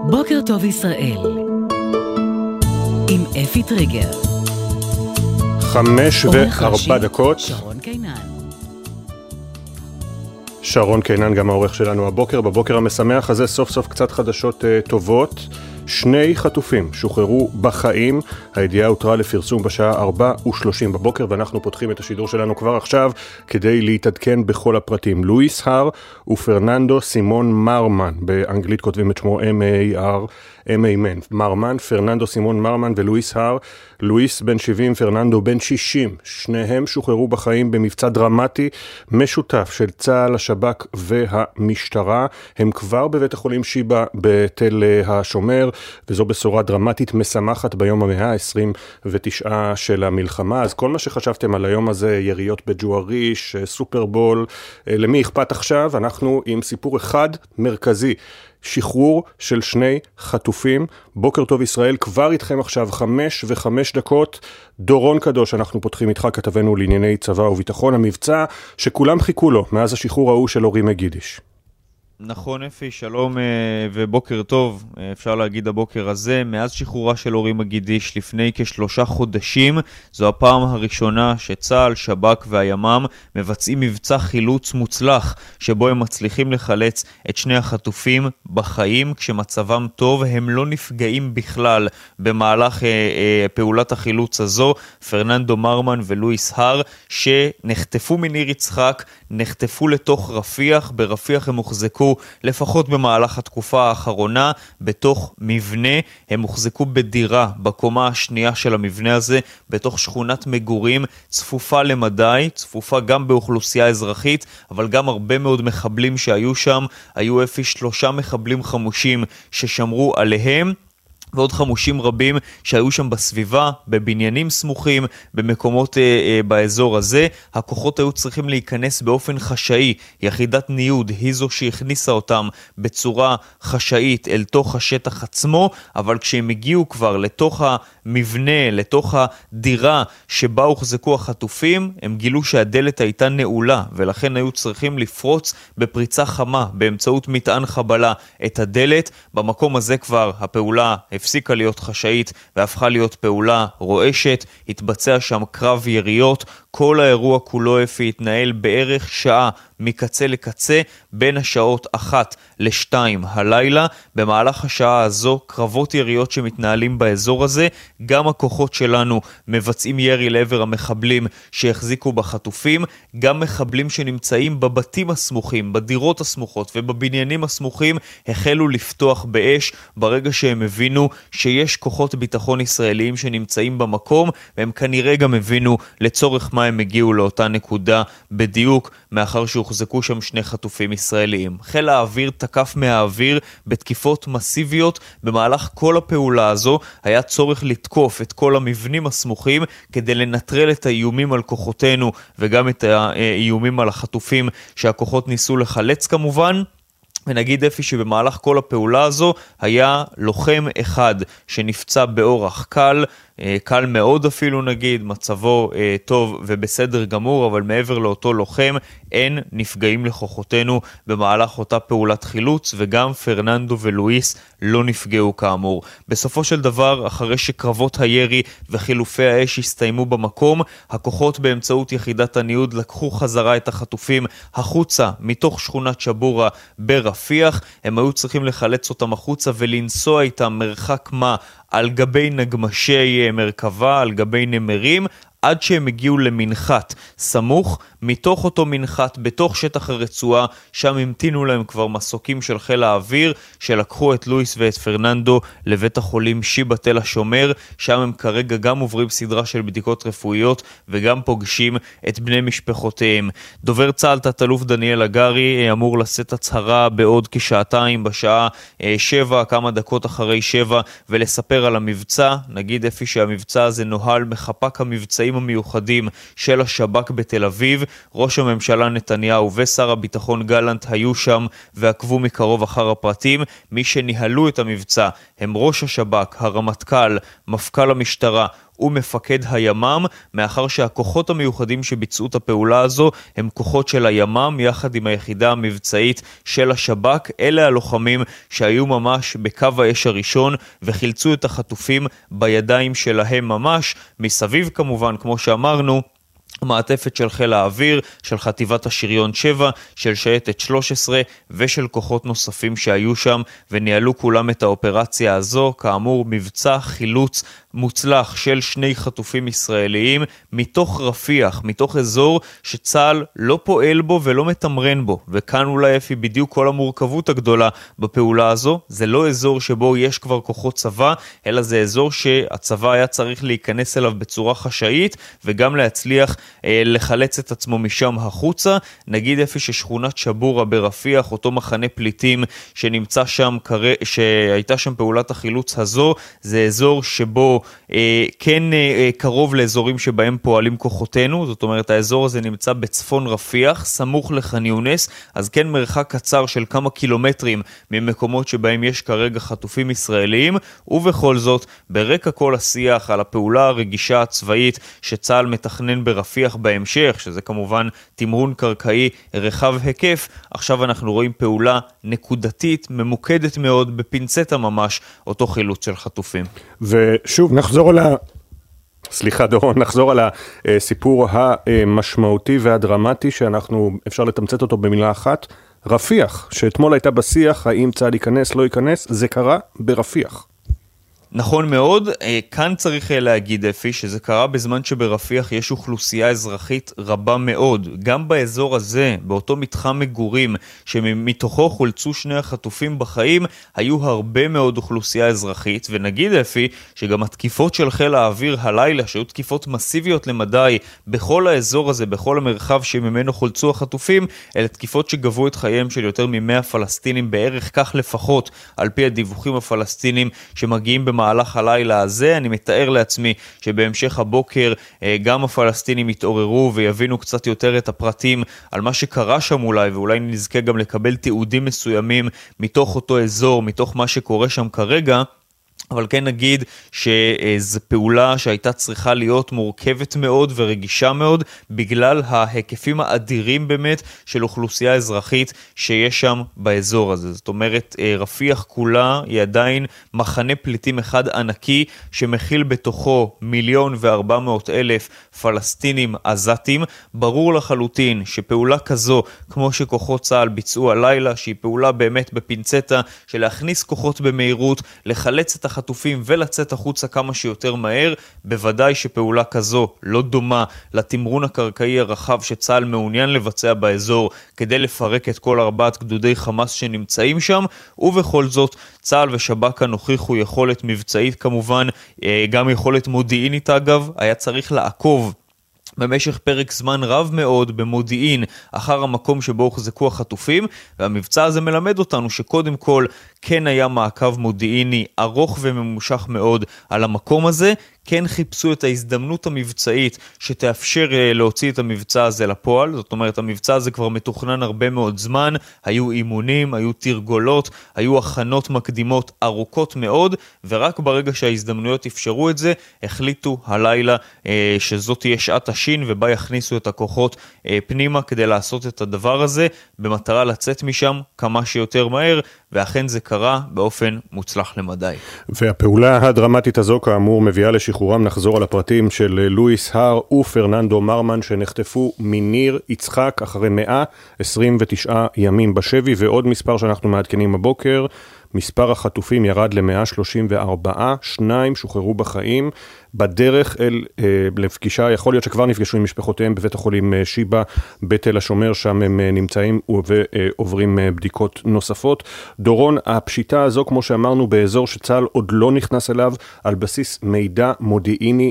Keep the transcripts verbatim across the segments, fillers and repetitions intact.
בוקר טוב ישראל עם אפי טריגר. חמש וארבע דקות. שרון קינן. שרון קינן גם העורך שלנו הבוקר. בבוקר המשמח הזה סוף סוף קצת חדשות uh, טובות. שני חטופים שוחררו בחיים. הידיעה הותרה לפרסום בשעה ארבע ושלושים בבוקר, ואנחנו פותחים את השידור שלנו כבר עכשיו כדי להתעדכן בכל הפרטים. לואיס הר ופרננדו סימון מרמן, באנגלית כותבים את שמו M-A-R, M-A-M-N, מרמן, פרננדו סימון מרמן ולואיס הר. לואיס בן שבעים, פרננדו בן שישים. שניהם שוחררו בחיים במבצע דרמטי משותף של צה"ל, השב"כ והמשטרה. הם כבר בבית החולים שיבא בתל השומר, וזו בשורה דרמטית משמחת ביום המאה ה-עשרים ותשע של המלחמה. אז כל מה שחשבתם על היום הזה, יריות בג'ואריש, סופרבול, למי אכפת עכשיו? אנחנו עם סיפור אחד מרכזי, שחרור של שני חטופים. בוקר טוב ישראל, כבר איתכם עכשיו חמש וחמש דקות. דורון קדוש, אנחנו פותחים איתך, כתבנו לענייני צבא וביטחון, המבצע שכולם חיכו לו מאז השחרור ההוא של אורי מגידיש. נכון אפי, שלום ובוקר טוב. אפשר להגיד הבוקר הזה, מאז שחרורה של אורי מגידיש לפני כשלושה חודשים, זו הפעם הראשונה שצה"ל, שב"כ והימ"מ מבצעים מבצע חילוץ מוצלח, שבו הם מצליחים לחלץ את שני החטופים בחיים. כשמצבם טוב, הם לא נפגעים בכלל במהלך אה, אה, פעולת החילוץ הזו. פרננדו מרמן ולואיס הר, שנחטפו מניר יצחק, נחטפו לתוך רפיח. ברפיח הם הוחזקו לפחות במהלך התקופה האחרונה בתוך מבנה. הם הוחזקו בדירה בקומה השנייה של המבנה הזה, בתוך שכונת מגורים צפופה למדי, צפופה גם באוכלוסייה אזרחית, אבל גם הרבה מאוד מחבלים שהיו שם. היו אפי שלושה מחבלים חמושים ששמרו עליהם, ועוד חמושים רבים שהיו שם בסביבה, בבניינים סמוכים, במקומות אה, אה, באזור הזה. הכוחות היו צריכים להיכנס באופן חשאי. יחידת ניוד היא זו שהכניסה אותם בצורה חשאית אל תוך השטח עצמו, אבל כשהם הגיעו כבר לתוך המבנה, לתוך הדירה שבה הוחזקו החטופים, הם גילו שהדלת הייתה נעולה, ולכן היו צריכים לפרוץ בפריצה חמה באמצעות מטען חבלה את הדלת. במקום הזה כבר הפעולה הפסיקה להיות חשאית והפכה להיות פעולה רועשת. התבצע שם קרב יריות. כל האירוע כולו אפי התנהל בערך שעה מקצה לקצה, בין השעות אחת לשתיים הלילה. במהלך השעה הזו קרבות יריות שמתנהלים באזור הזה. גם הכוחות שלנו מבצעים ירי לעבר המחבלים שהחזיקו בחטופים, גם מחבלים שנמצאים בבתים הסמוכים, בדירות הסמוכות ובבניינים הסמוכים החלו לפתוח באש ברגע שהם הבינו שיש כוחות ביטחון ישראליים שנמצאים במקום, והם כנראה גם הבינו לצורך מה הם הגיעו לאותה נקודה בדיוק, מאחר שהוחזקו שם שני חטופים ישראליים. חיל האוויר תקף מהאוויר בתקיפות מסיביות. במהלך כל הפעולה הזו היה צורך לתקוף את כל המבנים הסמוכים כדי לנטרל את האיומים על כוחותינו וגם את האיומים על החטופים שהכוחות ניסו לחלץ כמובן. ונגיד אפי שבמהלך כל הפעולה הזו היה לוחם אחד שנפצע באורח קל, קל מאוד אפילו נגיד, מצבו אה, טוב ובסדר גמור, אבל מעבר לאותו לוחם אין נפגעים לכוחותינו במהלך אותה פעולת חילוץ, וגם פרננדו ולואיס לא נפגעו כאמור. בסופו של דבר, אחרי שקרבות הירי וחילופי האש הסתיימו במקום, הכוחות באמצעות יחידת הניוד לקחו חזרה את החטופים החוצה מתוך שכונת שבורה ברפיח. הם היו צריכים לחלץ אותם החוצה ולנסוע איתם מרחק מה על גבי נגמשי מרכבה, על גבי נמרים, עד שהם הגיעו למנחת סמוך. מתוך אותו מנחת בתוך שטח הרצועה, שם המתינו להם כבר מסוקים של חיל האוויר שלקחו את לואיס ואת פרננדו לבית החולים שיבא תל השומר. שם הם כרגע גם עוברים סדרה של בדיקות רפואיות וגם פוגשים את בני משפחותיהם. דובר צה"ל תת-אלוף דניאל הגרי אמור לשאת הצהרה בעוד כשעתיים, בשעה שבע, כמה דקות אחרי שבע, ולספר על המבצע. נגיד אפי שהמבצע הזה נוהל מחפ"ק המבצעים המיוחדים של השב"כ בתל אביב. ראש הממשלה נתניהו ושר הביטחון גלנט היו שם ועקבו מקרוב אחר הפרטים. מי שניהלו את המבצע הם ראש השב"כ, הרמטכ"ל, מפכ"ל המשטרה ומפקד הימ"מ, מאחר שהכוחות המיוחדים שביצעו את הפעולה הזו הם כוחות של הימ"מ יחד עם היחידה המבצעית של השב"כ. אלה הלוחמים שהיו ממש בקו האש הראשון וחילצו את החטופים בידיים שלהם ממש. מסביב כמובן, כמו שאמרנו, מעטפת של חיל האוויר, של חטיבת השריון שבע, של שייטת שלוש עשרה ושל כוחות נוספים שהיו שם וניהלו כולם את האופרציה הזו. כאמור, מבצע חילוץ מוצלח של שני חטופים ישראליים מתוך רפיח, מתוך אזור שצה"ל לא פועל בו ולא מתמרן בו. וכאן אולי אפי בדיוק כל המורכבות הגדולה בפעולה הזו. זה לא אזור שבו יש כבר כוחות צבא, אלא זה אזור שהצבא היה צריך להיכנס אליו בצורה חשאית וגם להצליח אה, לחלץ את עצמו משם החוצה. נגיד אפי ששכונת שבורה ברפיח, אותו מחנה פליטים שנמצא שם, שהייתה שם פעולת החילוץ הזו, זה אזור שבו אה, כן אה, קרוב לאזורים שבהם פועלים כוחותינו. זאת אומרת, האזור הזה נמצא בצפון רפיח, סמוך לח'אן יונס, אז כן מרחק קצר של כמה קילומטרים ממקומות שבהם יש כרגע חטופים ישראלים. ובכל זאת, ברקע כל השיח על הפעולה הרגישה הצבאית שצה"ל מתכנן ברפיח בהמשך, שזה כמובן תמרון קרקעי רחב היקף, עכשיו אנחנו רואים פעולה נקודתית, ממוקדת מאוד, בפינצטה ממש, אותו חילוץ של חטופים. ושוב, נחזור על ה... סליחה דורון, נחזור על הסיפור המשמעותי והדרמטי שאנחנו, אפשר לתמצת אותו במילה אחת, רפיח, שאתמול הייתה בשיח, האם צה"ל ייכנס, לא ייכנס, זה קרה ברפיח. נכון מאוד, כאן צריך להגיד אפי שזה קרה בזמן שברפיח יש אוכלוסייה אזרחית רבה מאוד. גם באזור הזה, באותו מתחם מגורים שמתוכו חולצו שני החטופים בחיים, היו הרבה מאוד אוכלוסייה אזרחית. ונגיד אפי שגם התקיפות של חיל האוויר הלילה, שהיו תקיפות מסיביות למדי בכל האזור הזה, בכל המרחב שממנו חולצו החטופים, אלה תקיפות שגבו את חייהם של יותר ממאה פלסטינים בערך, כך לפחות על פי הדיווחים הפלסטינים שמגיעים במהלך מהלך הלילה הזה. אני מתאר לעצמי שבהמשך הבוקר גם הפלסטינים יתעוררו ויבינו קצת יותר את הפרטים על מה שקרה שם אולי, ואולי נזכה גם לקבל תיעודים מסוימים מתוך אותו אזור, מתוך מה שקורה שם כרגע. אבל כן נגיד שזו פעולה שהייתה צריכה להיות מורכבת מאוד ורגישה מאוד, בגלל ההיקפים האדירים באמת של אוכלוסייה אזרחית שיש שם באזור הזה. זאת אומרת, רפיח כולה היא עדיין מחנה פליטים אחד ענקי, שמכיל בתוכו מיליון וארבע מאות אלף פלסטינים עזתים. ברור לחלוטין שפעולה כזו, כמו שכוחות צה"ל ביצעו הלילה, שהיא פעולה באמת בפינצטה של להכניס כוחות במהירות, לחלץ את החטופים ולצאת החוצה כמה שיותר מהר, בוודאי שפעולה כזו לא דומה לתמרון הקרקעי הרחב שצה"ל מעוניין לבצע באזור כדי לפרק את כל ארבעת גדודי חמאס שנמצאים שם. ובכל זאת צה"ל ושב"כ הוכיחו יכולת מבצעית, כמובן גם יכולת מודיעינית. אגב, היה צריך לעקוב במשך פרק זמן רב מאוד במודיעין אחר המקום שבו הוחזקו החטופים, והמבצע הזה מלמד אותנו שקודם כל כן היה מעקב מודיעיני ארוך וממושך מאוד על המקום הזה. כן חיפשו את ההזדמנות המבצעית שתאפשר להוציא את המבצע הזה לפועל. זאת אומרת, המבצע הזה כבר מתוכנן הרבה מאוד זמן, היו אימונים, היו תרגולות, היו הכנות מקדימות ארוכות מאוד, ורק ברגע שההזדמנויות אפשרו את זה, החליטו הלילה אה, שזאת תהיה שעת השין, ובה יכניסו את הכוחות אה, פנימה כדי לעשות את הדבר הזה, במטרה לצאת משם כמה שיותר מהר, ואכן זה קרה באופן מוצלח למדי. והפעולה הדרמטית הזו כאמור מביאה לשחרורם, נחזור על הפרטים, של לואיס הר ופרננדו מרמן, שנחטפו מניר יצחק אחרי מאה עשרים ותשעה ימים בשבי. ועוד מספר שאנחנו מעדכנים הבוקר, מספר החטופים ירד ל-מאה שלושים וארבע, שניים שוחררו בחיים. בדרך אל אה, לפגישה, יכול להיות שכבר נפגשו עם משפחותיהם בבית החולים אה, שיבה בתל השומר, שם הם אה, נמצאים ועוברים אה, בדיקות נוספות. דורון, הפשיטה הזו, כמו שאמרנו, באזור שצה"ל עוד לא נכנס אליו, על בסיס מידע מודיעיני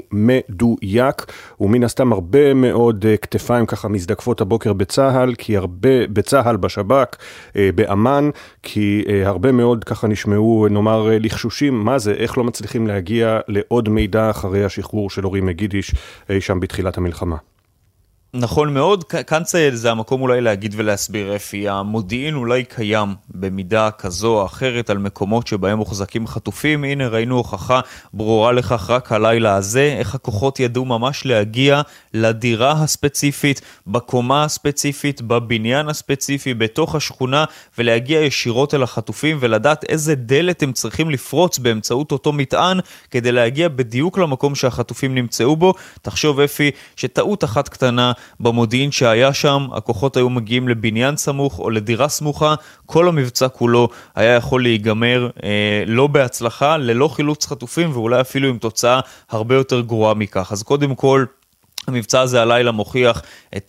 מדויק, ומן הסתם הרבה מאוד אה, כתפיים ככה מזדקפות הבוקר בצה"ל, כי הרבה בצה"ל, בשב"כ, אה, באמן, כי אה, הרבה מאוד ככה נשמעו, נאמר, אה, לחשושים, מה זה, איך לא מצליחים להגיע לעוד מידע אחרי השחרור של אורי מגידיש שם בתחילת המלחמה. נכון מאוד, כאן זה המקום אולי להגיד ולהסביר אפי, המודיעין אולי קיים במידה כזו או אחרת על מקומות שבהם מוחזקים חטופים, הנה ראינו הוכחה ברורה לכך רק הלילה הזה, איך הכוחות ידעו ממש להגיע לדירה הספציפית, בקומה הספציפית, בבניין הספציפי, בתוך השכונה, ולהגיע ישירות אל החטופים ולדעת איזה דלת הם צריכים לפרוץ באמצעות אותו מטען, כדי להגיע בדיוק למקום שהחטופים נמצאו בו. תחשוב אפי שטעות אחת קטנה במודיעין שהיה שם, הכוחות היו מגיעים לבניין סמוך או לדירה סמוכה, כל המבצע כולו היה יכול להיגמר אה, לא בהצלחה, ללא חילוץ חטופים, ואולי אפילו עם תוצאה הרבה יותר גרועה מכך. אז קודם כל, המבצע הזה הלילה מוכיח את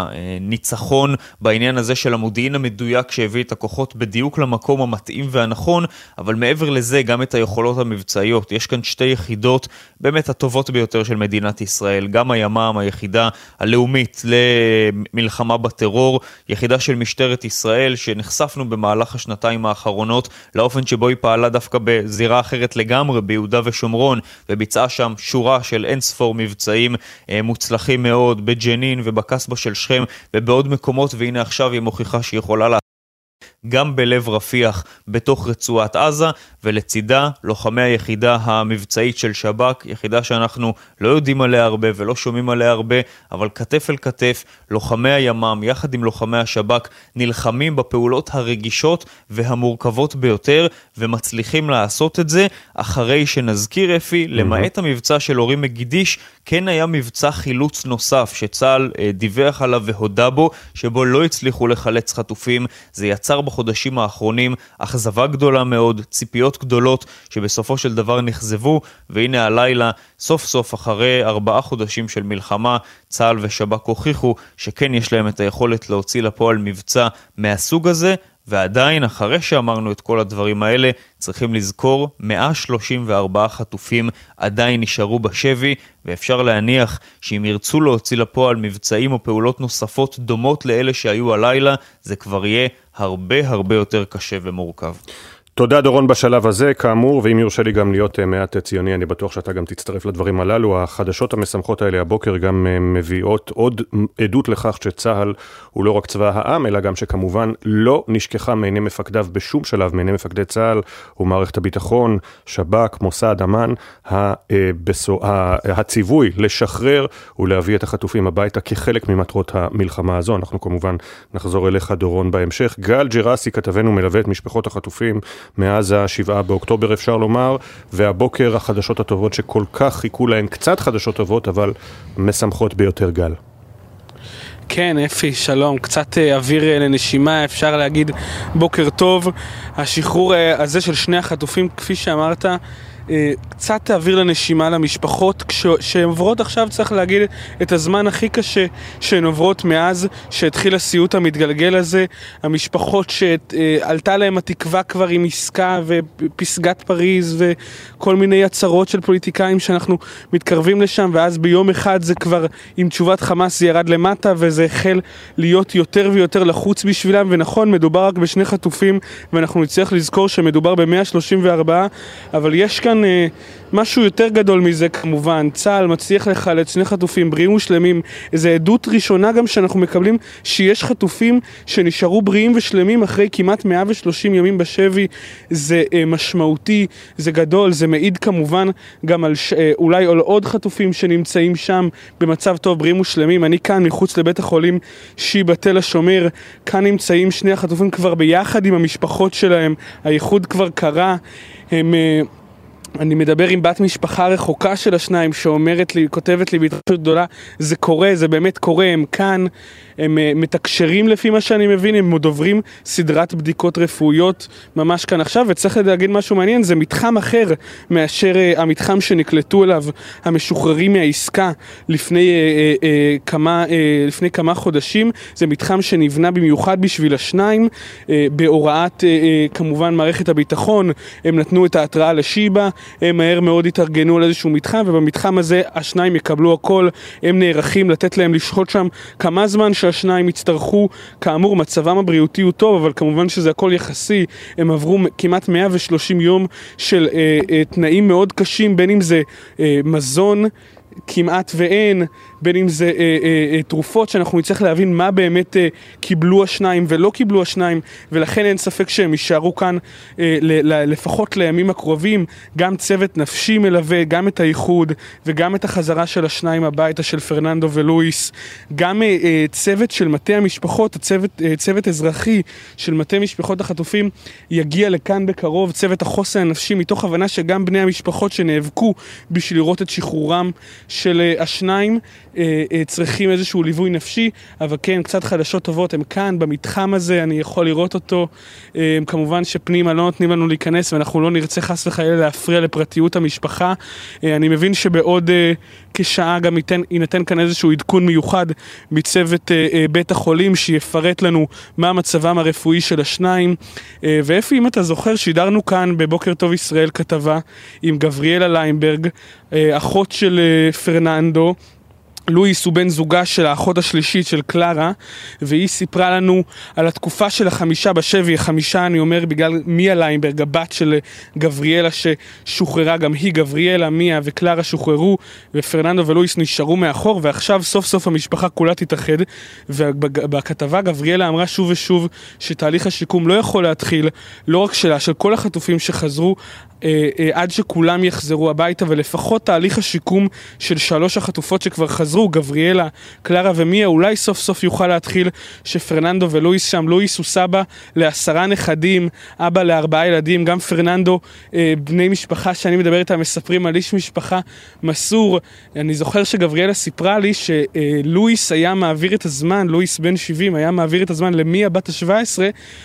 הניצחון בעניין הזה של המודיעין המדויק שהביא את הכוחות בדיוק למקום המתאים והנכון, אבל מעבר לזה גם את היכולות המבצעיות. יש כאן שתי יחידות באמת הטובות ביותר של מדינת ישראל, גם הימ"מ, היחידה הלאומית למלחמה בטרור, יחידה של משטרת ישראל שנחשפנו במהלך השנתיים האחרונות לאופן שבו היא פעלה דווקא בזירה אחרת לגמרי ביהודה ושומרון, וביצעה שם שורה של אין ספור מבצעים מוצלחים מוצלחים מאוד בג'נין ובקסבה של שכם ובעוד מקומות, והנה עכשיו היא מוכיחה שהיא יכולה לה גם בלב רפיח בתוך רצועת עזה, ולצידה לוחמי היחידה המבצעית של שב"כ, יחידה שאנחנו לא יודעים עליה הרבה ולא שומעים עליה הרבה, אבל כתף אל כתף לוחמי הימ"מ יחד עם לוחמי השב"כ נלחמים בפעולות הרגישות והמורכבות ביותר, ומצליחים לעשות את זה אחרי שנזכיר אפי, למעט המבצע של אורי מגידיש, כן היה מבצע חילוץ נוסף שצה"ל דיווח עליו והודע בו, שבו לא הצליחו לחלץ חטופים. זה יצר בחודשים האחרונים אכזבה גדולה מאוד, ציפיות גדולות שבסופו של דבר נחזבו, והנה הלילה סוף סוף אחרי ארבעה חודשים של מלחמה, צה"ל ושב"כ הוכיחו שכן יש להם את היכולת להוציא לפועל מבצע מהסוג הזה. ועדיין אחרי שאמרנו את כל הדברים האלה, צריכים לזכור מאה שלושים וארבעה חטופים עדיין נשארו בשבי, ואפשר להניח שאם ירצו להוציא לפועל מבצעים או פעולות נוספות דומות לאלה שהיו הלילה, זה כבר יהיה הרבה הרבה יותר קשה ומורכב. תודה דורון בשלב הזה, כאמור, ואם יורשה לי גם להיות מעט ציוני, אני בטוח שאתה גם תצטרף לדברים הללו. החדשות המשמחות האלה הבוקר גם מביאות עוד עדות לכך שצהל הוא לא רק צבא העם, אלא גם שכמובן לא נשכחה מעיני מפקדיו בשום שלב, מעיני מפקדי צהל ומערכת הביטחון, שב"כ, מוסד, אמ"ן, הציווי לשחרר ולהביא את החטופים הביתה כחלק ממטרות המלחמה הזו. אנחנו כמובן נחזור אליך דורון בהמשך. גל ג'רסי כתבנו מלווה את משפחות החטופים מאז השבעה באוקטובר אפשר לומר, והבוקר החדשות הטובות שכל כך חיכו להן, קצת חדשות טובות אבל משמחות ביותר. גל. כן, אפי, שלום. קצת אוויר לנשימה, אפשר להגיד בוקר טוב. השחרור הזה של שני החטופים, כפי שאמרת, קצת אוויר לנשימה למשפחות שהן עוברות עכשיו, צריך להגיד, את הזמן הכי קשה שהן עוברות מאז שהתחיל הסיוט המתגלגל הזה. המשפחות שעלתה להם התקווה כבר עם עסקה ופסגת פריז וכל מיני הצהרות של פוליטיקאים שאנחנו מתקרבים לשם, ואז ביום אחד זה כבר עם תשובת חמאס זה ירד למטה, וזה החל להיות יותר ויותר לחוץ בשבילם. ונכון, מדובר רק בשני חטופים, ואנחנו נצטרך לזכור שמדובר ב-מאה שלושים וארבע, אבל יש כאן משהו יותר גדול מזה כמובן. צה"ל מצליח לחלץ שני חטופים בריאים ושלמים. איזו עדות ראשונה גם שאנחנו מקבלים שיש חטופים שנשארו בריאים ושלמים אחרי כמעט מאה ושלושים ימים בשבי. זה משמעותי, זה גדול, זה מעיד כמובן גם על ש... אולי על עוד חטופים שנמצאים שם במצב טוב, בריאים ושלמים. אני כאן מחוץ לבית החולים שיבא תל השומר, כאן נמצאים שני החטופים כבר ביחד עם המשפחות שלהם, הייחוד כבר קרה. הם... אני מדבר עם בת משפחה רחוקה של השניים שאומרת לי, כותבת לי בהתרגשות גדולה, זה קורה, זה באמת קורה, הם כאן, הם מתקשרים לפי מה שאני מבין, הם עוד עוברים סדרת בדיקות רפואיות ממש כאן עכשיו. וצריך להגיד משהו מעניין, זה מתחם אחר מאשר המתחם שנקלטו אליו המשוחררים מהעסקה לפני, אה, אה, כמה, אה, לפני כמה חודשים. זה מתחם שנבנה במיוחד בשביל השניים, אה, בהוראת אה, כמובן מערכת הביטחון. הם נתנו את ההתראה לשיבא, הם מהר מאוד התארגנו על איזשהו מתחם, ובמתחם הזה השניים יקבלו הכל. הם נערכים לתת להם לשהות שם כמה זמן שהשניים יצטרכו. כאמור, מצבם הבריאותי הוא טוב, אבל כמובן שזה הכל יחסי. הם עברו כמעט מאה ושלושים יום של אה, אה, תנאים מאוד קשים, בין אם זה אה, מזון כמעט ואין, בין אם זה אה, אה, אה, תרופות, שאנחנו נצטרך להבין מה באמת אה, קיבלו השניים ולא קיבלו השניים, ולכן אין ספק שהם יישארו כאן אה, ל- ל- לפחות לימים הקרובים. גם צוות נפשי מלווה, גם את האיחוד וגם את החזרה של השניים הביתה של פרננדו ולואיס, גם אה, אה, צוות של מטה המשפחות, הצוות, אה, צוות אזרחי של מטה משפחות החטופים יגיע לכאן בקרוב, צוות החוסן הנפשי, מתוך הבנה שגם בני המשפחות שנאבקו בשביל לראות את שחרורם של uh, השניים uh, uh, צריכים איזשהו ליווי נפשי. אבל כן, קצת חדשות טובות, הם כאן במתחם הזה, אני יכול לראות אותו. uh, כמובן שפנימה לא נותנים לנו להיכנס, ואנחנו לא נרצה חס וחלילה להפריע לפרטיות המשפחה. uh, אני מבין שבעוד uh, כשעה גם ייתן, ינתן כאן איזשהו עדכון מיוחד מצוות uh, uh, בית החולים שיפרט לנו מה מצבם הרפואי של השניים. uh, ואיפה, אם אתה זוכר, שידרנו כאן בבוקר טוב ישראל כתבה עם גבריאלה ליימברג, אחות של פרננדו. לואיס הוא בן זוגה של האחות השלישית של קלרה, והיא סיפרה לנו על התקופה של החמישה בשבי, החמישה אני אומר בגלל מיה ליימברג, הבת של גבריאלה ששוחררה, גם היא, גבריאלה, מיה וקלרה שוחררו, ופרננדו ולואיס נשארו מאחור, ועכשיו סוף סוף המשפחה כולה תתאחד. ובכתבה גבריאלה אמרה שוב ושוב שתהליך השיקום לא יכול להתחיל, לא רק שלה, של כל החטופים שחזרו, אה, אה, עד שכולם יחזרו הביתה, ולפחות תהליך השיקום של שלוש החטופות שכבר חזרו, גבריאלה, קלרה ומיה, אולי סוף סוף יוכל להתחיל, שפרננדו ולואיס שם. לואיס הוא סבא לעשרה נכדים, אבא לארבעה ילדים, גם פרננדו, אה, בני משפחה שאני מדבר איתם מספרים על איש משפחה מסור. אני זוכר שגבריאלה סיפרה לי שלואיס היה מעביר את הזמן, לואיס בן שבעים היה מעביר את הזמן למיה בת ה-שבע עשרה.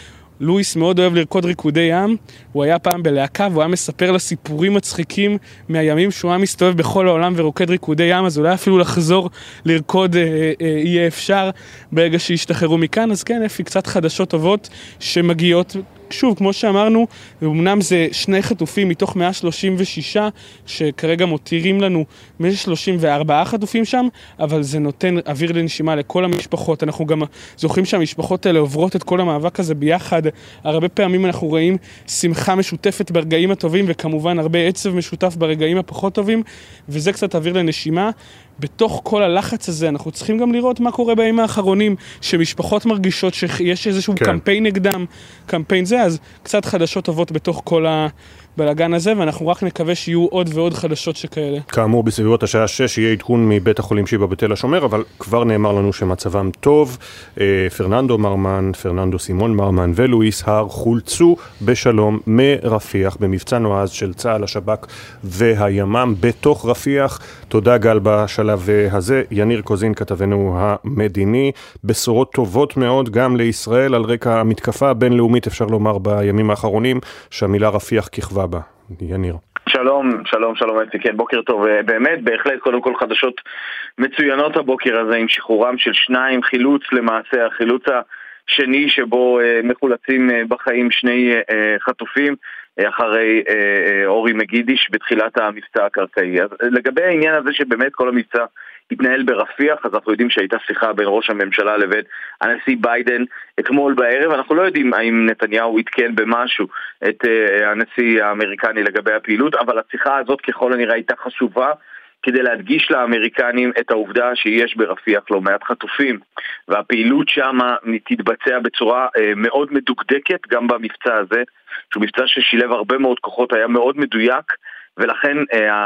לואיס מאוד אוהב לרקוד ריקודי ים, הוא היה פעם בלהקה והוא היה מספר לה סיפורים מצחיקים מהימים שהוא היה מסתובב בכל העולם ורוקד ריקודי ים, אז אולי אפילו לחזור לרקוד אה, אה, יהיה אפשר ברגע שישתחררו מכאן. אז כן, אפי, קצת חדשות טובות שמגיעות. שוב, כמו שאמרנו, אמנם זה שני חטופים מתוך מאה שלושים ושש שכרגע מותירים לנו מאה שלושים וארבעה חטופים שם, אבל זה נותן אוויר לנשימה לכל המשפחות. אנחנו גם זוכרים שהמשפחות האלה עוברות את כל המאבק הזה ביחד. הרבה פעמים אנחנו רואים שמחה משותפת ברגעים הטובים, וכמובן הרבה עצב משותף ברגעים הפחות טובים, וזה קצת אוויר לנשימה. בתוך כל הלחץ הזה אנחנו צריכים גם לראות מה קורה בימים האחרונים, שמשפחות מרגישות שיש איזשהו כן. קמפיין נגדם, קמפיין זה, אז קצת חדשות טובות בתוך כל הבלגן הזה, ואנחנו רק נקווה שיהיו עוד ועוד חדשות שכאלה. כאמור, בסביבות השעה שש יהיה עדכון מבית החולים שיבא בתל השומר, אבל כבר נאמר לנו שמצבם טוב. פרננדו מרמן, פרננדו סימון מרמן ולואיס הר חולצו בשלום מרפיח במבצע נועז של צה"ל, השב"כ והימ"מ בתוך רפיח. תודה גל בשלב הזה. יניר קוזין, כתבנו המדיני. בשורות טובות מאוד גם לישראל על רקע המתקפה הבינלאומית, אפשר לומר, בימים האחרונים, שהמילה רפיח כיכבה בה. יניר. שלום, שלום, שלום אפי, כן, בוקר טוב. באמת, בהחלט, קודם כל חדשות מצוינות הבוקר הזה עם שחרורם של שניים, חילוץ למעשה, החילוץ השני שבו מחולצים בחיים שני חטופים, אחרי אורי מגידיש בתחילת המבצע הקרקעי. אז לגבי העניין הזה שבאמת כל המבצע התנהל ברפיח, אז אנחנו יודעים שהייתה שיחה בין ראש הממשלה לבין הנשיא ביידן אתמול בערב. אנחנו לא יודעים האם נתניהו התקן במשהו את הנשיא האמריקני לגבי הפעילות, אבל השיחה הזאת ככל הנראה הייתה חשובה כדי להדגיש לאמריקנים את העובדה שיש ברפיח לא מעט חטופים, והפעילות שם תתבצע בצורה מאוד מדוקדקת גם במבצע הזה, שהוא מבצע ששילב הרבה מאוד כוחות, היה מאוד מדויק, ולכן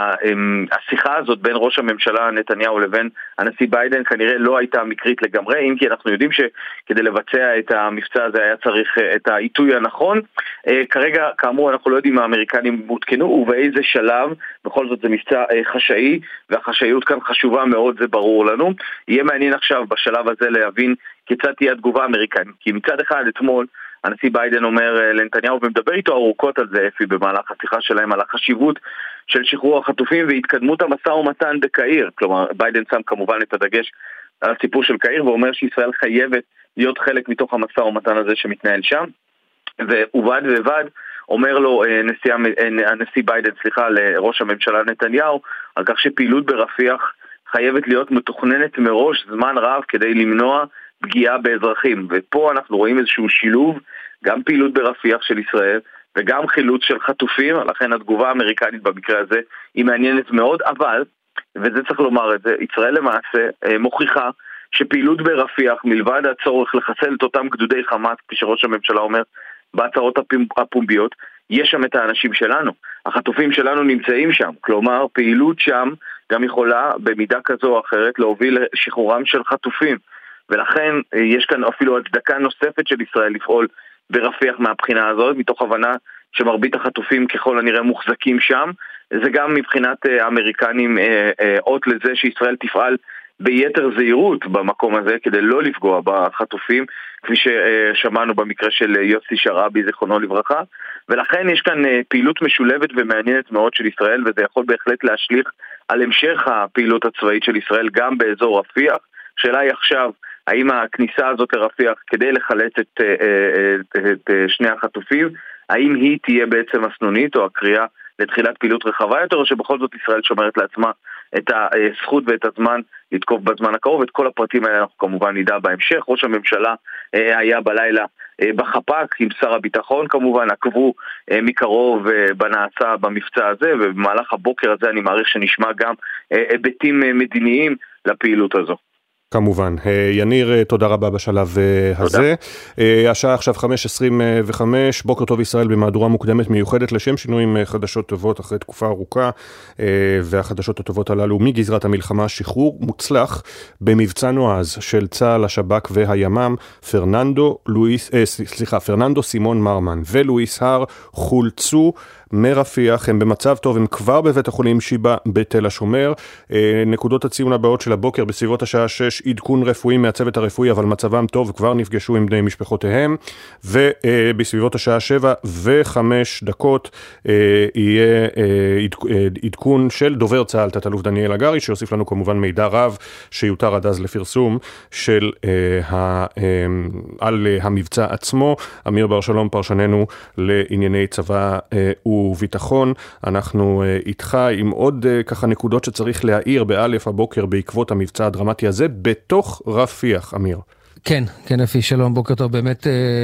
השיחה הזאת בין ראש הממשלה נתניהו לבין הנשיא ביידן כנראה לא הייתה מקרית לגמרי, אם כי אנחנו יודעים שכדי לבצע את המבצע הזה היה צריך את העיתוי הנכון. כרגע, כאמור, אנחנו לא יודעים מה האמריקנים מותקנו ובאיזה שלב, בכל זאת זה מבצע חשאי, והחשאיות כאן חשובה מאוד, זה ברור לנו. יהיה מעניין עכשיו בשלב הזה להבין כיצד תהיה התגובה האמריקנית, כי מצד אחד אתמול הנשיא ביידן אומר לנתניהו ומדבר איתו ארוכות על זה אפי במהלך השיחה שלהם על החשיבות של שחרור החטופים והתקדמות המשא ומתן בקהיר. כלומר ביידן שם כמובן את הדגש על הסיפור של קהיר ואומר שישראל חייבת להיות חלק מתוך המשא ומתן הזה שמתנהל שם, ובד ובד אומר לו נשיא, הנשיא ביידן סליחה לראש הממשלה נתניהו על כך שפעילות ברפיח חייבת להיות מתוכננת מראש זמן רב כדי למנוע פגיעה באזרחים. ופה אנחנו רואים איזשהו שילוב, גם פעילות ברפיח של ישראל וגם חילוץ של חטופים, לכן התגובה האמריקנית במקרה הזה היא מעניינת מאוד, אבל וזה צריך לומר את זה, ישראל למעשה מוכיחה שפעילות ברפיח, מלבד הצורך לחסל את אותם גדודי חמאס, כפי שראש הממשלה אומר בהצהרות הפומביות, יש שם את האנשים שלנו. החטופים שלנו נמצאים שם. כלומר, פעילות שם גם יכולה במידה כזו או אחרת להוביל לשחרורם של חטופים. ולכן יש כאן אפילו הצדקה נוספת של ישראל לפעול ברפיח מהבחינה הזאת, מתוך הבנה שמרבית החטופים ככל הנראה מוחזקים שם. זה גם מבחינת האמריקנים אות לזה שישראל תפעל ביתר זהירות במקום הזה כדי לא לפגוע בחטופים, כפי ששמענו במקרה של יוסי שרעבי זיכרונו לברכה. ולכן יש כאן פעילות משולבת ומעניינת מאוד של ישראל, וזה יכול בהחלט להשליך על המשך הפעילות הצבאית של ישראל גם באזור רפיח. שאלה היא עכשיו, האם הכניסה הזאת לרפיח כדי לחלץ את, את, את שני החטופים, האם היא תהיה בעצם הסנונית או הקריאה לתחילת פעילות רחבה יותר, או שבכל זאת ישראל שומרת לעצמה את הזכות ואת הזמן לתקוף בזמן הקרוב. את כל הפרטים האלה אנחנו כמובן נדע בהמשך. ראש הממשלה היה בלילה בחפ"ק עם שר הביטחון, כמובן עקבו מקרוב בנעשה במבצע הזה, ובמהלך הבוקר הזה אני מעריך שנשמע גם היבטים מדיניים לפעילות הזו. כמובן. יניר, תודה רבה בשלב הזה. השעה עכשיו חמש עשרים וחמש, בוקר טוב ישראל במהדורה מוקדמת מיוחדת לשם שינויים חדשות טובות אחרי תקופה ארוכה, והחדשות הטובות הללו מגזרת המלחמה, שחרור מוצלח במבצע נועז של צה"ל, השב"כ והימ"מ, פרננדו, לואיס, אה, סליחה, פרננדו סימון מרמן ולואיס הר חולצו מרפיח, הם במצב טוב, הם כבר בבית החולים שיבא בתל השומר. נקודות הציון הבאות של הבוקר בסביבות השעה שש, עדכון רפואי מהצוות הרפואי, אבל מצבם טוב, כבר נפגשו עם בני משפחותיהם, ובסביבות השעה שבע וחמש דקות יהיה עדכון של דובר צה"ל, תת-אלוף דניאל הגרי, שיוסיף לנו כמובן מידע רב שיותר עד אז לפרסום של על המבצע עצמו. אמיר בר שלום, פרשננו לענייני צבא ו וביטחון, אנחנו איתך עם עוד ככה נקודות שצריך להעיר באלף הבוקר בעקבות המבצע הדרמטי הזה בתוך רפיח, אמיר. כן, כן אפי, שלום, בוקר טוב, באמת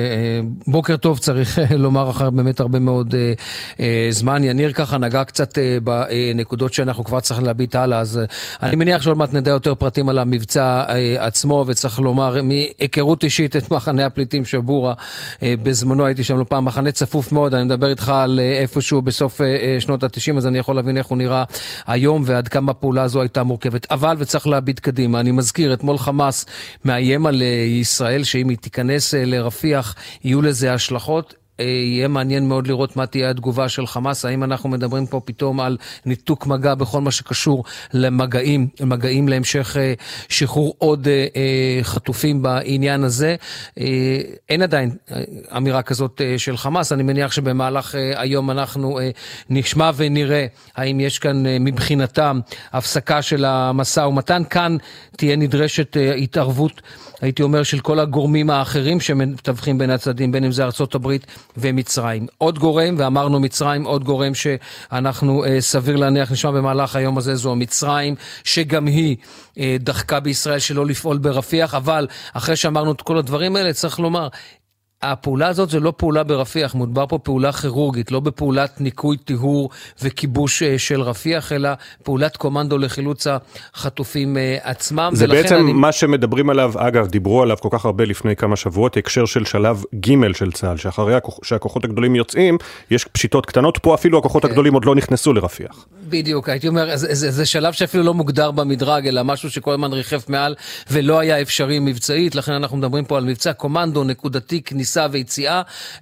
בוקר טוב צריך לומר אחר באמת הרבה מאוד זמן. יניר ככה נגע קצת בנקודות שאנחנו כבר צריך להביט הלאה, אז אני מניח שעוד מעט נדע יותר פרטים על המבצע עצמו, וצריך לומר מהיכרות אישית את מחנה הפליטים שבורה, בזמנו הייתי שם לא פעם, מחנה צפוף מאוד, אני מדבר איתך על איפשהו בסוף שנות ה-תשעים, אז אני יכול להבין איך הוא נראה היום ועד כמה הפעולה הזו הייתה מורכבת, אבל וצריך להביט קדימה. אני מזכיר, אתמול חמאס מאיים על ישראל שאם היא תיכנס לרפיח יהיו לזה השלכות. יהיה מעניין מאוד לראות מה תהיה התגובה של חמאס, האם אנחנו מדברים פה פתאום על ניתוק מגע בכל מה שקשור למגעים, מגעים להמשך שחרור עוד חטופים בעניין הזה. אין עדיין אמירה כזאת של חמאס, אני מניח שבמהלך היום אנחנו נשמע ונראה האם יש כאן מבחינתם הפסקה של המשא ומתן. כאן תהיה נדרשת התערבות, הייתי אומר, של כל הגורמים האחרים שמתווכים בין הצדדים, בין אם זה ארצות הברית ומצרים. עוד גורם, ואמרנו מצרים, עוד גורם שאנחנו אה, סביר להניח נשמע במהלך היום הזה, זו מצרים, שגם היא אה, דחקה בישראל שלא לפעול ברפיח, אבל אחרי שאמרנו את כל הדברים האלה, צריך לומר, הפעולה הזאת זה לא פעולה ברפיח, מודבר פה פעולה כירורגית, לא בפעולת ניקוי, טיהור וכיבוש של רפיח, אלא פעולת קומנדו לחילוץ החטופים עצמם. זה בעצם אני... מה שמדברים עליו, אגב, דיברו עליו כל כך הרבה לפני כמה שבועות, הקשר של שלב ג' של צה"ל, שאחרי שהכוחות הגדולים יוצאים, יש פשיטות קטנות, פה אפילו הכוחות okay. הגדולים עוד לא נכנסו לרפיח. בדיוק, הייתי אומר, זה, זה, זה שלב שאפילו לא מוגדר במדרג, אלא משהו שכל הזמן ריחף מעל, ולא היה אפשרי מבצעית, לכן אנחנו מדברים פה על מבצע קומנדו, נקודתי, כניסה ויציאה.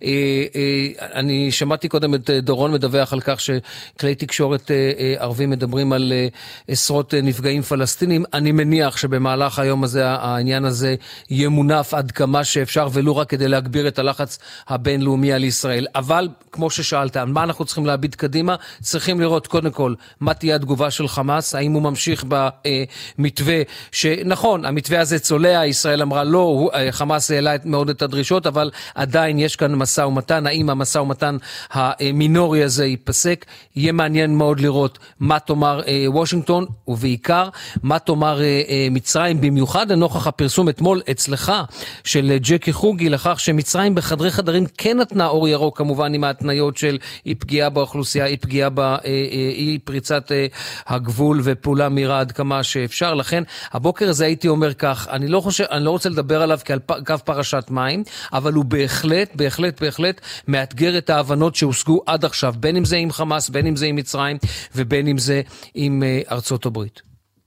אני שמעתי קודם את דורון מדווח על כך שכלי תקשורת ערבים מדברים על עשרות נפגעים פלסטינים. אני מניח שבמהלך היום הזה העניין הזה יהיה מונף עד כמה שאפשר, ולא רק כדי להגביר את הלחץ הבינלאומי על ישראל. אבל כמו ששאלת, מה אנחנו צריכים להביט קדימה? צריכים לראות קודם כל מה תהיה התגובה של חמאס, האם הוא ממשיך במתווה שנכון, המתווה הזה צולע, ישראל אמרה לא, חמאס העלה מאוד את הדרישות, אבל עדיין יש כאן משא ומתן, האם המשא ומתן המינורי הזה ייפסק, יהיה מעניין מאוד לראות מה תאמר וושינגטון, ובעיקר מה תאמר מצרים, במיוחד לנוכח הפרסום אתמול אצלך של ג'קי חוגי, לכך שמצרים בחדרי חדרים כן נתנה אור ירוק, כמובן עם ההתניות של אי פגיעה באוכלוסייה, אי פגיעה באי פריצת הגבול ופעולה מהירה עד כמה שאפשר. לכן הבוקר הזה הייתי אומר כך, אני לא חושב, אני לא רוצה לדבר עליו כעל קו פרשת מים, אבל הוא בהחלט, בהחלט, בהחלט מאתגר את ההבנות שהושגו עד עכשיו, בין אם זה עם חמאס, בין אם זה עם מצרים, ובין אם זה עם ארצות הברית.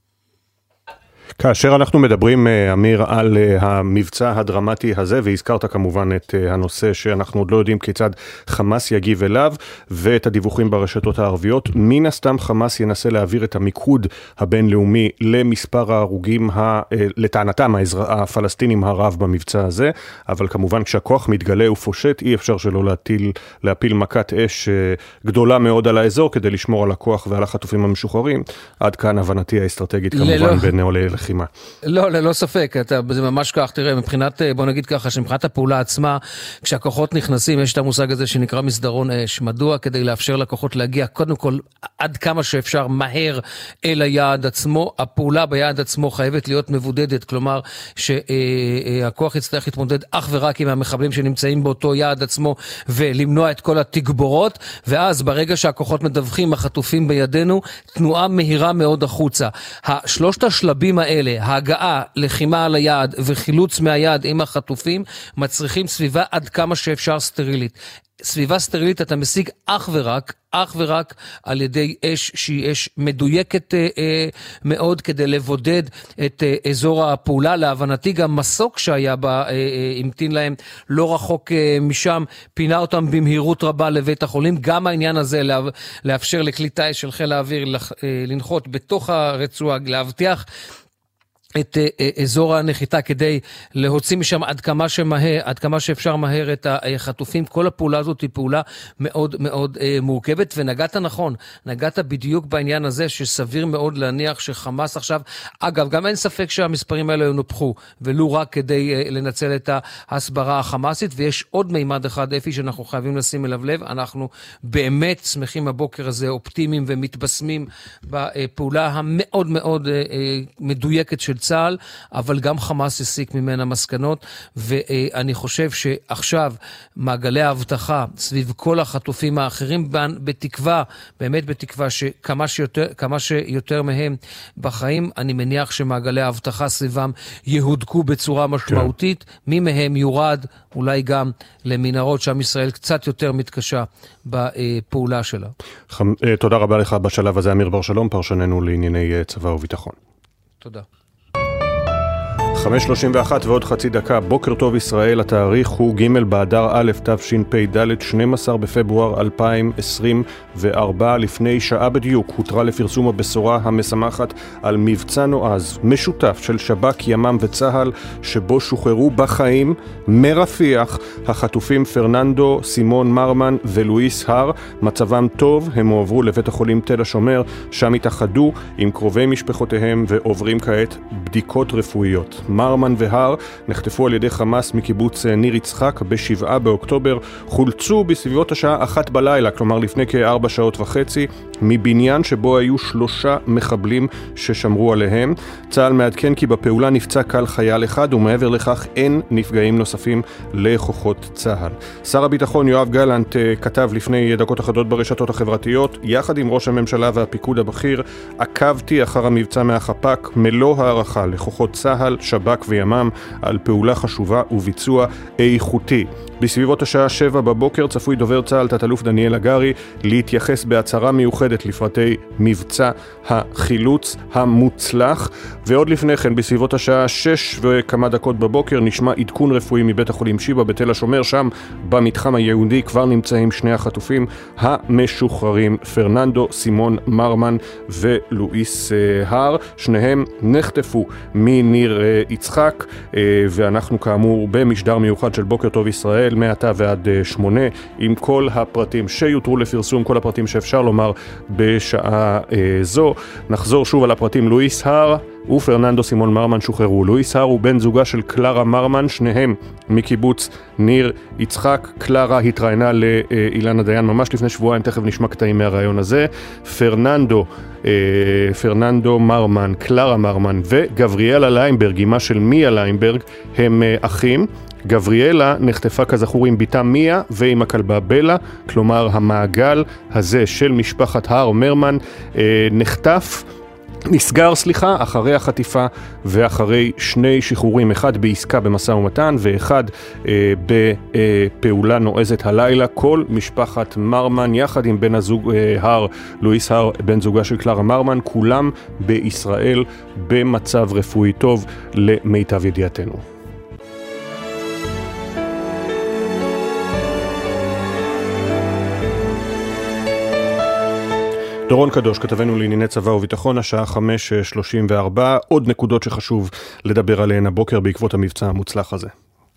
כאשר אנחנו מדברים, אמיר, על המבצע הדרמטי הזה, והזכרת כמובן את הנושא שאנחנו עוד לא יודעים כיצד חמאס יגיב אליו, ואת הדיווחים ברשתות הערביות, מן הסתם חמאס ינסה להעביר את המיקוד הבינלאומי למספר ההרוגים, לטענתם הפלסטינים הרב במבצע הזה, אבל כמובן כשהכוח מתגלה ופושט, אי אפשר שלא להטיל, להפיל מכת אש גדולה מאוד על האזור, כדי לשמור על הכוח ועל החטופים המשוחררים. עד כאן הבנתי האסטרטגית כמובן בנאולי לחימה. לא, ללא ספק, אתה, זה ממש כך, תראה, מבחינת, בוא נגיד ככה, שמבחינת הפעולה עצמה, כשהכוחות נכנסים, יש את המושג הזה שנקרא מסדרון אש. מדוע? כדי לאפשר לכוחות להגיע, קודם כל, עד כמה שאפשר מהר אל היעד עצמו. הפעולה ביעד עצמו חייבת להיות מבודדת, כלומר, שהכוח יצטרך להתמודד אך ורק עם המחבלים שנמצאים באותו יעד עצמו, ולמנוע את כל התגבורות, ואז ברגע שהכוחות מדווחים, החטופים בידינו, תנועה מהירה מאוד החוצה. השלושת השלבים האלה, ההגעה, לחימה על היעד וחילוץ מהיעד עם החטופים, מצריכים סביבה עד כמה שאפשר סטרילית. סביבה סטרילית אתה משיג אך ורק, אך ורק על ידי אש שהיא אש מדויקת אה, אה, מאוד, כדי לבודד את אה, אזור הפעולה. להבנתי גם מסוק שהיה בה, אה, אה, המתין להם לא רחוק אה, משם, פינה אותם במהירות רבה לבית החולים. גם העניין הזה לה, לאפשר לכלי אש של חיל האוויר לח, אה, לנחות בתוך הרצועה, להבטיח את אזור הנחיתה כדי להוציא משם עד כמה שמהר, עד כמה שאפשר מהר את החטופים. כל הפעולה הזאת היא פעולה מאוד מאוד מורכבת, ונגעת נכון, נגעת בדיוק בעניין הזה שסביר מאוד להניח שחמאס עכשיו, אגב, גם אין ספק שהמספרים האלה ינופחו, ולו רק כדי לנצל את ההסברה החמאסית. ויש עוד מימד אחד, אפי, שאנחנו חייבים לשים אליו לב. אנחנו באמת שמחים הבוקר הזה, אופטימיים ומתבשמים בפעולה המאוד מאוד מדויקת של צה"ל, אבל גם חמאס הסיק ממנה מסקנות, ואני חושב שעכשיו מעגלי ההבטחה סביב כל החטופים האחרים, בתקווה, באמת בתקווה שכמה שיותר, כמה שיותר מהם בחיים, אני מניח שמעגלי ההבטחה סביבם יהודקו בצורה משמעותית, מי מהם יורד אולי גם למנהרות שם ישראל קצת יותר מתקשה בפעולה שלה. תודה רבה לך בשלב הזה, אמיר בר שלום, פרשננו לענייני צבא וביטחון. תודה. חמש שלושים ואחת ועוד חצי דקה, בוקר טוב ישראל, התאריך הוא ג' באדר א' תשפ"ד, שנים עשר בפברואר אלפיים עשרים וארבע. לפני שעה בדיוק הותרה לפרסום הבשורה המשמחת על מבצע נועז משותף של שב"כ, ימ"מ וצה"ל, שבו שוחררו בחיים מרפיח החטופים פרננדו סימון מרמן ולואיס הר. מצבם טוב, הם הועברו לבית החולים תל השומר, שם התאחדו עם קרובי משפחותיהם ועוברים כעת בדיקות רפואיות. מרמן והר נחטפו על ידי חמאס מקיבוץ ניר יצחק בשבעה באוקטובר, חולצו בסביבות השעה אחת בלילה, כלומר לפני כארבע שעות וחצי, מבניין שבו היו שלושה מחבלים ששמרו עליהם. צה"ל מעדכן כי בפעולה נפצע קל חייל אחד, ומעבר לכך אין נפגעים נוספים לכוחות צה"ל. שר הביטחון יואב גלנט כתב לפני דקות אחדות ברשתות החברתיות, יחד עם ראש הממשלה והפיקוד הבכיר, עקבתי אחר המבצע מהחפ"ק, מלוא הערכה לכוחות צה"ל, שב"כ וימ"מ על פעולה חשובה וביצוע איכותי. בסביבות השעה שבע בבוקר צפוי דובר צה"ל תת-אלוף דניאל הגרי להתייחס בהצהרה מיוחדת לפרטי מבצע החילוץ המוצלח, ועוד לפני כן בסביבות השעה שש וכמה דקות בבוקר נשמע עדכון רפואי מבית החולים שיבא בתל השומר. שם במתחם היהודי כבר נמצאים שני החטופים המשוחררים, פרננדו סימון מרמן ולואיס הר. שניהם נחטפו מניר יצחק, ואנחנו כאמור במשדר מיוחד של בוקר טוב ישראל ישראל מעתה ועד שמונה, עם כל הפרטים שיותרו לפרסום, כל הפרטים שאפשר לומר בשעה זו. נחזור שוב על הפרטים. לואיס הר ופרננדו סימון מרמן שוחררו. לואיס הר הוא בן זוגה של קלרה מרמן, שניהם מקיבוץ ניר יצחק. קלרה התראיינה לאילנה דיין ממש לפני שבועיים, תכף נשמע קטעים מהרעיון הזה. פרננדו, אה, פרננדו מרמן, קלרה מרמן וגבריאלה ליימברג, אמה של מיה ליימברג, הם אה, אחים. גבריאלה נחטפה כזכור עם ביתה מיה ועם הכלבה בלה, כלומר המעגל הזה של משפחת הר מרמן אה, נחטף נסגר, סליחה, אחרי החטיפה ואחרי שני שחרורים, אחד בעסקה במשא ומתן ואחד אה, בפעולה נועזת הלילה. כל משפחת מרמן יחד עם בן הזוג אה, הר, לואיס הר, בן זוגה של קלרה מרמן, כולם בישראל במצב רפואי טוב למיטב ידיעתנו. דורון קדוש, כתבנו לענייני צבא וביטחון, השעה חמש שלושים וארבע. עוד נקודות שחשוב לדבר עליהן הבוקר בעקבות המבצע המוצלח הזה.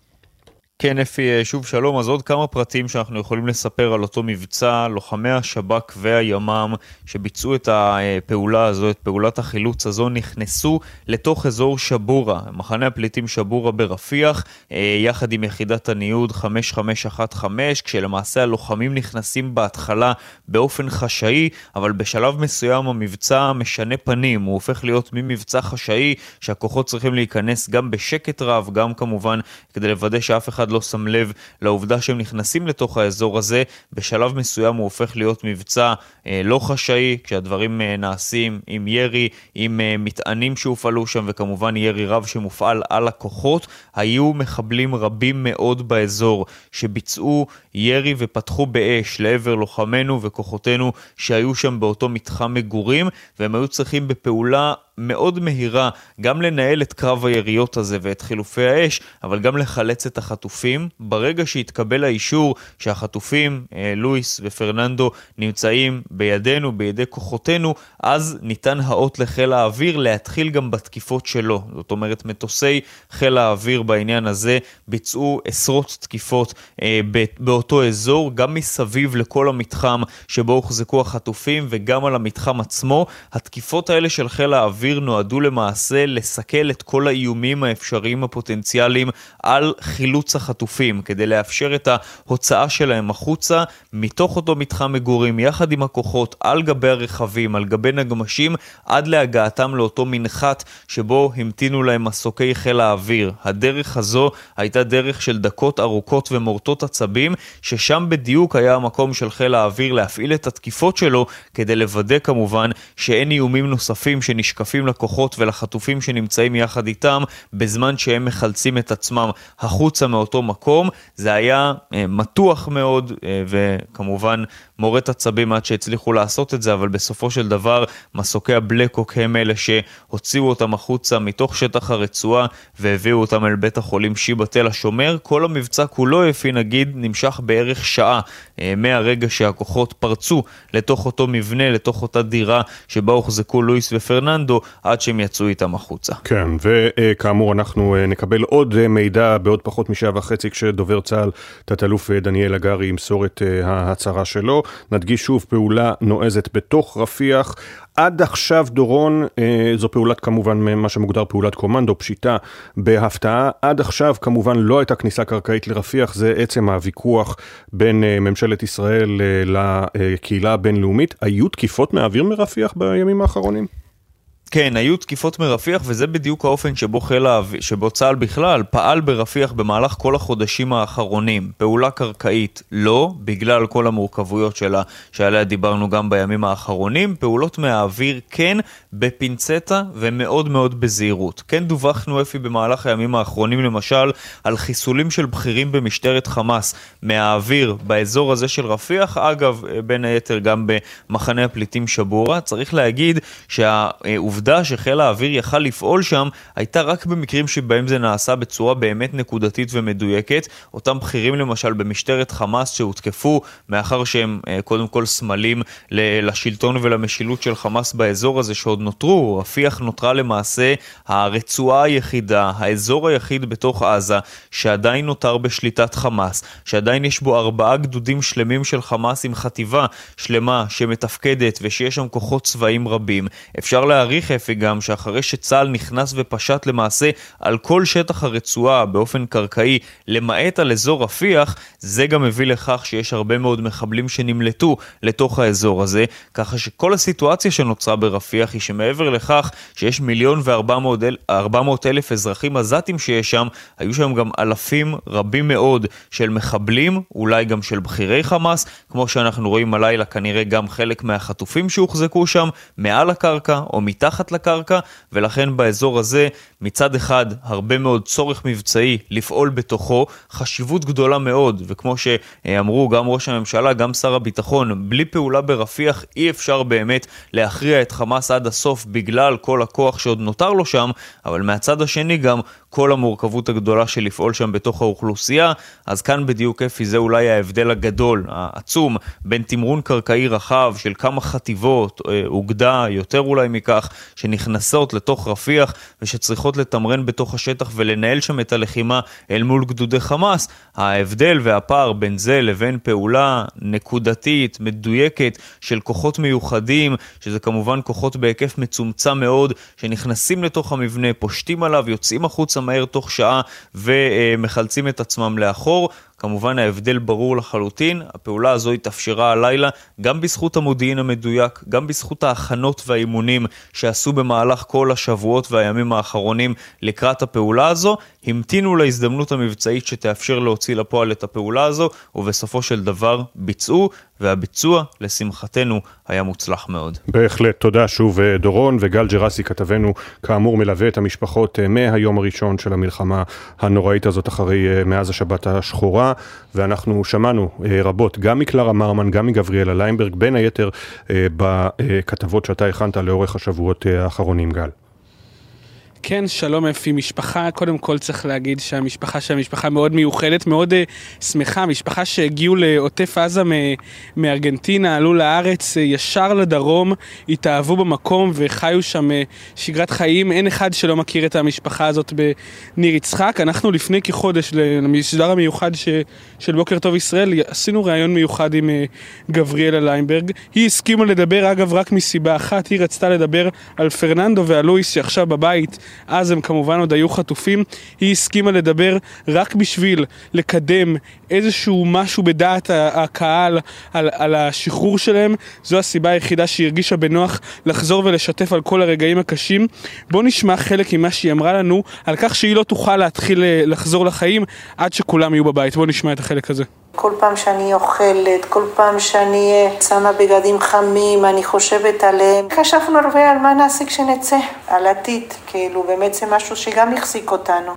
כן, אפי, שוב שלום. אז עוד כמה פרטים שאנחנו יכולים לספר על אותו מבצע. לוחמי השב"כ והימ"מ שביצעו את הפעולה הזו, את פעולת החילוץ הזו, נכנסו לתוך אזור שבורה, מחנה הפליטים שבורה ברפיח, יחד עם יחידת הניוד חמש חמש אחת חמש, כשלמעשה הלוחמים נכנסים בהתחלה באופן חשאי, אבל בשלב מסוים המבצע משנה פנים, הוא הופך להיות ממבצע חשאי שהכוחות צריכים להיכנס גם בשקט רב, גם כמובן כדי לוודא שאף אחד לא שם לב לעובדה שהם נכנסים לתוך האזור הזה. בשלב מסוים הוא הופך להיות מבצע אה, לא חשאי, כשהדברים אה, נעשים עם ירי, עם אה, מטענים שהופעלו שם, וכמובן ירי רב שמופעל על הכוחות. היו מחבלים רבים מאוד באזור שביצעו ירי ופתחו באש לעבר לוחמנו וכוחותינו שהיו שם באותו מתחם מגורים, והם היו צריכים בפעולה מאוד מהירה גם לנהל את קרב היריות הזה ואת חילופי האש, אבל גם לחלץ את החטופים. ברגע שהתקבל האישור שהחטופים לואיס ופרננדו נמצאים בידינו, בידי כוחותינו, אז ניתן האות לחיל האוויר להתחיל גם בתקיפות שלו. זאת אומרת, מטוסי חיל האוויר בעניין הזה ביצעו עשרות תקיפות אה, באותו אזור, גם מסביב לכל המתחם שבו הוחזקו החטופים וגם על המתחם עצמו. התקיפות האלה של חיל האוויר נועדו למעשה לסכל את כל האיומים האפשריים הפוטנציאליים על חילוץ החטופים, כדי לאפשר את ההוצאה שלהם החוצה מתוך אותו מתחם מגורים, יחד עם הכוחות, על גבי הרכבים, על גבי נגמשים, עד להגעתם לאותו מנחת שבו המתינו להם מסוקי חיל האוויר. הדרך הזו הייתה דרך של דקות ארוכות ומורטות עצבים, ששם בדיוק היה המקום של חיל האוויר להפעיל את התקיפות שלו, כדי לוודא כמובן שאין איומים נוספים שנשקפים לכוחות ולחטופים שנמצאים יחד איתם, בזמן שהם מחלצים את עצמם החוצה מאותו מקום. זה היה אה, מתוח מאוד, אה, וכמובן מורת עצבים עד שהצליחו לעשות את זה, אבל בסופו של דבר מסוקי הבלקוק הם אלה שהוציאו אותם החוצה מתוך שטח הרצועה והביאו אותם אל בית החולים שיבא תל השומר. כל המבצע כולו, אפי נגיד, נמשך בערך שעה, אה, מהרגע שהכוחות פרצו לתוך אותו מבנה, לתוך אותה דירה שבה הוחזקו לואיס ופרננדו, עד שהם יצאו איתם החוצה. כן, וכאמור אנחנו נקבל עוד מידע בעוד פחות משעה וחצי, כשדובר צה"ל תת-אלוף דניאל הגרי ימסור את ההצהרה שלו. נדגיש שוב, פעולה נועזת בתוך רפיח. עד עכשיו, דורון, זו פעולת כמובן מה שמוגדר פעולת קומנדו, פשיטה בהפתעה. עד עכשיו כמובן לא הייתה כניסה קרקעית לרפיח, זה עצם הוויכוח בין ממשלת ישראל לקהילה הבינלאומית. היו תקיפות מהאוויר מרפיח בימים האחרונים? כן, היו תקיפות מרפיח, וזה בדיוק האופן שבו חיל האוויר, שבו צה"ל בכלל פעל ברפיח במהלך כל החודשים האחרונים. פעולה קרקעית לא, בגלל כל המורכבויות שלה, שעליה דיברנו גם בימים האחרונים. פעולות מהאוויר כן, בפינצטה ומאוד מאוד בזהירות. כן דווחנו, אפי, במהלך הימים האחרונים למשל על חיסולים של בכירים במשטרת חמאס מהאוויר באזור הזה של רפיח, אגב בין היתר גם במחנה הפליטים שבורה. צריך להגיד שהעובדה העובדה שחיל האוויר יכל לפעול שם הייתה רק במקרים שבהם זה נעשה בצורה באמת נקודתית ומדויקת. אותם בכירים למשל במשטרת חמאס שהותקפו מאחר שהם קודם כל סמלים לשלטון ולמשילות של חמאס באזור הזה שעוד נותרו. רפיח נותרה למעשה הרצועה היחידה, האזור היחיד בתוך עזה שעדיין נותר בשליטת חמאס, שעדיין יש בו ארבעה גדודים שלמים של חמאס עם חטיבה שלמה שמתפקדת ושיש שם כוחות צבאיים רבים. אפשר להעריך אפי גם שאחרי שצהל נכנס ופשט למעשה על כל שטח הרצועה באופן קרקעי למעט על אזור רפיח, זה גם מביא לכך שיש הרבה מאוד מחבלים שנמלטו לתוך האזור הזה, ככה שכל הסיטואציה שנוצרה ברפיח היא שמעבר לכך שיש מיליון וארבע מאות אלף אזרחים עזתים שיש שם, היו שם גם אלפים רבים מאוד של מחבלים, אולי גם של בכירי חמאס, כמו שאנחנו רואים הלילה כנראה גם חלק מהחטופים שהוחזקו שם מעל הקרקע או מתחת לקרקע, ולכן באזור הזה מצד אחד הרבה מאוד צורך מבצעי לפעול בתוכו, חשיבות גדולה מאוד, וכמו שאמרו גם ראש הממשלה, גם שר הביטחון, בלי פעולה ברפיח אי אפשר באמת להכריע את חמאס עד הסוף בגלל כל הכוח שעוד נותר לו שם, אבל מהצד השני גם כל המורכבות הגדולה של לפעול שם בתוך האוכלוסייה. אז כאן בדיוק אפי זה אולי ההבדל הגדול, העצום, בין תמרון קרקעי רחב של כמה חטיבות, אוגדה, יותר אולי מכך, שנכנסות לתוך רפיח ושצריכות לתמרן בתוך השטח ולנהל שם את הלחימה אל מול גדודי חמאס. ההבדל והפער בין זה לבין פעולה נקודתית, מדויקת, של כוחות מיוחדים, שזה כמובן כוחות בהיקף מצומצם מאוד, שנכנסים לתוך המבנה, פושטים עליו, יוצאים החוצה מהר תוך שעה ומחלצים את עצמם לאחור. כמובן ההבדל ברור לחלוטין, הפעולה הזו התאפשרה הלילה גם בזכות המודיעין המדויק, גם בזכות ההכנות והאימונים שעשו במהלך כל השבועות והימים האחרונים לקראת הפעולה הזו, המתינו להזדמנות המבצעית שתאפשר להוציא לפועל את הפעולה הזו, ובסופו של דבר ביצעו, והביצוע לשמחתנו היה מוצלח מאוד. בהחלט, תודה שוב דורון, וגל ג'רסי כתבנו כאמור מלווה את המשפחות מהיום הראשון של המלחמה הנוראית הזאת אחרי מאז השבת השחורה, ואנחנו שמענו רבות גם מקלרה מרמן, גם מגבריאלה ליימברג, בין היתר בכתבות שאתה הכנת לאורך השבועות האחרונים. גל. כן, שלום אפי, משפחה, קודם כל צריך להגיד שהמשפחה שהמשפחה מאוד מיוחדת, מאוד uh, שמחה, משפחה שהגיעו לעוטף עזה מארגנטינה, עלו לארץ uh, ישר לדרום, התאהבו במקום וחיו שם uh, שגרת חיים. אין אחד שלא מכיר את המשפחה הזאת בניר יצחק. אנחנו לפני כחודש למשדר המיוחד ש, של בוקר טוב ישראל, עשינו ראיון מיוחד עם uh, גבריאלה ליימברג. היא הסכימה לדבר אגב רק מסיבה אחת, היא רצתה לדבר על פרננדו ועל לואיס שעכשיו בבית, אז הם כמובן עוד היו חטופים. היא הסכימה לדבר רק בשביל לקדם איזשהו משהו בדעת הקהל על, על השחרור שלהם. זו הסיבה היחידה שהיא הרגישה בנוח לחזור ולשתף על כל הרגעים הקשים. בוא נשמע חלק ממה שהיא אמרה לנו על כך שהיא לא תוכל להתחיל לחזור לחיים עד שכולם יהיו בבית. בוא נשמע את החלק הזה. כל פעם שאני אוכלת, כל פעם שאני שמה בגדים חמים, אני חושבת עליהם. חשבנו הרבה על מה נעשה כשנצא, על עתיד, כאילו באמת זה משהו שגם יחזיק אותנו.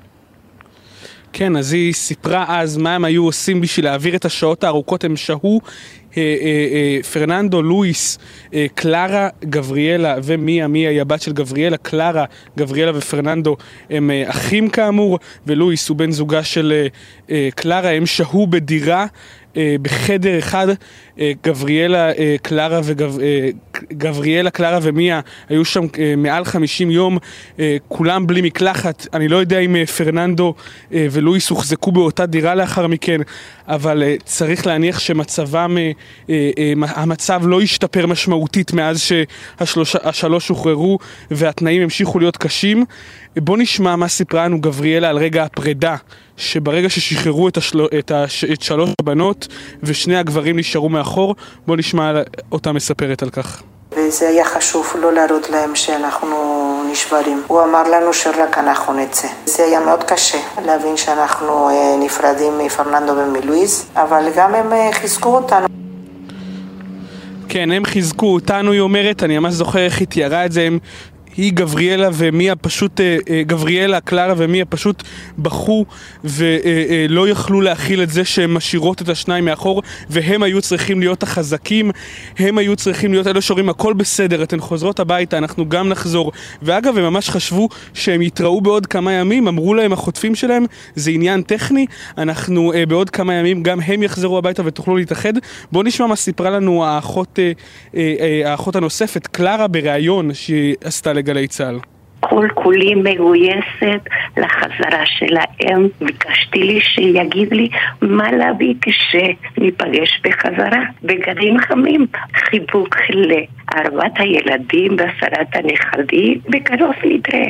כן, אז היא סיפרה אז מה הם היו עושים בשביל להעביר את השעות הארוכות. הם שהו אה, אה, אה, פרננדו, לואיס, אה, קלרה, גבריאלה ומיה, מיה היא הבת של גבריאלה. קלרה, גבריאלה ופרננדו הם אה, אחים כאמור, ולואיס הוא בן זוגה של אה, אה, קלרה. הם שהו בדירה בחדר אחד. גבריאלה, קלרה וגבריאלה, קלרה ומיה היו שם מעל חמישים יום, כולם בלי מקלחת. אני לא יודע אם פרננדו ולואיס הוחזקו באותה דירה לאחר מכן, אבל צריך להניח שמצבם, המצב לא השתפר משמעותית מאז שהשלוש שוחררו והתנאים המשיכו להיות קשים. בוא נשמע מה סיפרה לנו גבריאלה על רגע הפרידה, שברגע ששחררו את, השל... את, הש... את שלוש הבנות ושני הגברים נשארו מאחור. בוא נשמע אותה מספרת על כך. וזה היה חשוב לא להראות להם שאנחנו נשברים. הוא אמר לנו שרק אנחנו נצא. זה היה מאוד קשה להבין שאנחנו נפרדים מפרננדו ומלואיס, אבל גם הם חיזקו אותנו. כן, הם חיזקו אותנו, היא אומרת. אני ממש זוכר איך היא תיארה את זה. הם היא גבריאלה ומיה פשוט, גבריאלה, קלרה ומיה פשוט בחו ולא יכלו להכיל את זה שהן משאירות את השניים מאחור, והם היו צריכים להיות החזקים, הם היו צריכים להיות אלה שאומרים הכל בסדר, אתן חוזרות הביתה, אנחנו גם נחזור. ואגב, הם ממש חשבו שהם יתראו בעוד כמה ימים, אמרו להם החוטפים שלהם, זה עניין טכני, אנחנו בעוד כמה ימים גם הם יחזרו הביתה ותוכלו להתאחד. בואו נשמע מה סיפרה לנו האחות, האחות הנוספת, קלרה, בריאיון שהיא עשתה לגלי צה"ל. כל כולי מגויסת לחזרה שלהם, ביקשתי לי שיגיד לי מה להביא כשניפגש בחזרה. בגדים חמים, חיבוק לארבעת הילדים ועשרת הנכדים, בקרוב נתראה.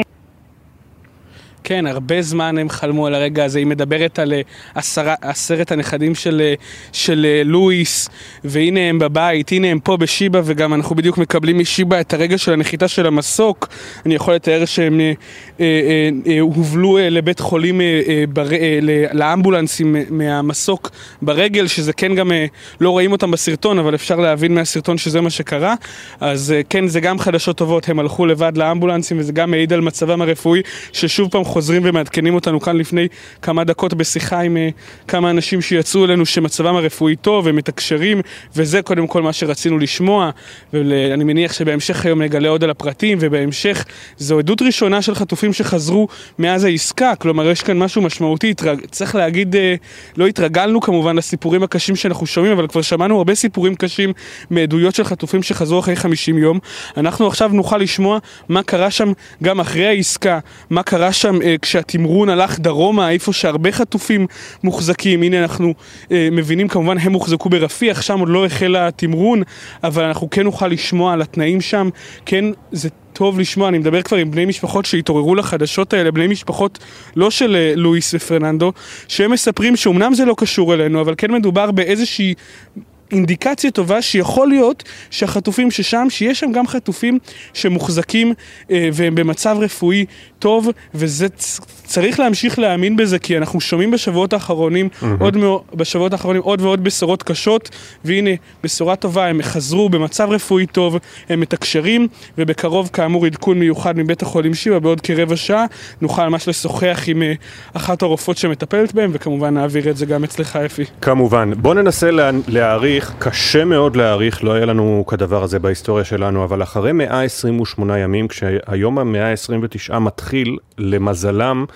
כן, הרבה זמן הם חלמו על הרגע הזה. היא מדברת על עשרה, עשרת הנכדים של, של לואיס, והנה הם בבית, הנה הם פה בשיבה, וגם אנחנו בדיוק מקבלים משיבה את הרגע של הנחיתה של המסוק. אני יכול לתאר שהם אה, אה, אה, הובלו אה, לבית חולים, אה, אה, בר, אה, לאמבולנסים מהמסוק ברגל, שזה כן גם, אה, לא רואים אותם בסרטון, אבל אפשר להבין מהסרטון שזה מה שקרה. אז אה, כן, זה גם חדשות טובות, הם הלכו לבד לאמבולנסים, וזה גם מעיד על מצבם הרפואי, ששוב פעם חוזרים ומעדכנים אותנו כאן לפני כמה דקות בשיחה עם uh, כמה אנשים שיצאו אלינו שמצבם הרפואי טוב, הם מתקשרים, וזה קודם כל מה שרצינו לשמוע, ואני מניח שבהמשך היום נגלה עוד על הפרטים, ובהמשך זו עדות ראשונה של חטופים שחזרו מאז העסקה, כלומר יש כאן משהו משמעותי, צריך להגיד, uh, לא התרגלנו כמובן לסיפורים הקשים שאנחנו שומעים, אבל כבר שמענו הרבה סיפורים קשים מעדויות של חטופים שחזרו אחרי חמישים יום. אנחנו עכשיו נוכל לשמוע מה קרה שם גם אחרי העסקה, מה קרה שם uh, כשהתמרון הלך דרומה, איפה שהרבה חטופים מוחזקים. הנה אנחנו אה, מבינים, כמובן הם מוחזקו ברפיח, שם עוד לא החל התמרון, אבל אנחנו כן נוכל לשמוע על התנאים שם. כן, זה טוב לשמוע, אני מדבר כבר עם בני משפחות שהתעוררו לחדשות האלה, בני משפחות לא של אה, לואיס ופרננדו, שהם מספרים שאומנם זה לא קשור אלינו, אבל כן מדובר באיזושהי אינדיקציה טובה שיכול להיות שהחטופים ששם, שיש שם גם חטופים שמוחזקים אה, והם במצב רפואי טוב, וזה צריך להמשיך להאמין בזה, כי אנחנו שומעים בשבועות האחרונים, mm-hmm. עוד מאו, בשבועות האחרונים עוד ועוד בשורות קשות, והנה, בשורה טובה, הם חזרו במצב רפואי טוב, הם מתקשרים, ובקרוב כאמור עדכון מיוחד מבית החולים שיבה, בעוד כרבע שעה, נוכל ממש לשוחח עם אה, אחת הרופאות שמטפלת בהם, וכמובן נעביר את זה גם אצלך, אפי. כמובן. בוא ננסה לה, להעריך, קשה מאוד להעריך, לא היה לנו כדבר הזה בהיסטוריה שלנו, אבל אחרי מאה עשרים ושמונה ימים, כשהיום ה-מאה עשרים ותשע מתחיל, למזלם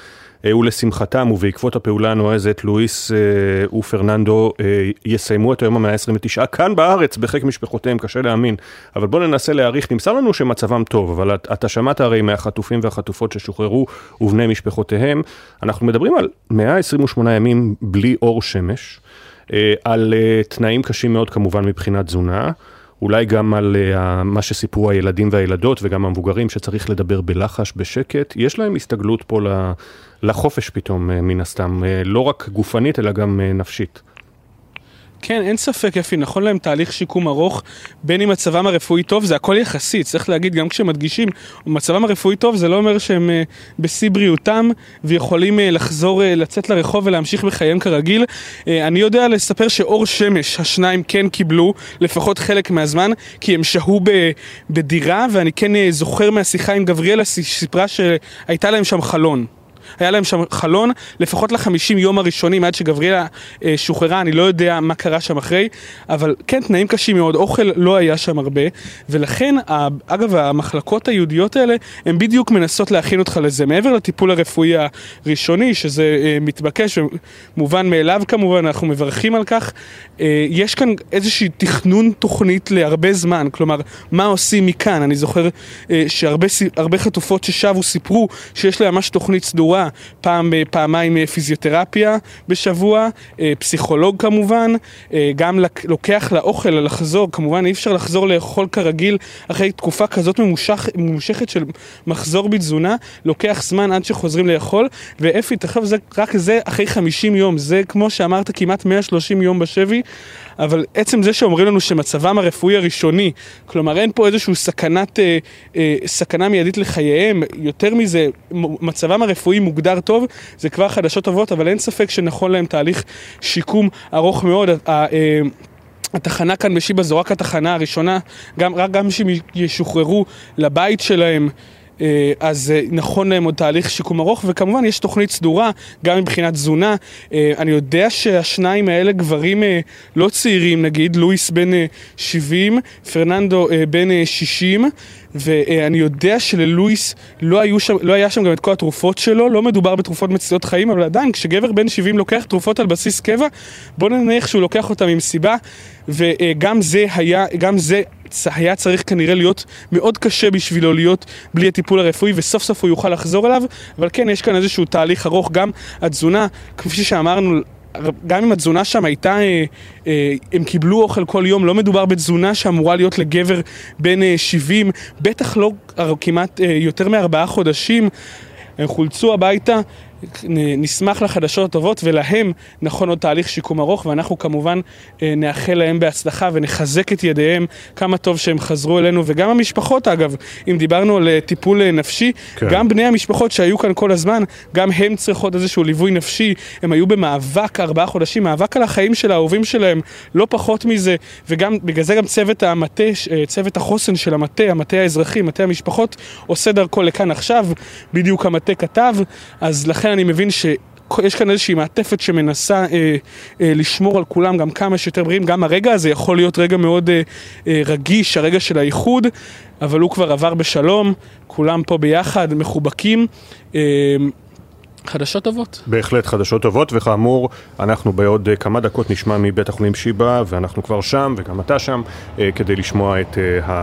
ולשמחתם ובעקבות הפעולה הנועזת, לואיס ופרננדו יסיימו את היום ה-מאה עשרים ותשע כאן בארץ, בחיק משפחותיהם, קשה להאמין, אבל בוא ננסה להעריך. נמסר לנו שמצבם טוב, אבל אתה שמעת הרי מהחטופים והחטופות ששוחררו ובני משפחותיהם, אנחנו מדברים על מאה עשרים ושמונה ימים בלי אור שמש, על תנאים קשים מאוד כמובן מבחינת תזונה, אולי גם על מה שסיפרו הילדים והילדות וגם המבוגרים שצריך לדבר בלחש, בשקט. יש להם הסתגלות פה לחופש פתאום מן הסתם, לא רק גופנית אלא גם נפשית. כן, אין ספק, יפי, נכון להם תהליך שיקום ארוך, בין אם מצבם הרפואי טוב, זה הכל יחסי, צריך להגיד, גם כשמדגישים, מצבם הרפואי טוב, זה לא אומר שהם uh, בשיא בריאותם, ויכולים uh, לחזור, uh, לצאת לרחוב ולהמשיך בחייהם כרגיל. Uh, אני יודע לספר שאור שמש, השניים כן קיבלו, לפחות חלק מהזמן, כי הם שהו ב- בדירה, ואני כן uh, זוכר מהשיחה עם גבריאלה, סיפרה שהייתה להם שם חלון. היה להם שם חלון, לפחות לחמישים יום הראשונים, עד שגבריאלה אה, שוחררה, אני לא יודע מה קרה שם אחרי, אבל כן, תנאים קשים מאוד, אוכל לא היה שם הרבה, ולכן, אגב, המחלקות היהודיות האלה, הן בדיוק מנסות להכין אותך לזה, מעבר לטיפול הרפואי הראשוני, שזה אה, מתבקש, ומובן מאליו כמובן, אנחנו מברכים על כך, אה, יש כאן איזושהי תכנון תוכנית להרבה זמן, כלומר, מה עושים מכאן? אני זוכר אה, שהרבה הרבה חטופות ששבו סיפרו, שיש להם ממש תוכנית סדורה, פעם, פעמיים פיזיותרפיה בשבוע, פסיכולוג כמובן, גם לוקח לאוכל לחזור, כמובן אי אפשר לחזור לאכול כרגיל אחרי תקופה כזאת ממושך, ממושכת של מחזור בתזונה, לוקח זמן עד שחוזרים לאכול, ואפי, תחשוב, זה, רק זה אחרי חמישים יום, זה כמו שאמרת כמעט מאה ושלושים יום בשבי, אבל עצם זה שאומרים לנו שמצבם הרפואי הראשוני, כלומר אין פה איזושהי סכנת, אה, אה, סכנה מיידית לחייהם, יותר מזה, מצבם הרפואי מוגדר טוב, זה כבר חדשות טובות, אבל אין ספק שנכון להם תהליך שיקום ארוך מאוד. אה, אה, התחנה כאן בשיבה זו רק התחנה הראשונה, גם, רק גם שהם ישוחררו לבית שלהם, אז נכון להם עוד תהליך שיקום ארוך, וכמובן יש תוכנית סדורה, גם מבחינת תזונה. אני יודע שהשניים האלה גברים לא צעירים, נגיד, לואיס בן שבעים, פרננדו בן שישים, ואני יודע שללואיס לא, היו שם, לא היה שם גם את כל התרופות שלו, לא מדובר בתרופות מצילות חיים, אבל עדיין כשגבר בן שבעים לוקח תרופות על בסיס קבע, בוא נניח שהוא לוקח אותם עם סיבה, וגם זה היה, גם זה היה צריך כנראה להיות מאוד קשה בשבילו להיות בלי הטיפול הרפואי, וסוף סוף הוא יוכל לחזור אליו, אבל כן, יש כאן איזשהו תהליך ארוך, גם התזונה, כפי שאמרנו, גם אם התזונה שם הייתה, הם קיבלו אוכל כל יום, לא מדובר בתזונה שאמורה להיות לגבר בין שבעים, בטח לא כמעט יותר מארבעה חודשים, הם חולצו הביתה, נשמח לחדשות הטובות, ולהם נכון עוד תהליך שיקום ארוך, ואנחנו כמובן נאחל להם בהצלחה ונחזק את ידיהם, כמה טוב שהם חזרו אלינו, וגם המשפחות אגב, אם דיברנו על טיפול נפשי, כן. גם בני המשפחות שהיו כאן כל הזמן, גם הם צריכות איזשהו ליווי נפשי, הם היו במאבק ארבעה חודשים, מאבק על החיים של האהובים שלהם, לא פחות מזה, וגם בגלל זה גם צוות המטה, צוות החוסן של המטה, המטה האזרחי, מטה המשפחות, עושה דרכו לכאן עכשיו, בדיוק המטה כתב, אז לכן אני מבין שיש כאן איזושהי מעטפת שמנסה אה, אה, לשמור על כולם גם כמה שיותר בריאים, גם הרגע הזה יכול להיות רגע מאוד אה, אה, רגיש, הרגע של האיחוד, אבל הוא כבר עבר בשלום, כולם פה ביחד, מחובקים, אה, חדשות טובות. בהחלט חדשות טובות, וכאמור, אנחנו בעוד כמה דקות נשמע מבית החולים שיבא, ואנחנו כבר שם, וגם אתה שם, כדי לשמוע את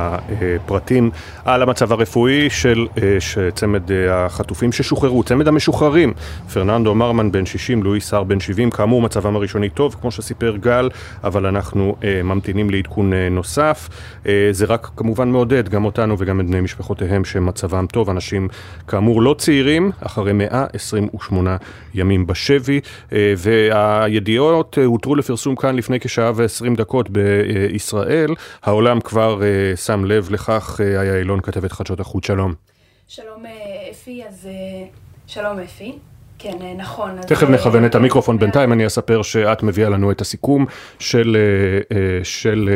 הפרטים על המצב הרפואי של צמד החטופים ששוחררו, צמד המשוחררים, פרננדו מרמן בן שישים, לואיס הר בן שבעים, כאמור מצבם הראשוני טוב, כמו שסיפר גל, אבל אנחנו ממתינים לעדכון נוסף. זה רק כמובן מעודד גם אותנו וגם את בני משפחותיהם שמצבם טוב, אנשים כאמור לא צעירים, אחרי מאה עשרים ושמונה ימים בשבי, והידיעות הותרו לפרסום כאן לפני כשעה ועשרים דקות בישראל. העולם כבר שם לב לכך. היה אילון, כתבת חדשות החוץ, שלום. שלום אפי, אז שלום אפי. כן, נכון. תכף נכוון את המיקרופון בינתיים, אני אספר שאת מביאה לנו את הסיכום של, של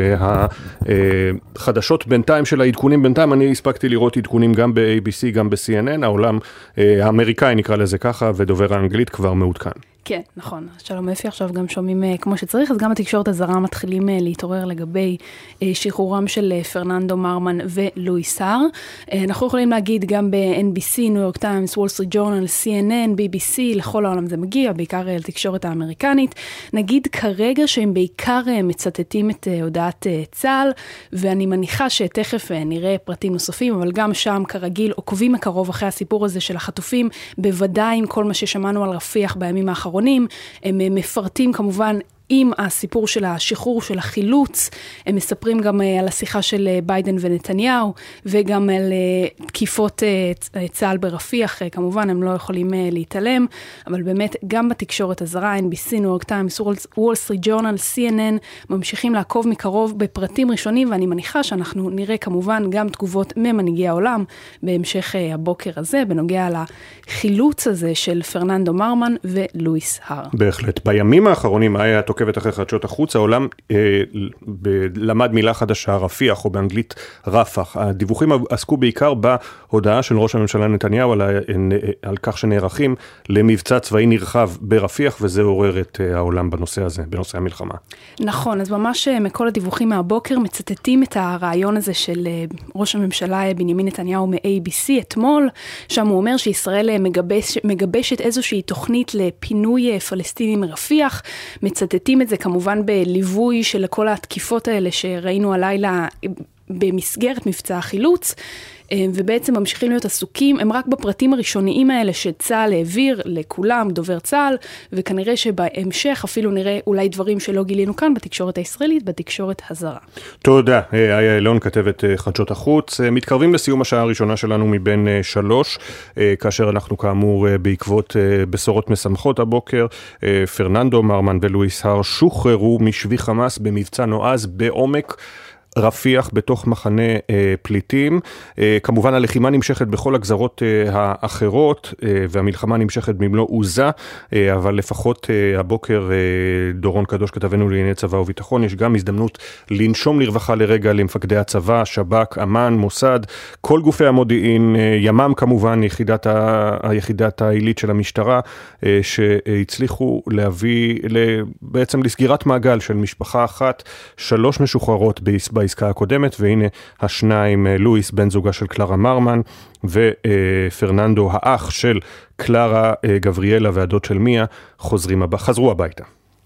החדשות בינתיים, של העדכונים בינתיים. אני הספקתי לראות עדכונים גם ב-איי בי סי, גם ב-סי אן אן, העולם האמריקאי נקרא לזה ככה, ודובר האנגלית כבר מעודכן. כן, נכון. שלום אפי, עכשיו גם שומעים כמו שצריך, אז גם התקשורת הזרה מתחילים להתעורר לגבי שחרורם של פרננדו מרמן ולואיס הר. אנחנו יכולים להגיד גם ב-אן בי סי, ניו יורק טיימס, וול סטריט ג'ורנל, סי אן אן, בי בי סי, לכל העולם זה מגיע, בעיקר לתקשורת האמריקנית. נגיד כרגע שהם בעיקר מצטטים את הודעת צה"ל, ואני מניחה שתכף נראה פרטים נוספים, אבל גם שם כרגיל עוקבים מקרוב אחרי הסיפור הזה של החטופים, בוודאי עם כל מה ששמענו על רפיח בימים האחרונים. הם מפרטים כמובן עם הסיפור של השחרור של החילוץ, הם מספרים גם על השיחה של ביידן ונתניהו, וגם על תקיפות צה"ל ברפיח, כמובן הם לא יכולים להתעלם, אבל באמת גם בתקשורת הזרה, אן בי סי, ניו יורק טיימס, וול סטריט ג'ורנל, סי אן אן, ממשיכים לעקוב מקרוב בפרטים ראשונים, ואני מניחה שאנחנו נראה כמובן גם תגובות ממנהיגי העולם, בהמשך הבוקר הזה, בנוגע לחילוץ הזה של פרננדו מרמן ולואיס הר. בהחלט. בימים האחרונים היה עוקבת אחרי חדשות החוץ, העולם אה, ב- למד מילה חדשה, רפיח, או באנגלית רפח. הדיווחים עסקו בעיקר בהודעה של ראש הממשלה נתניהו על, ה- על כך שנערכים למבצע צבאי נרחב ברפיח, וזה עורר את אה, העולם בנושא הזה, בנושא המלחמה. נכון, אז ממש מכל הדיווחים מהבוקר מצטטים את הרעיון הזה של אה, ראש הממשלה בנימין נתניהו מ-איי בי סי אתמול, שם הוא אומר שישראל מגבש, מגבשת איזושהי תוכנית לפינוי פלסטינים מרפיח, מצטטים את זה כמובן בליווי של כל התקיפות האלה שראינו הלילה במסגרת מבצע החילוץ, ובעצם ממשיכים להיות עסוקים, הם רק בפרטים הראשוניים האלה שצה"ל העביר לכולם, דובר צה"ל, וכנראה שבהמשך אפילו נראה אולי דברים שלא גילינו כאן בתקשורת הישראלית, בתקשורת הזרה. תודה. היה אילון, כתבת חדשות החוץ. מתקרבים לסיום השעה הראשונה שלנו מבין שלוש, כאשר אנחנו כאמור בעקבות בשורות משמחות הבוקר, פרננדו מרמן ולואיס הר שוחררו משבי חמאס במבצע נועז בעומק רפיח בתוך מחנה אה, פליטים. אה, כמובן הלחימה נמשכת בכל הגזרות אה, האחרות, אה, והמלחמה נמשכת במלוא עוזה, אה, אבל לפחות אה, הבוקר אה, דורון קדוש כתבנו לענייני צבא וביטחון, יש גם הזדמנות לנשום לרווחה לרגע למפקדי הצבא, שב"כ, אמ"ן, מוסד, כל גופי המודיעין, אה, ימ"מ כמובן, יחידת, ה, היחידת העילית של המשטרה, אה, שהצליחו להביא בעצם לסגירת מעגל של משפחה אחת, שלוש משוחררות בעסקה הקודמת, והנה השניים, לואיס בן זוגה של קלרה מרמן ופרננדו האח של קלרה גבריאלה והדוד של מיה חוזרים הבא, חזרו הביתה.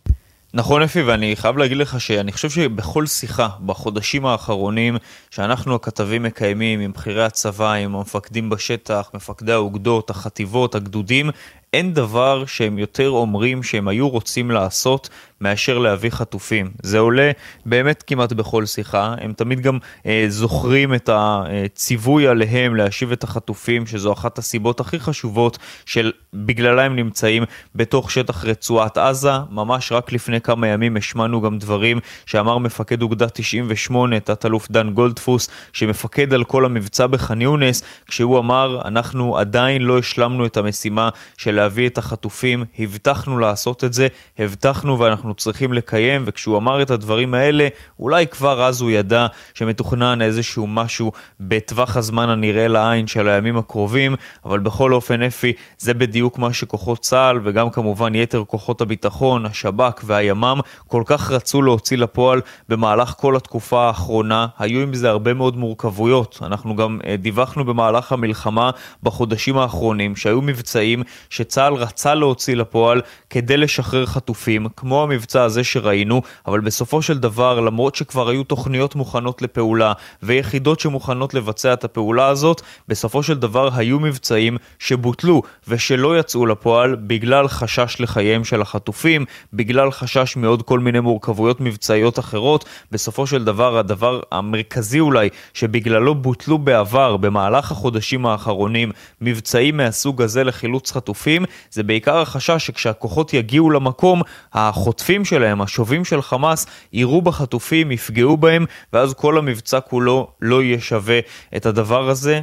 נכון אפי, ואני חייב להגיד לך שאני חושב שבכל שיחה בחודשים האחרונים שאנחנו הכתבים מקיימים עם בחירי הצבא, עם המפקדים בשטח, מפקדי האוגדות, החטיבות, הגדודים, אין דבר שהם יותר אומרים שהם היו רוצים לעשות מאשר להביא חטופים. זה עולה באמת כמעט בכל שיחה. הם תמיד גם אה, זוכרים את הציווי עליהם להשיב את החטופים, שזו אחת הסיבות הכי חשובות של בגללה הם נמצאים בתוך שטח רצועת עזה. ממש רק לפני כמה ימים השמענו גם דברים שאמר מפקד אוגדה תשעים ושמונה, תת-אלוף דן גולדפוס, שמפקד על כל המבצע בח'אן יונס, כשהוא אמר, אנחנו עדיין לא השלמנו את המשימה של להביא את החטופים, הבטחנו לעשות את זה, הבטחנו ואנחנו צריכים לקיים, וכשהוא אמר את הדברים האלה, אולי כבר אז הוא ידע שמתוכנן איזשהו משהו בטווח הזמן הנראה לעין של הימים הקרובים, אבל בכל אופן אפי, זה בדיוק מה שכוחות צה"ל, וגם כמובן יתר כוחות הביטחון, השב"כ והימ"מ, כל כך רצו להוציא לפועל במהלך כל התקופה האחרונה. היו עם זה הרבה מאוד מורכבויות. אנחנו גם דיווחנו במהלך המלחמה בחודשים האחרונים, שהיו מבצעים שצה"ל רצה להוציא לפועל כדי לשחרר חטופים, כמו המבצע הזה שראינו, אבל בסופו של דבר, למרות שכבר היו תוכניות מוכנות לפעולה, ויחידות שמוכנות לבצע את הפעולה הזאת, בסופו של דבר היו מבצעים שבוטלו ושלא יצאו לפועל בגלל חשש לחייהם של החטופים, בגלל חשש מעוד כל מיני מורכבויות מבצעיות אחרות. בסופו של דבר, הדבר המרכזי אולי שבגללו בוטלו בעבר, במהלך החודשים האחרונים, מבצעים מהסוג הזה לחילוץ חטופים, זה בעיקר החשש שכשהכוחות יגיעו למקום, החוטפים שלהם, השובים של חמאס, יראו בחטופים, יפגעו בהם, ואז כל המבצע כולו לא יהיה שווה את הדבר הזה,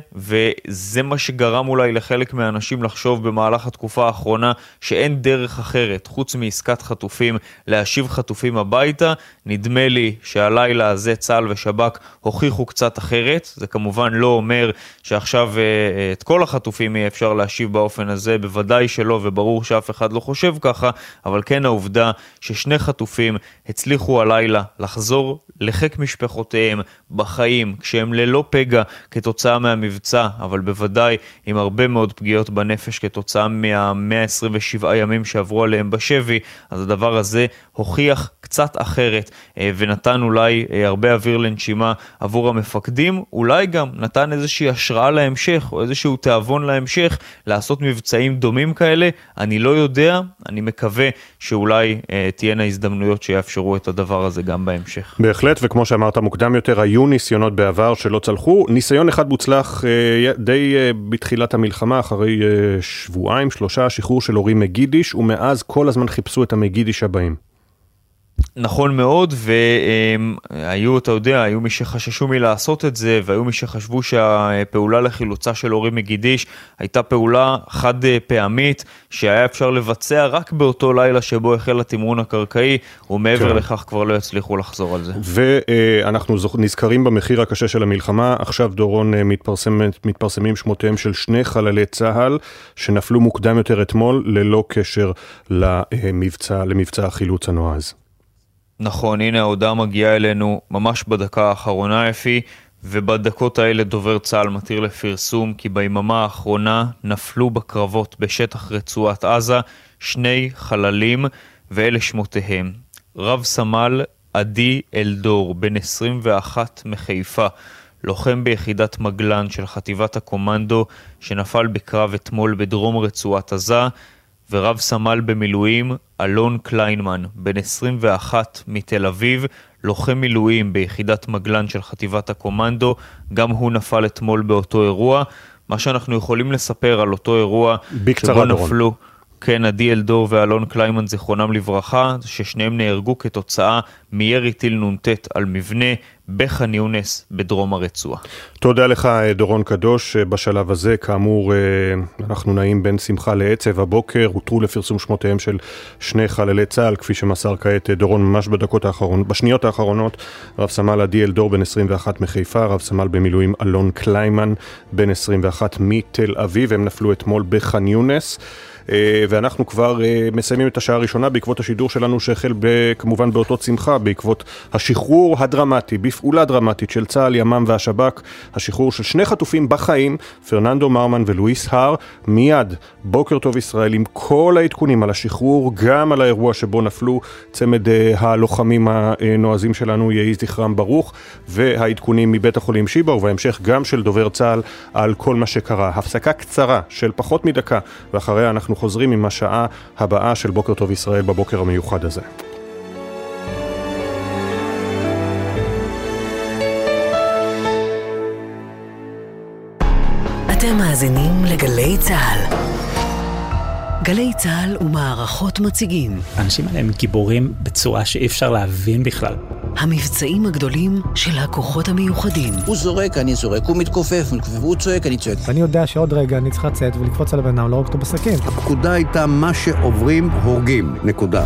וזה מה שגרם אולי לחלק מהאנשים לחשוב במהלך התקופה האחרונה, שאין דרך אחרת, חוץ מעסקת חטופים, להשיב חטופים הביתה. נדמה לי שהלילה הזה צה"ל ושב"כ הוכיחו קצת אחרת. זה כמובן לא אומר שעכשיו את כל החטופים יהיה אפשר להשיב באופן הזה, בוודאי שלא, וברור שאף אחד לא חושב ככה, אבל כן העובדה ששני חטופים הצליחו הלילה לחזור לחק משפחותיהם בחיים, כשהם ללא פגע כתוצאה מהמבצע, אבל בוודאי עם הרבה מאוד פגיעות בנפש כתוצאה מה-מאה עשרים ושבעה ימים שעברו עליהם בשבי. אז הדבר הזה הוכיח קצת אחרת, ונתן אולי הרבה אוויר לנשימה עבור המפקדים, אולי גם נתן איזושהי השראה להמשך, או איזשהו תיאבון להמשך, לעשות מבצעים דומים כאלה. אני לא יודע, אני מקווה שאולי אה, תהיינה הזדמנויות שיאפשרו את הדבר הזה גם בהמשך. בהחלט, וכמו שאמרת מוקדם יותר, היו ניסיונות בעבר שלא צלחו. ניסיון אחד מוצלח אה, די אה, בתחילת המלחמה, אחרי אה, שבועיים, שלושה, שחרור של אורי מגידיש, ומאז כל הזמן חיפשו את המגידיש הבאים. נכון מאוד, והיו, אתה יודע, היו מי שחששו מלעשות את זה, והיו מי שחשבו שהפעולה לחילוצה של אורי מגידיש הייתה פעולה חד פעמית, שהיה אפשר לבצע רק באותו לילה שבו החל התמרון הקרקעי, ומעבר כן. לכך כבר לא יצליחו לחזור על זה. ואנחנו נזכרים במחיר הקשה של המלחמה. עכשיו דורון מתפרסם, מתפרסמים שמותיהם של שני חללי צה"ל, שנפלו מוקדם יותר אתמול, ללא קשר למבצע, למבצע החילוץ הנועז. נכון, הנה ההודעה מגיעה אלינו ממש בדקה האחרונה אפי, ובדקות האלה דובר צה"ל מתיר לפרסום כי ביממה האחרונה נפלו בקרבות בשטח רצועת עזה שני חללים, ואלה שמותיהם. רב סמל עדי אלדור, בן עשרים ואחת מחיפה, לוחם ביחידת מגלן של חטיבת הקומנדו שנפל בקרב אתמול בדרום רצועת עזה, ורב סמל במילואים אלון קליינמן, בן עשרים ואחת מתל אביב, לוחם מילואים ביחידת מגלן של חטיבת הקומנדו, גם הוא נפל אתמול באותו אירוע. מה שאנחנו יכולים לספר על אותו אירוע שבו נפלו, כן, עדי אלדור ואלון קליינמן זיכרונם לברכה, ששניהם נהרגו כתוצאה מירי טיל נונטט על מבנה בח'אן יונס בדרום הרצועה. תודה לך דורון קדוש. בשלב הזה כאמור אנחנו נעים בין שמחה לעצב. הבוקר הותרו לפרסום שמותיהם של שני חללי צה"ל, כפי שמסר כעת דורון ממש בדקות האחרונות, בשניות האחרונות. רב סמל עדי אלדור בן עשרים ואחת מחיפה, רב סמל במילואים אלון קליימן בן עשרים ואחת מתל אביב. הם נפלו אתמול בח'אן יונס. ואנחנו כבר מסיימים את השעה הראשונה בעקבות השידור שלנו שהחל כמובן באותו שמחה, בעקבות השחרור הדרמטי, בפעולה דרמטית של צה"ל, ימ"מ והשב"כ, השחרור של שני חטופים בחיים, פרננדו מרמן ולואיס הר. מיד בוקר טוב ישראל עם כל העדכונים על השחרור, גם על האירוע שבו נפלו צמד הלוחמים הנועזים שלנו, יהי זכרם ברוך, והעדכונים מבית החולים שיבא, ובהמשך גם של דובר צה"ל על כל מה שקרה. הפסקה קצרה של פחות מדקה, ואחריה אנחנו חוזרים עם השעה הבאה של בוקר טוב ישראל בבוקר המיוחד הזה. אתם מאזינים לגלי צה"ל. גלי צה"ל ומערכות מציגים. האנשים האלה הם גיבורים בצורה שאי אפשר להבין בכלל. המבצעים הגדולים של הכוחות המיוחדים. הוא זורק, אני זורק, הוא מתכופף, הוא צועק, אני צועק. ואני יודע שעוד רגע אני צריך לצאת ולקפוץ על הבן אדם, לא רק אותו בסכין. הפקודה הייתה מה שעוברים הורגים, נקודה.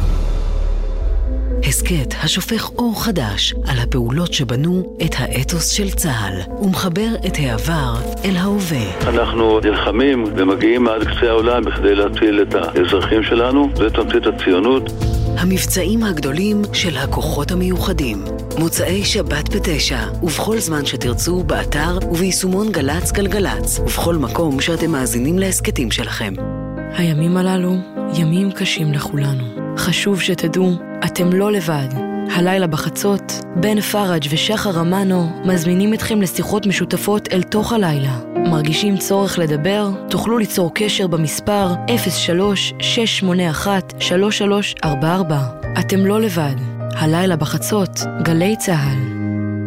הסקט השופך אור חדש על הפעולות שבנו את האתוס של צה"ל ומחבר את העבר אל ההווה. אנחנו נלחמים ומגיעים עד קצה העולם בכדי להציל את האזרחים שלנו, זה תמצית הציונות. המבצעים הגדולים של הכוחות המיוחדים. מוצאי שבת בתשע, ובכל זמן שתרצו באתר וביישומון גלץ גלגלץ, ובכל מקום שאתם מאזינים להסקטים שלכם. הימים הללו ימים קשים לכולנו. חשוב שתדעו, אתם לא לבד. הלילה בחצות, בן פרג' ושחר אמנו מזמינים אתכם לשיחות משותפות אל תוך הלילה. מרגישים צורך לדבר? תוכלו ליצור קשר במספר אפס שלוש שש שמונה אחת שלוש שלוש ארבע ארבע. אתם לא לבד. הלילה בחצות, גלי צה"ל.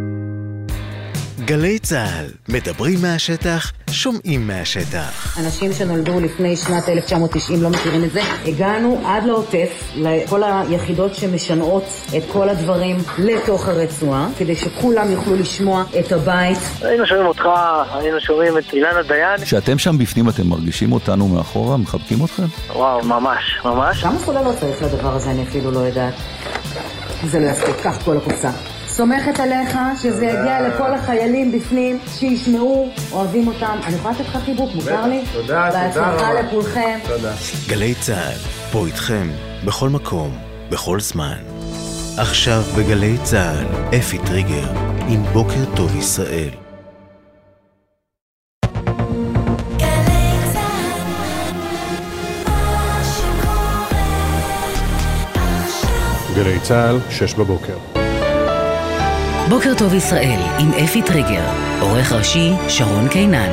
גלי צה"ל, מדברים מהשטח, שומעים מהשטח. אנשים שנולדו לפני שנת אלף תשע מאות תשעים לא מכירים את זה. הגענו עד לעוטף, לכל היחידות שמשנעות את כל הדברים לתוך הרצועה, כדי שכולם יוכלו לשמוע את הבית. היינו שומעים אותך, היינו שומעים את אילנה דיין. שאתם שם בפנים, אתם מרגישים אותנו מאחורה, מחבקים אתכם? וואו, ממש, ממש. כמה סולה לא צריך לדבר הזה, אני אפילו לא יודעת. זה לא יספיק, כך כל הקופסה. סומכת עליך שזה יגיע לכל החיילים בפנים, שישמעו, אוהבים אותם. אני יכולה לתת לך חיבוק, מותר לי? תודה, תודה. בהצלחה לכולכם. תודה. גלי צה"ל, פה איתכם, בכל מקום, בכל זמן. עכשיו בגלי צה"ל, אפי טריגר, עם בוקר טוב ישראל. גלי צה"ל, שש בבוקר. בוקר טוב ישראל עם אפי טריגר, עורך ראשי שרון קינן.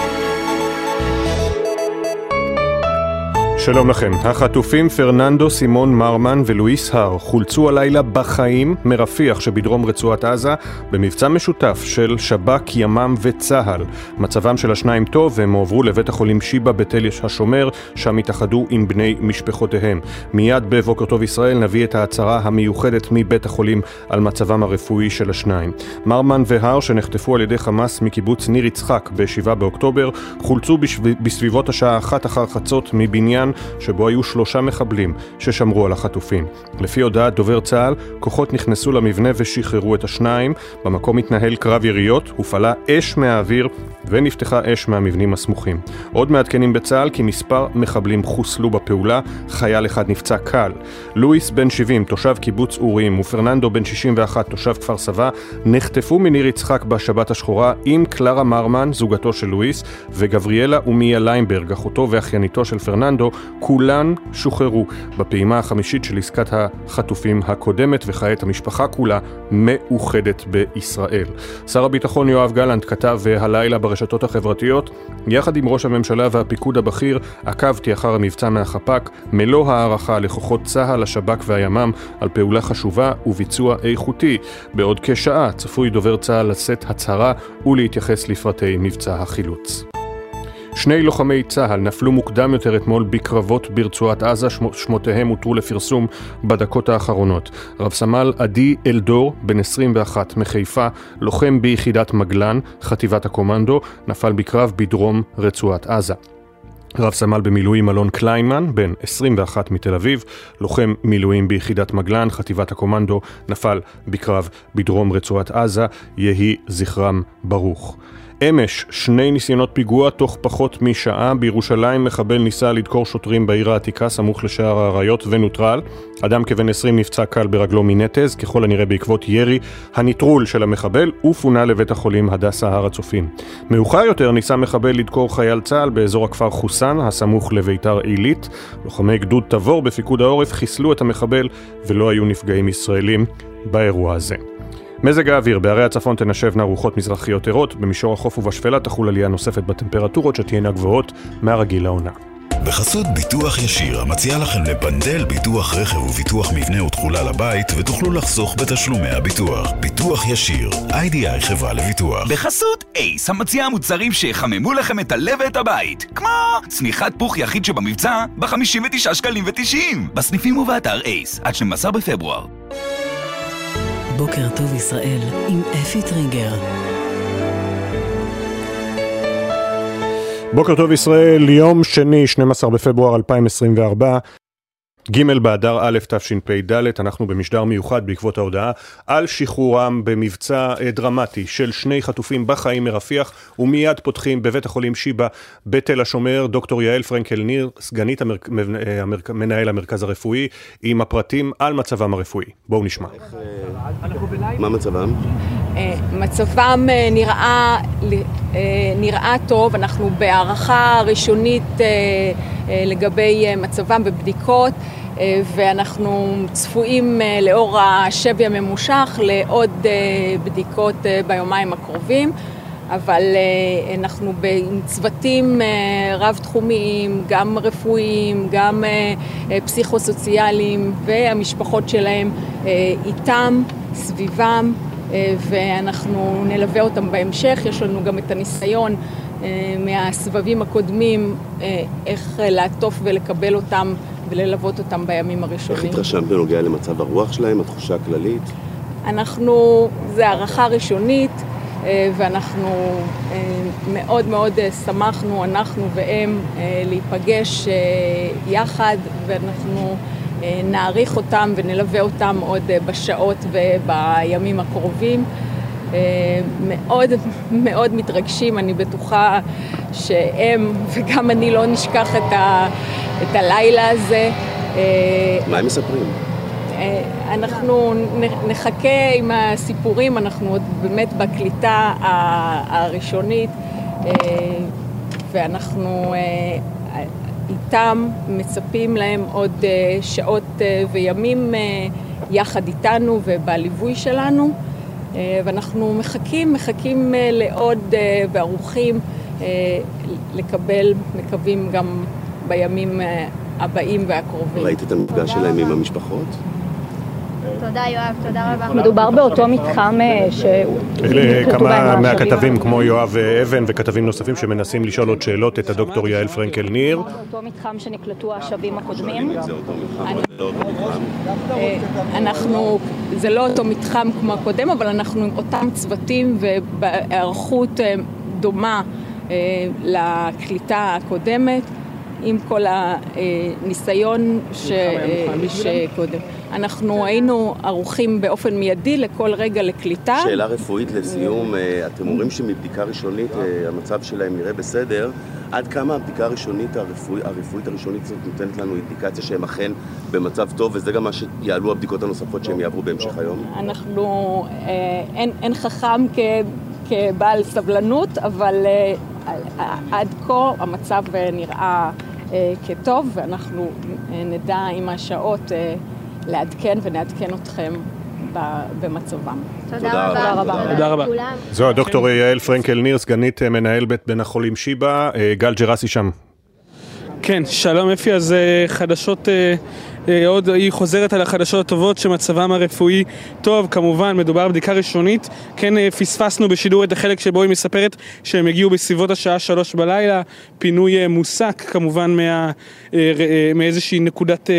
שלום לכם. החטופים פרננדו סימון מרמן ולואיס הר חולצו הלילה בחיים מרפיח שבדרום רצועת עזה במבצע משותף של שב"כ, ימ"מ וצה"ל. מצבם של השניים טוב והם הועברו לבית החולים שיבא בתל השומר, שם התאחדו עם בני משפחותיהם. מיד בבוקר טוב ישראל נביא את ההצהרה המיוחדת מבית החולים על מצבם הרפואי של השניים. מרמן והר שנחטפו על ידי חמאס מקיבוץ ניר יצחק ב-שבעה באוקטובר חולצו בסביבות השעה אחת אחר חצות מבניין שבו היו שלושה מחבלים ששמרו על החטופים. לפי הודעת דובר צה"ל, כוחות נכנסו למבנה ושחררו את השניים. במקום התנהל קרב יריות, הופעלה אש מהאוויר ונפתחה אש מהמבנים הסמוכים. עוד מעדכנים בצה"ל כי מספר מחבלים חוסלו בפעולה, חייל אחד נפצע קל. לואיס בן שבעים, תושב קיבוץ אורים, ופרננדו בן שישים ואחת, תושב כפר סבא, נחטפו מניר יצחק בשבת השחורה עם קלרה מרמן, זוגתו של לואיס, וגבריאלה ומיה ליימברג, אחותו ואחייניתו של פרננדו, כולן שוחררו בפעימה החמישית של עסקת החטופים הקודמת, וכעת המשפחה כולה מאוחדת בישראל. שר הביטחון יואב גלנט כתב הלילה ברשתות החברתיות, יחד עם ראש הממשלה והפיקוד הבכיר עקבתי אחר המבצע מהחפ"ק, מלוא הערכה לכוחות צה"ל, השב"כ והימ"מ על פעולה חשובה וביצוע איכותי. בעוד כשעה צפוי דובר צה"ל לשאת הצהרה ולהתייחס לפרטי מבצע החילוץ. שני לוחמי צה"ל נפלו מוקדם יותר אתמול בקרבות ברצועת עזה, שמותיהם הותרו לפרסום בדקות האחרונות. רב סמל עדי אלדור, בן עשרים ואחת מחיפה, לוחם ביחידת מגלן, חטיבת הקומנדו, נפל בקרב בדרום רצועת עזה. רב סמל במילואים אלון קליינמן, בן עשרים ואחת מתל אביב, לוחם מילואים ביחידת מגלן, חטיבת הקומנדו, נפל בקרב בדרום רצועת עזה, יהי זכרם ברוך. אמש, שני ניסיונות פיגוע תוך פחות משעה. בירושלים מחבל ניסה לדקור שוטרים בעיר העתיקה סמוך לשער האריות ונוטרל. אדם כבן עשרים נפצע קל ברגלו מנטז, ככל הנראה בעקבות ירי הניטרול של המחבל, ופונה לבית החולים הדסה הר הצופים. מאוחר יותר ניסה מחבל לדקור חייל צה"ל באזור הכפר חוסן, הסמוך לביתר עילית. לוחמי גדוד תבור בפיקוד העורף חיסלו את המחבל ולא היו נפגעים ישראלים באירוע הזה. מזג האוויר, בערי הצפון תנשבנה רוחות מזרחיות ערות, במישור החוף ובשפלה תחול עלייה נוספת בטמפרטורות שתהיינה גבוהות מהרגיל לעונה. בחסות ביטוח ישיר, המציע לכם לבנדל ביטוח רכב וביטוח מבנה ותכולה לבית, ותוכלו לחסוך בתשלומי הביטוח. ביטוח ישיר, איי די איי חברה לביטוח. בחסות אייס, המציע מוצרים שיחממו לכם את הלב ואת הבית, כמו צמיחת פוך יחיד שבמבצע ב-חמישים ותשעה שקלים ותשעים, בסניפים ובאתר אייס, עד שנים עשר בפברואר. בוקר טוב ישראל עם אפי טריגר. בוקר טוב ישראל, יום שני, שנים עשר בפברואר אלפיים עשרים וארבע, ג' באדר א' תשפ"ד. אנחנו במשדר מיוחד בעקבות ההודעה על שחרורם במבצע דרמטי של שני חטופים בחיים מרפיח, ומיד פותחים בבית החולים שיבא בתל השומר. דוקטור יעל פרנקל ניר, סגנית המר... המר... מנהל המרכז הרפואי, עם הפרטים על מצבם הרפואי. בואו נשמע. מה מצבם? מצבם נראה, נראה טוב. אנחנו בהערכה ראשונית לגבי מצבם בבדיקות, ואנחנו צפויים לאור השבי הממושך לעוד בדיקות ביומיים הקרובים, אבל אנחנו בצוותים רב תחומיים, גם רפואיים, גם פסיכוסוציאליים, והמשפחות שלהם איתם, סביבם, ואנחנו נלווה אותם בהמשך. יש לנו גם את הניסיון מהסבבים הקודמים, איך לעטוף ולקבל אותם וללוות אותם בימים הראשונים. איך התרשמת בנוגע למצב הרוח שלהם, התחושה הכללית? אנחנו, זה הערכה ראשונית, ואנחנו מאוד מאוד שמחנו, אנחנו והם, להיפגש יחד, ואנחנו נעריך אותם ונלווה אותם עוד בשעות ובימים הקרובים. מאוד מאוד מתרגשים, אני בטוחה שהם וגם אני לא נשכח את, ה, את הלילה הזה. מה הם מספרים? אנחנו נחכה עם הסיפורים, אנחנו עוד באמת בקליטה הראשונית, ואנחנו איתם מצפים להם עוד שעות וימים יחד איתנו ובליווי שלנו. ואנחנו מחכים, מחכים לעוד וערוכים לקבל, מקווים גם בימים הבאים והקרובים. ראית את המפגש שלהם עם המשפחות? תודה יואב, תודה רבה. מדובר באותו מתחם שהוא... אלה כמה מהכתבים כמו יואב אבן וכתבים נוספים שמנסים לשאול עוד שאלות את הדוקטור יעל פרנקל ניר. באותו מתחם שנקלטו השבים הקודמים. אנחנו, זה לא אותו מתחם כמו הקודם, אבל אנחנו עם אותם צוותים ובהיערכות דומה לקליטה הקודמת, עם כל הניסיון שקודם. אנחנו היינו ערוכים באופן מיידי לכל רגע לקליטה. שאלה רפואית לסיום, אתם אומרים שמבדיקה ראשונית המצב שלהם נראה בסדר, עד כמה הבדיקה הראשונית, הרפואית, הרפואית הראשונית הזאת נותנת לנו אינדיקציה שהם אכן במצב טוב, וזה גם מה שיעלו הבדיקות הנוספות שהם יעברו בהמשך היום? אנחנו, אין, אין חכם כ, כבעל סבלנות, אבל עד כה המצב נראה כטוב, ואנחנו נדע עם השעות לעדכן ונעדכן אתכם במצבם. תודה רבה. תודה רבה. זו הדוקטור יעל פרנקל ניר, סגנית מנהל בית החולים שיבא. גל ג'רסי שם. כן, שלום אפי, אז חדשות עוד היא חוזרת על החדשות הטובות שמצבם הרפואי טוב, כמובן מדובר בבדיקה ראשונית. כן, פספסנו בשידור את החלק שבו היא מספרת שהם הגיעו בסביבות השעה שלוש בלילה, פינוי מוסק כמובן מה, מאיזושהי נקודת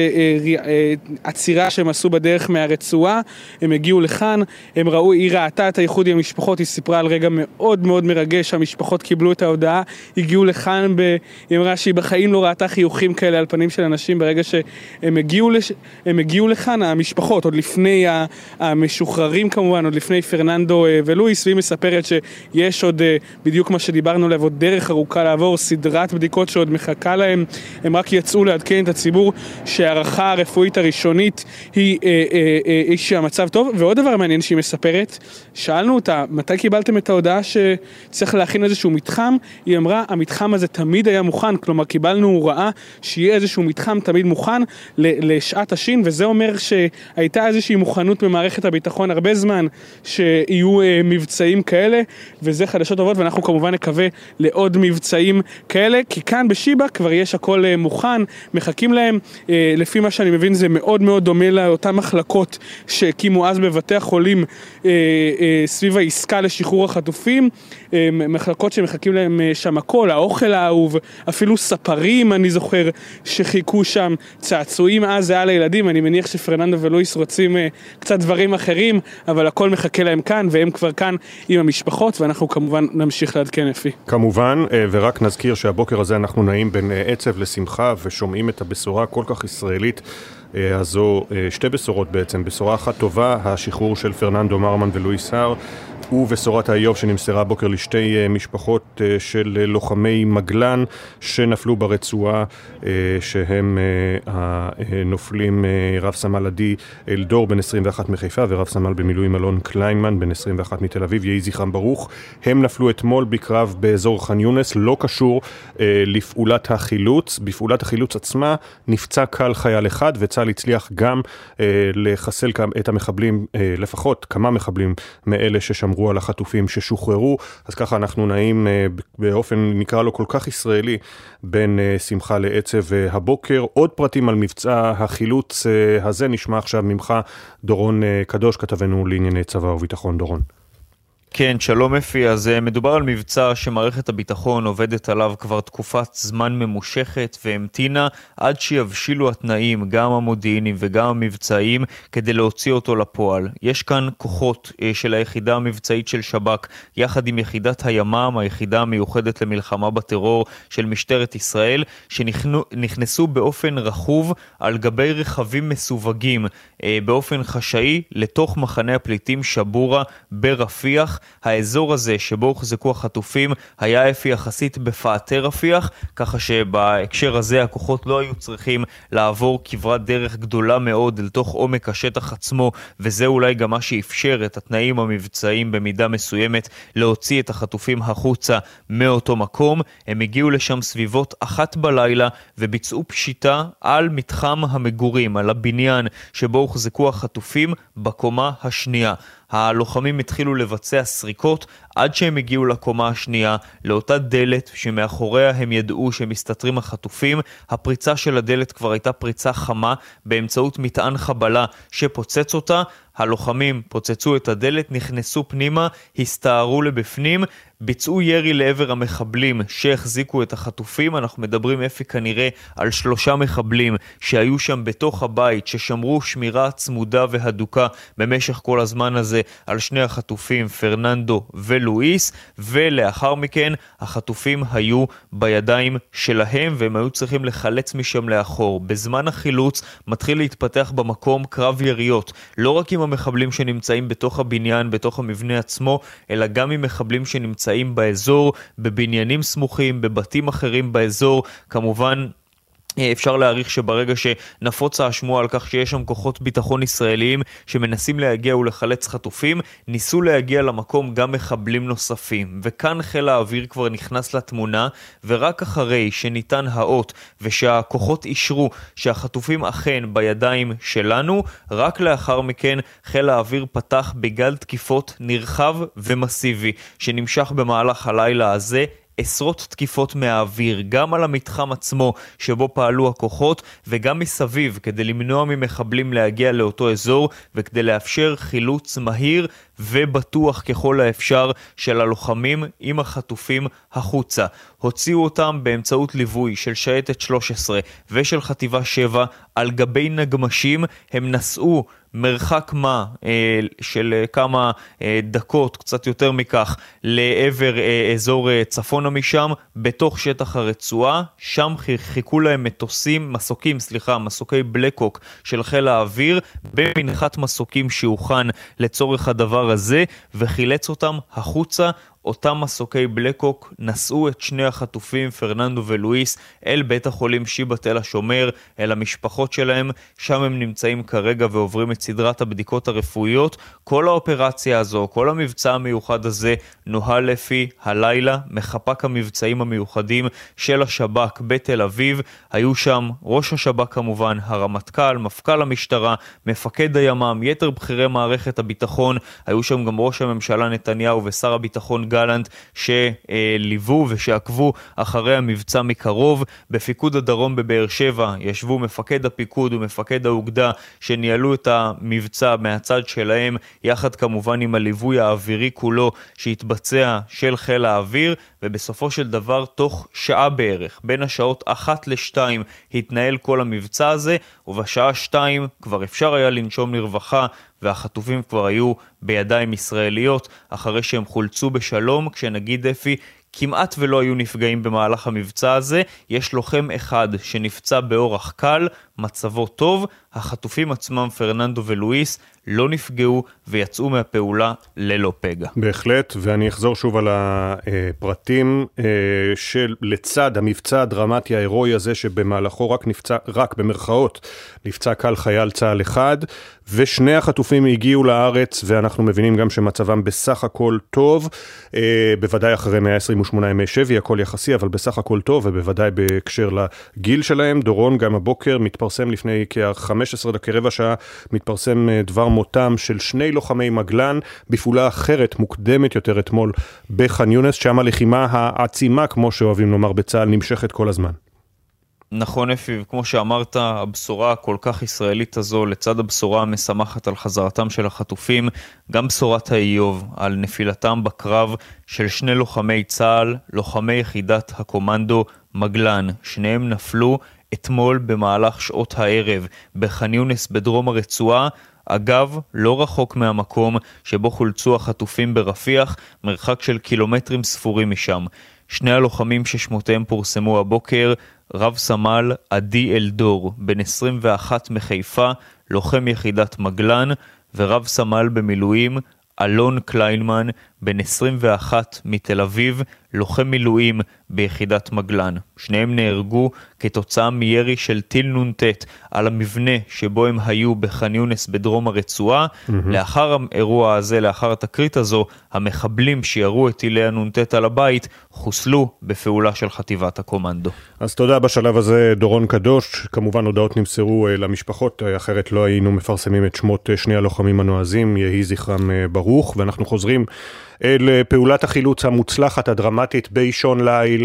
עצירה שהם עשו בדרך מהרצועה. הם הגיעו לכאן, הם ראו, היא ראתה את האיחוד עם המשפחות, היא סיפרה על רגע מאוד מאוד מרגש, המשפחות קיבלו את ההודעה, הגיעו לכאן, ב... היא אמרה שהיא בחיים לא ראתה חיוכים כאלה על פנים של אנשים ברגע שהם הגיעו, לש... הם הגיעו לכאן, המשפחות, עוד לפני המשוחררים כמובן, עוד לפני פרננדו ולואיס, והיא מספרת שיש עוד, בדיוק מה שדיברנו עליו, עוד דרך ארוכה לעבור, סדרת בדיקות שעוד מחכה להם. הם רק יצאו לעדכן את הציבור שהערכה הרפואית הראשונית היא, אה, אה, אה, שהמצב טוב. ועוד דבר מעניין שהיא מספרת, שאלנו אותה, מתי קיבלתם את ההודעה שצריך להכין איזשהו מתחם? היא אמרה, המתחם הזה תמיד היה מוכן, כלומר קיבלנו הוראה שיהיה איזשהו מתחם תמיד מוכן לשעת השין, וזה אומר שהייתה איזושהי מוכנות במערכת הביטחון הרבה זמן שיהיו אה, מבצעים כאלה, וזה חדשות טובות, ואנחנו כמובן נקווה לעוד מבצעים כאלה, כי כאן בשיבא כבר יש הכל אה, מוכן, מחכים להם, אה, לפי מה שאני מבין זה מאוד מאוד דומה לאותן מחלקות שהקימו אז בבתי החולים אה, אה, סביב העסקה לשחרור החטופים, אה, מחלקות שמחכים להם אה, שם הכל, האוכל האהוב, אפילו ספרים אני זוכר שחיכו שם, צעצועים אז זה היה לילדים, אני מניח שפרננדו ולואיס רוצים אה, קצת דברים אחרים, אבל הכל מחכה להם כאן, והם כבר כאן עם המשפחות, ואנחנו כמובן נמשיך לעדכן אפי. כמובן, ורק נזכיר שהבוקר הזה אנחנו נעים בין עצב לשמחה, ושומעים את הבשורה כל כך ישראלית הזו, שתי בשורות בעצם, בשורה אחת טובה, השחרור של פרננדו מרמן ולואיס סער, ובשורת האיוב שנמסרה בוקר לשתי משפחות של לוחמי מגלן שנפלו ברצועה, שהם הנופלים רב סמל עדי אלדור בן עשרים ואחת מחיפה ורב סמל במילואים אלון קליינמן בן עשרים ואחת מתל אביב, יהי זכרם ברוך. הם נפלו אתמול בקרב באזור ח'אן יונס, לא קשור לפעולת החילוץ. בפעולת החילוץ עצמה נפצע קל חייל אחד, וצה"ל הצליח גם לחסל את המחבלים, לפחות כמה מחבלים מאלה ששמרו על החטופים ששוחררו. אז ככה אנחנו נעים באופן נקרא לו כל כך ישראלי בין שמחה לעצב הבוקר. עוד פרטים על מבצע החילוץ הזה נשמע עכשיו ממך, דורון קדוש, כתבנו לענייני צבא וביטחון. דורון. כן, שלום אפי. אז מדובר על מבצע שמערכת הביטחון עובדת עליו כבר תקופת זמן ממושכת והמתינה עד שיבשילו התנאים, גם המודיעיניים וגם המבצעיים, כדי להוציא אותו לפועל. יש כאן כוחות של היחידה המבצעית של שב"כ, יחד עם יחידת הימ"מ, היחידה המיוחדת למלחמה בטרור של משטרת ישראל, שנכנסו באופן רחוב על גבי רכבים מסווגים, באופן חשאי, לתוך מחנה הפליטים שבורה ברפיח. האזור הזה שבו הוחזקו החטופים היה אפי יחסית בפאתי רפיח, ככה שבהקשר הזה הכוחות לא היו צריכים לעבור כברת דרך גדולה מאוד אל תוך עומק השטח עצמו, וזה אולי גם מה שאפשר את התנאים המבצעיים במידה מסוימת להוציא את החטופים החוצה מאותו מקום. הם הגיעו לשם סביבות אחת בלילה וביצעו פשיטה על מתחם המגורים, על הבניין שבו הוחזקו החטופים בקומה השנייה. הלוחמים התחילו לבצע סריקות עד שהם הגיעו לקומה השנייה, לאותה דלת שמאחוריה הם ידעו שמסתתרים החטופים. הפריצה של הדלת כבר הייתה פריצה חמה באמצעות מטען חבלה שפוצץ אותה. הלוחמים פוצצו את הדלת, נכנסו פנימה, הסתערו לבפנים, ביצעו ירי לעבר המחבלים שהחזיקו את החטופים. אנחנו מדברים אפי כנראה על שלושה מחבלים שהיו שם בתוך הבית, ששמרו שמירה צמודה והדוקה במשך כל הזמן הזה על שני החטופים, פרננדו ולואיס, ולאחר מכן החטופים היו בידיים שלהם והם היו צריכים לחלץ משם לאחור. בזמן החילוץ מתחיל להתפתח במקום קרב יריות, לא רק עם המחבלים שנמצאים בתוך הבניין, בתוך המבנה עצמו, אלא גם עם מחבלים שנמצאים באזור, בבניינים סמוכים, בבתים אחרים באזור. כמובן אפשר להעריך שברגע שנפוץ השמועה על כך שיש שם כוחות ביטחון ישראליים שמנסים להגיע ולחלץ חטופים, ניסו להגיע למקום גם מחבלים נוספים. וכאן חיל האוויר כבר נכנס לתמונה, ורק אחרי שניתן האות ושהכוחות אישרו שהחטופים אכן בידיים שלנו, רק לאחר מכן חיל האוויר פתח בגל תקיפות נרחב ומסיבי שנמשך במהלך הלילה הזה. עשרות תקיפות מהאוויר, גם על המתחם עצמו שבו פעלו הכוחות וגם מסביב, כדי למנוע ממחבלים להגיע לאותו אזור וכדי לאפשר חילוץ מהיר ובטוח ככל האפשר של הלוחמים עם החטופים החוצה. הוציאו אותם באמצעות ליווי של שייטת שלוש עשרה ושל חטיבה שבע על גבי נגמשים. הם נסעו מרחק מה אה, של אה, כמה אה, דקות, קצת יותר מכך, לעבר אה, אזור אה, צפונה משם, בתוך שטח הרצועה. שם חיכו להם מטוסים, מסוקים, סליחה, מסוקי בלקוק של חיל האוויר, במנחת מסוקים שהוכן לצורך הדבר הזה, וחילץ אותם החוצה. אותם מסוקי בלקוק נשאו את שני החטופים, פרננדו ולואיס, אל בית החולים שיבא תל השומר, אל המשפחות שלהם. שם הם נמצאים כרגע ועוברים את סדרת הבדיקות הרפואיות. כל האופרציה הזו, כל המבצע המיוחד הזה, נוהל לפי הלילה, מחפק המבצעים המיוחדים של השב"כ בתל אביב. היו שם ראש השב"כ כמובן, הרמטכ"ל, מפכ"ל המשטרה, מפקד הימ"מ, יתר בכירי מערכת הביטחון. היו שם גם ראש הממשלה נתניהו ושר הביטחון גלנט, שליוו ושעקבו אחרי המבצע מקרוב. בפיקוד הדרום בבאר שבע ישבו מפקד הפיקוד ומפקד האוגדה שניהלו את המבצע מהצד שלהם, יחד כמובן עם הליווי האווירי כולו שהתבצע של חיל האוויר. ובסופו של דבר תוך שעה בערך, בין השעות אחת לשתיים, התנהל כל המבצע הזה, ובשעה שתיים כבר אפשר היה לנשום לרווחה, והחטופים כבר היו בידיים ישראליות אחרי שהם חולצו בשלום. כשנגיד אפי, כמעט ולא היו נפגעים במהלך המבצע הזה. יש לוחם אחד שנפצע באורח קל, מצבו טוב. החטופים עצמם, פרננדו ולואיס, לא נפגעו ויצאו מהפעולה ללא פגע. בהחלט, ואני אחזור שוב על הפרטים של לצד המבצע הדרמטי ההירואי הזה, שבמהלכו רק נפצע, רק במרכאות, נפצע קל חייל צה"ל אחד, ושני החטופים הגיעו לארץ, ואנחנו מבינים גם שמצבם בסך הכל טוב, בוודאי אחרי מאה עשרים ושמונה ימי שבי, הכל יחסי, אבל בסך הכל טוב, ובוודאי בהקשר לגיל שלהם. דורון, גם הבוקר מתפרסם לפני כ-חמש עשרה דקות רבע שעה, מתפרסם דבר מותם של שני לוחמי מגלן, בפעולה אחרת מוקדמת יותר אתמול בח'אן יונס, שם הלחימה העצימה, כמו שאוהבים לומר בצה"ל, נמשכת כל הזמן. נכון אפי, כמו שאמרת, הבשורה כל כך ישראלית הזו, לצד הבשורה המשמחת על חזרתם של החטופים, גם בשורת האיוב על נפילתם בקרב של שני לוחמי צה"ל, לוחמי יחידת הקומנדו מגלן. שניהם נפלו אתמול במהלך שעות הערב בח'אן יונס בדרום הרצועה. אגב, לא רחוק מהמקום שבו חולצו החטופים ברפיח, מרחק של קילומטרים ספורים משם. שני הלוחמים ששמותיהם פורסמו הבוקר, רב סמל עדי אלדור, בן עשרים ואחת מחיפה, לוחם יחידת מגלן, ורב סמל במילואים אלון קליינמן, בן עשרים ואחת מתל אביב, לוחם מילואים ביחידת מגלן. שניהם נהרגו כתוצאה מירי של טיל נונטט על המבנה שבו הם היו בח'אן יונס בדרום הרצועה. Mm-hmm. לאחר האירוע הזה, לאחר התקרית הזו, המחבלים שירו את טילי הנונטט על הבית חוסלו בפעולה של חטיבת הקומנדו. אז תודה בשלב הזה דורון קדוש. כמובן הודעות נמסרו למשפחות, אחרת לא היינו מפרסמים את שמות שני הלוחמים הנועזים, יהי זכרם ברוך. ואנחנו חוזרים אל פעולת החילוץ המוצלחת הדרמטית באישון ליל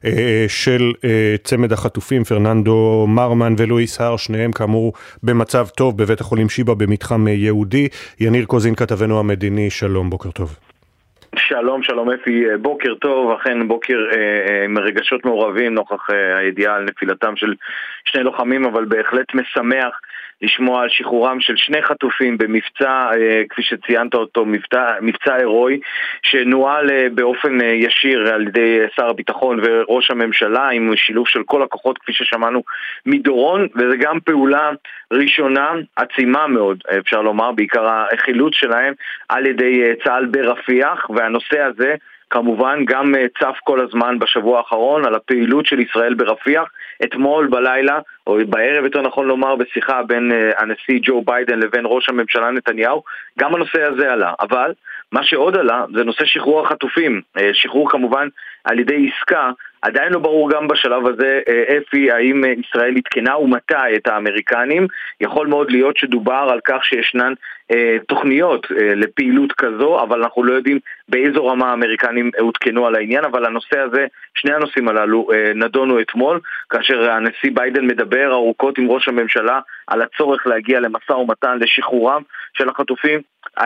של צמד החטופים פרננדו מרמן ולואיס הר, שניהם כאמור במצב טוב בבית החולים שיבא במתחם יהודי. יניר קוזין כתבנו המדיני, שלום, בוקר טוב. שלום, שלום אפי, בוקר טוב. אכן בוקר אה, מרגשות מעורבים נוכח אה, הידיעה על נפילתם של שני לוחמים, אבל בהחלט משמח לשמוע על שחרורם של שני חטופים במבצע, אה, כפי שציינת אותו, מבצע, מבצע הירואי, שנוהל אה, באופן אה, ישיר על ידי שר הביטחון וראש הממשלה, עם שילוב של כל הכוחות, כפי ששמענו מדורון, וזה גם פעולה ראשונה עצימה מאוד, אפשר לומר, בעיקר החילוץ שלהם על ידי אה, צה"ל ברפיח, והנושא הזה כמובן גם צף כל הזמן בשבוע האחרון על הפעילות של ישראל ברפיח. אתמול בלילה, או בערב יותר נכון לומר, בשיחה בין הנשיא ג'ו ביידן לבין ראש הממשלה נתניהו, גם הנושא הזה עלה. אבל מה שעוד עלה זה נושא שחרור החטופים, שחרור כמובן על ידי עסקה עדיין לא ברור גם בשלב הזה, אפי, האם ישראל התקנה ומתי את האמריקנים. יכול מאוד להיות שדובר על כך שישנן אה, תוכניות אה, לפעילות כזו, אבל אנחנו לא יודעים באיזו רמה האמריקנים הותקנו על העניין. אבל הנושא הזה, שני הנושאים הללו אה, נדונו אתמול, כאשר הנשיא ביידן מדבר ארוכות עם ראש הממשלה על הצורך להגיע למשא ומתן לשחרורם של החטופים,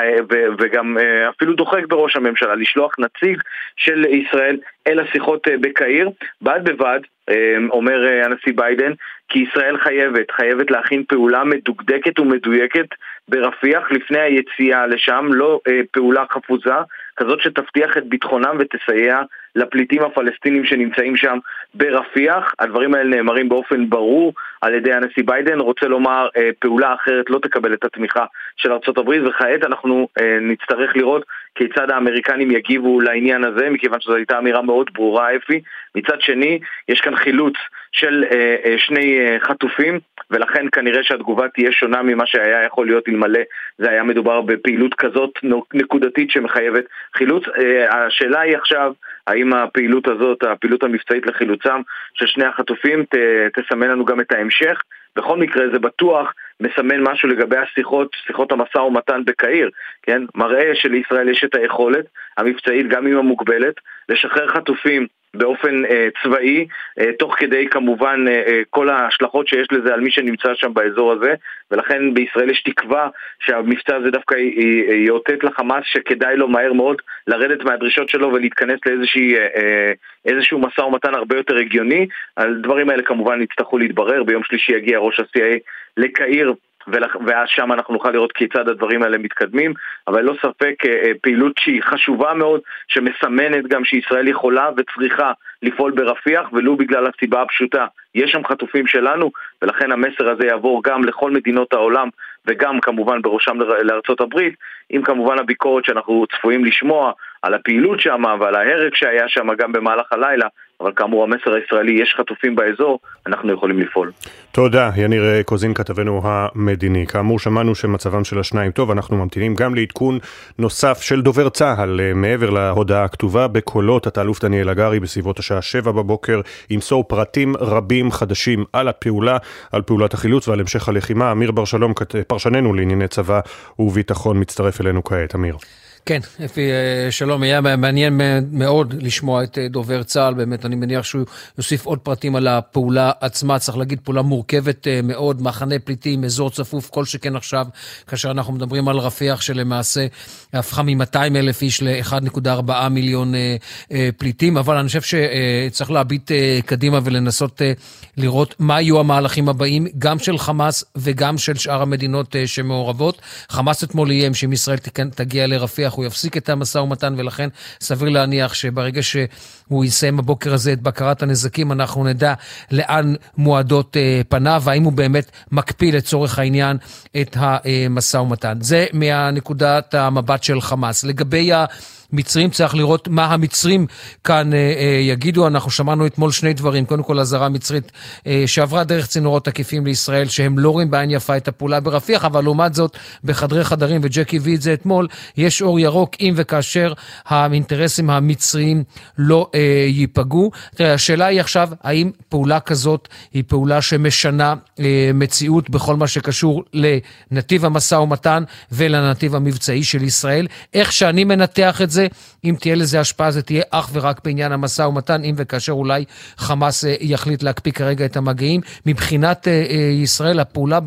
ו- וגם אפילו דוחק בראש הממשלה לשלוח נציג של ישראל אל השיחות בקהיר. בד בבד אומר הנשיא ביידן כי ישראל חייבת, חייבת להכין פעולה מדוקדקת ומדויקת ברפיח לפני היציאה לשם, לא פעולה חפוזה, כזאת שתבטיח את ביטחונם ותסייע לפליטים הפלסטינים שנמצאים שם ברפיח. הדברים האלה נאמרים באופן ברור על ידי הנשיא ביידן. רוצה לומר, פעולה אחרת לא תקבל את התמיכה של ארצות הברית, וכעת אנחנו נצטרך לראות כיצד האמריקנים יגיבו לעניין הזה, מכיוון שזו הייתה אמירה מאוד ברורה, אפי. מצד שני, יש כאן חילוץ של שני חטופים, ולכן כנראה שהתגובה תהיה שונה ממה שהיה יכול להיות אלמלא זה היה מדובר בפעילות כזאת נקודתית שמחייבת חילוץ. השאלה היא עכשיו, האם הפעילות הזאת, הפעילות המבצעית לחילוצם של שני החטופים ת, תסמן לנו גם את ההמשך. בכל מקרה זה בטוח מסמן משהו לגבי השיחות, שיחות המשא ומתן בקהיר, כן? מראה שלישראל יש את היכולת המבצעית, גם אם המוגבלת, לשחרר חטופים באופן אה, צבאי, אה, תוך כדי כמובן אה, כל ההשלכות שיש לזה על מי שנמצא שם באזור הזה, ולכן בישראל יש תקווה שהמבצע הזה דווקא יאותת לחמאס שכדאי לו מהר מאוד לרדת מהדרישות שלו ולהתכנס לאיזושהי, אה, איזשהו משא ומתן הרבה יותר הגיוני. הדברים האלה כמובן יצטרכו להתברר. ביום שלישי יגיע ראש ה-סי איי לקהיר, ואז שם אנחנו נוכל לראות כיצד הדברים האלה מתקדמים, אבל לא ספק פעילות שהיא חשובה מאוד, שמסמנת גם שישראל יכולה וצריכה לפעול ברפיח, ולא בגלל הסיבה הפשוטה, יש שם חטופים שלנו, ולכן המסר הזה יעבור גם לכל מדינות העולם, וגם כמובן בראשם לארצות הברית, עם כמובן הביקורת שאנחנו צפויים לשמוע על הפעילות שם ועל ההרג שהיה שם גם במהלך הלילה, אבל כאמור המסר הישראלי, יש חטופים באזור, אנחנו יכולים לפעול. תודה, יניר קוזין, כתבנו המדיני. כאמור שמענו שמצבם של השניים טוב, אנחנו ממתינים גם לעדכון נוסף של דובר צהל, מעבר להודעה הכתובה בקולות. התאלוף דניאל הגרי בסביבות השעה שבע בבוקר ימסור פרטים רבים חדשים על הפעולה, על פעולת החילוץ ועל המשך הלחימה. אמיר בר שלום, פרשננו לענייני צבא וביטחון, מצטרף אלינו כעת. אמיר. כן, אפי, שלום, היה מעניין מאוד לשמוע את דובר צה"ל, באמת אני מניח שהוא יוסיף עוד פרטים על הפעולה עצמה. צריך להגיד פעולה מורכבת מאוד, מחנה פליטים, אזור צפוף, כל שכן עכשיו, כאשר אנחנו מדברים על רפיח שלמעשה הפכה מ-מאתיים אלף איש ל-אחד נקודה ארבע מיליון פליטים, אבל אני חושב שצריך להביט קדימה ולנסות לראות מה יהיו המהלכים הבאים, גם של חמאס וגם של שאר המדינות שמעורבות. חמאס אתמול איים שאם ישראל תגיע לרפיח הוא יפסיק את המשא ומתן, ולכן סביר להניח שברגע שהוא יסיים הבוקר הזה את בקרת הנזקים, אנחנו נדע לאן מועדות פניו, והאם הוא באמת מקפיא לצורך העניין את המשא ומתן. זה מהנקודת המבט של חמאס. לגבי ה... מצרים, צריך לראות מה המצרים כאן אה, אה, יגידו. אנחנו שמענו אתמול שני דברים. קודם כל, הזרה מצרית אה, שעברה דרך צינורות עקיפים לישראל, שהם לא רואים בעין יפה את הפעולה ברפיח, אבל לעומת זאת, בחדרי חדרים, וג'קי הביא את זה אתמול, יש אור ירוק אם וכאשר האינטרסים המצריים לא אה, ייפגעו. תראה, השאלה היא עכשיו, האם פעולה כזאת היא פעולה שמשנה אה, מציאות בכל מה שקשור לנתיב המשא ומתן ולנתיב המבצעי של ישראל? איך שאני מנתח את זה, אם תהיה לזה השפעה, זה תהיה אך ורק בעניין המשא ומתן, אם וכאשר אולי חמאס יחליט להקפיא כרגע את המגעים. מבחינת ישראל, הפעולה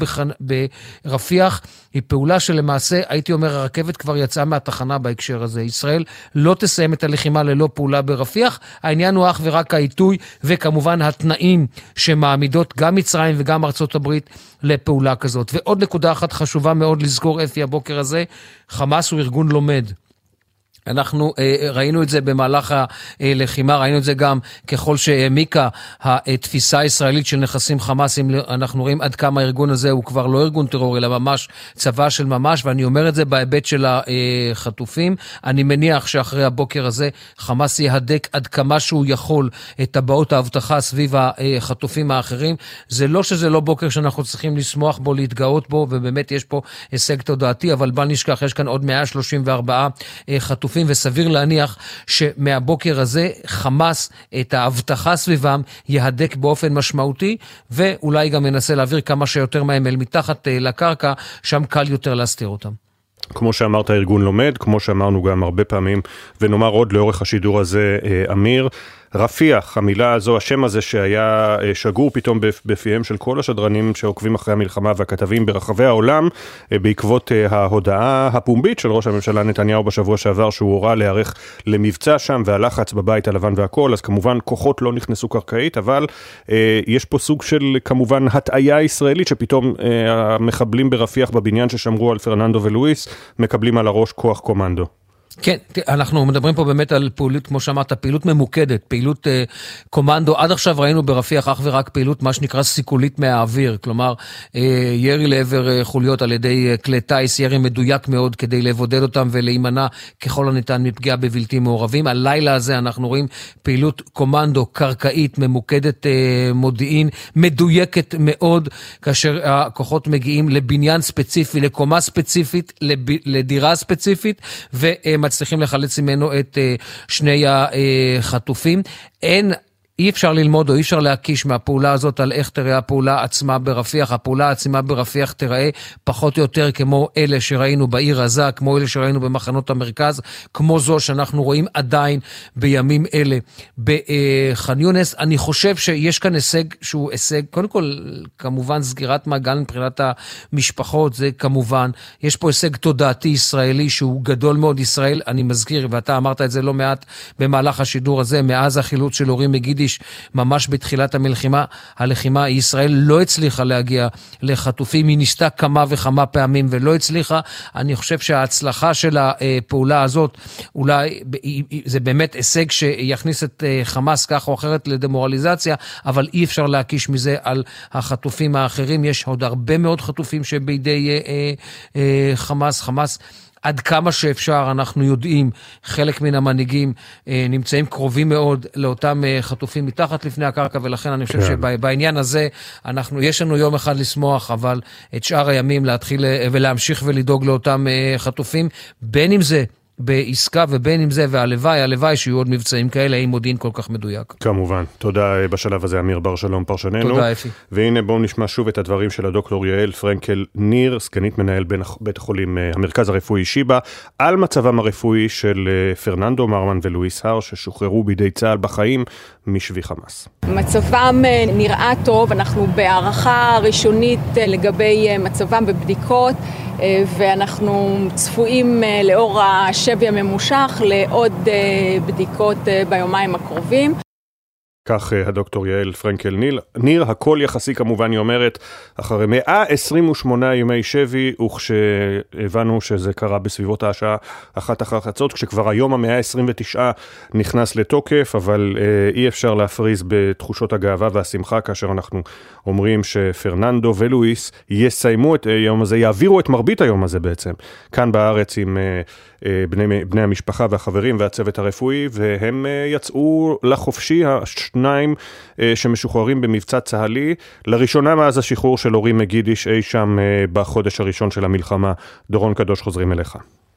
ברפיח היא פעולה שלמעשה, הייתי אומר, הרכבת כבר יצאה מהתחנה בהקשר הזה. ישראל לא תסיים את הלחימה ללא פעולה ברפיח. העניין הוא אך ורק העיתוי, וכמובן התנאים שמעמידות גם מצרים וגם ארצות הברית לפעולה כזאת. ועוד נקודה אחת חשובה מאוד לזכור, אפי, הבוקר הזה, חמאס הוא ארגון לומד. אנחנו אה, ראינו את זה במהלך הלחימה, ראינו את זה גם ככל שהעמיקה התפיסה הישראלית של נכסים חמאסים, אנחנו רואים עד כמה הארגון הזה הוא כבר לא ארגון טרור, אלא ממש צבא של ממש, ואני אומר את זה בהיבט של החטופים. אני מניח שאחרי הבוקר הזה חמאס יהדק עד כמה שהוא יכול את טבעות ההבטחה סביב החטופים האחרים. זה לא שזה לא בוקר שאנחנו צריכים לשמוח בו, להתגאות בו, ובאמת יש פה הישג תודעתי, אבל בל נשכח, יש כאן עוד מאה שלושים וארבעה חטופים החטופים, וסביר להניח שמהבוקר הזה חמאס את ההבטחה סביבם יהדק באופן משמעותי, ואולי גם ינסה להעביר כמה שיותר מהם אל מתחת לקרקע, שם קל יותר להסתיר אותם. כמו שאמרת, הארגון לומד, כמו שאמרנו גם הרבה פעמים, ונאמר עוד לאורך השידור הזה, אמיר, רפיח, המילה הזו, השם הזה שהיה שגור פתאום בפיהם של כל השדרנים שעוקבים אחרי המלחמה והכתבים ברחבי העולם, בעקבות ההודעה הפומבית של ראש הממשלה נתניהו בשבוע שעבר, שהוא הורה להיערך למבצע שם, והלחץ בבית הלבן והכל, אז כמובן כוחות לא נכנסו קרקעית, אבל אה, יש פה סוג של כמובן הטעיה ישראלית, שפתאום אה, המחבלים ברפיח בבניין ששמרו על פרננדו ולואיס, מקבלים על הראש כוח קומנדו. כן, אנחנו מדברים פה באמת על פעילות, כמו שאמרת, פעילות ממוקדת, פעילות אה, קומנדו. עד עכשיו ראינו ברפיח אך ורק פעילות, מה שנקרא סיכולית מהאוויר, כלומר, אה, ירי לעבר אה, חוליות על ידי אה, כלי טייס, ירי מדויק מאוד כדי לבודד אותם ולהימנע ככל הניתן מפגיעה בבלתי מעורבים. הלילה הזה אנחנו רואים פעילות קומנדו קרקעית, ממוקדת אה, מודיעין, מדויקת מאוד, כאשר הכוחות מגיעים לבניין ספציפי, לקומה ספציפית, לב, לדירה ספציפית, ו... מצליחים לחלץ ממנו את שני החטופים. אין, אי אפשר ללמוד או אי אפשר להקיש מהפעולה הזאת על איך תראה הפעולה עצמה ברפיח. הפעולה עצמה ברפיח תראה פחות או יותר כמו אלה שראינו בעיר עזה, כמו אלה שראינו במחנות המרכז, כמו זו שאנחנו רואים עדיין בימים אלה בח'אן יונס. אני חושב שיש כאן הישג שהוא הישג, קודם כל כמובן סגירת מעגל מבחינת המשפחות, זה כמובן, יש פה הישג תודעתי ישראלי שהוא גדול מאוד. ישראל, אני מזכיר, ואתה אמרת את זה לא מעט במהלך השידור הזה, מאז החילוץ של אורי מגידיש, ממש בתחילת המלחמה, הלחימה, ישראל לא הצליחה להגיע לחטופים, היא ניסתה כמה וכמה פעמים ולא הצליחה. אני חושב שההצלחה של הפעולה הזאת, אולי זה באמת הישג שיכניס את חמאס כך או אחרת לדמורליזציה, אבל אי אפשר להקיש מזה על החטופים האחרים. יש עוד הרבה מאוד חטופים שבידי אה, אה, חמאס, חמאס עד כמה שאפשר, אנחנו יודעים, חלק מן המנהיגים אה, נמצאים קרובים מאוד לאותם אה, חטופים מתחת לפני הקרקע, ולכן אני חושב כן. שבעניין הזה, אנחנו, יש לנו יום אחד לשמוח, אבל את שאר הימים להתחיל אה, ולהמשיך ולדאוג לאותם אה, חטופים, בין אם זה בעסקה ובין עם זה, והלוואי, הלוואי שיהיו עוד מבצעים כאלה, עם מודיעין כל כך מדויק. כמובן. תודה בשלב הזה, אמיר בר שלום פרשננו. תודה, אפי. והנה בואו נשמע שוב את הדברים של הדוקטור יעל פרנקל ניר, סגנית מנהל בית החולים, המרכז הרפואי שיבא, על מצבם הרפואי של פרננדו מרמן ולואיס הר, ששוחררו בידי צה"ל בחיים משבי חמאס. מצבם נראה טוב, אנחנו בהערכה ראשונית לגבי מצבם בבדיקות, ואנחנו צפויים לאור השבי הממושך לעוד בדיקות ביומיים הקרובים. כך הדוקטור יעל פרנקל ניר, ניר, הכל יחסי כמובן, היא אומרת, אחרי מאה עשרים ושמונה ימי שבי, וכשהבנו שזה קרה בסביבות השעה אחת אחר חצות, כשכבר היום המאה ה-עשרים ותשע נכנס לתוקף, אבל אה, אי אפשר להפריז בתחושות הגאווה והשמחה, כאשר אנחנו אומרים שפרננדו ולואיס יסיימו את היום הזה, יעבירו את מרבית היום הזה בעצם, כאן בארץ עם אה, אה, בני, בני המשפחה והחברים והצוות הרפואי, והם אה, יצאו לחופשי, שניים אה, שמשוחררים במבצע צהלי, לראשונה מאז השחרור של אורי מגידיש אי שם אה, בחודש הראשון של המלחמה. דורון קדוש, חוזרים אליך.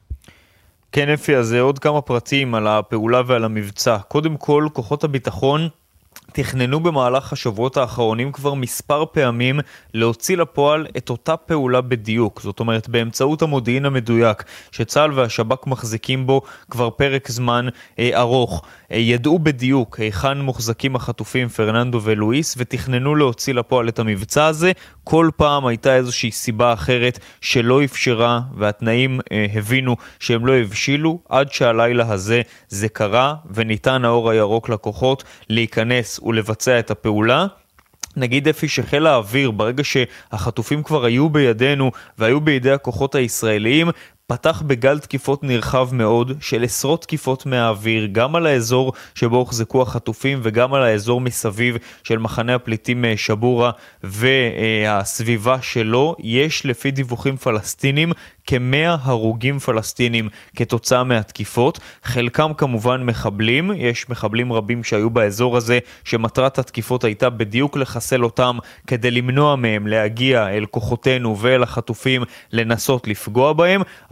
כן, אפי, אז עוד כמה פרטים על הפעולה ועל המבצע. קודם כל, כוחות הביטחון תכננו במהלך השבועות האחרונים כבר מספר פעמים להוציא לפועל את אותה פעולה בדיוק. זאת אומרת, באמצעות המודיעין המדויק שצה"ל והשב"כ מחזיקים בו כבר פרק זמן אה, ארוך. אה, ידעו בדיוק היכן מוחזקים החטופים פרננדו ולואיס, ותכננו להוציא לפועל את המבצע הזה. כל פעם הייתה איזושהי סיבה אחרת שלא אפשרה, והתנאים אה, הבינו שהם לא הבשילו, עד שהלילה הזה זה קרה, וניתן האור הירוק לכוחות להיכנס ולבצע את הפעולה. נגיד אפי שחיל האוויר, ברגע שהחטופים כבר היו בידינו והיו בידי הכוחות הישראליים, פתח בגל תקיפות נרחב מאוד של עשרות תקיפות מהאוויר, גם על האזור שבו הוחזקו החטופים וגם על האזור מסביב של מחנה הפליטים שבורה והסביבה שלו. יש לפי דיווחים פלסטינים כמאה הרוגים פלסטינים כתוצאה מהתקיפות, חלקם כמובן מחבלים, יש מחבלים רבים שהיו באזור הזה שמטרת התקיפות הייתה בדיוק לחסל אותם כדי למנוע מהם להגיע אל כוחותינו ואל החטופים לנסות לפגוע בהם,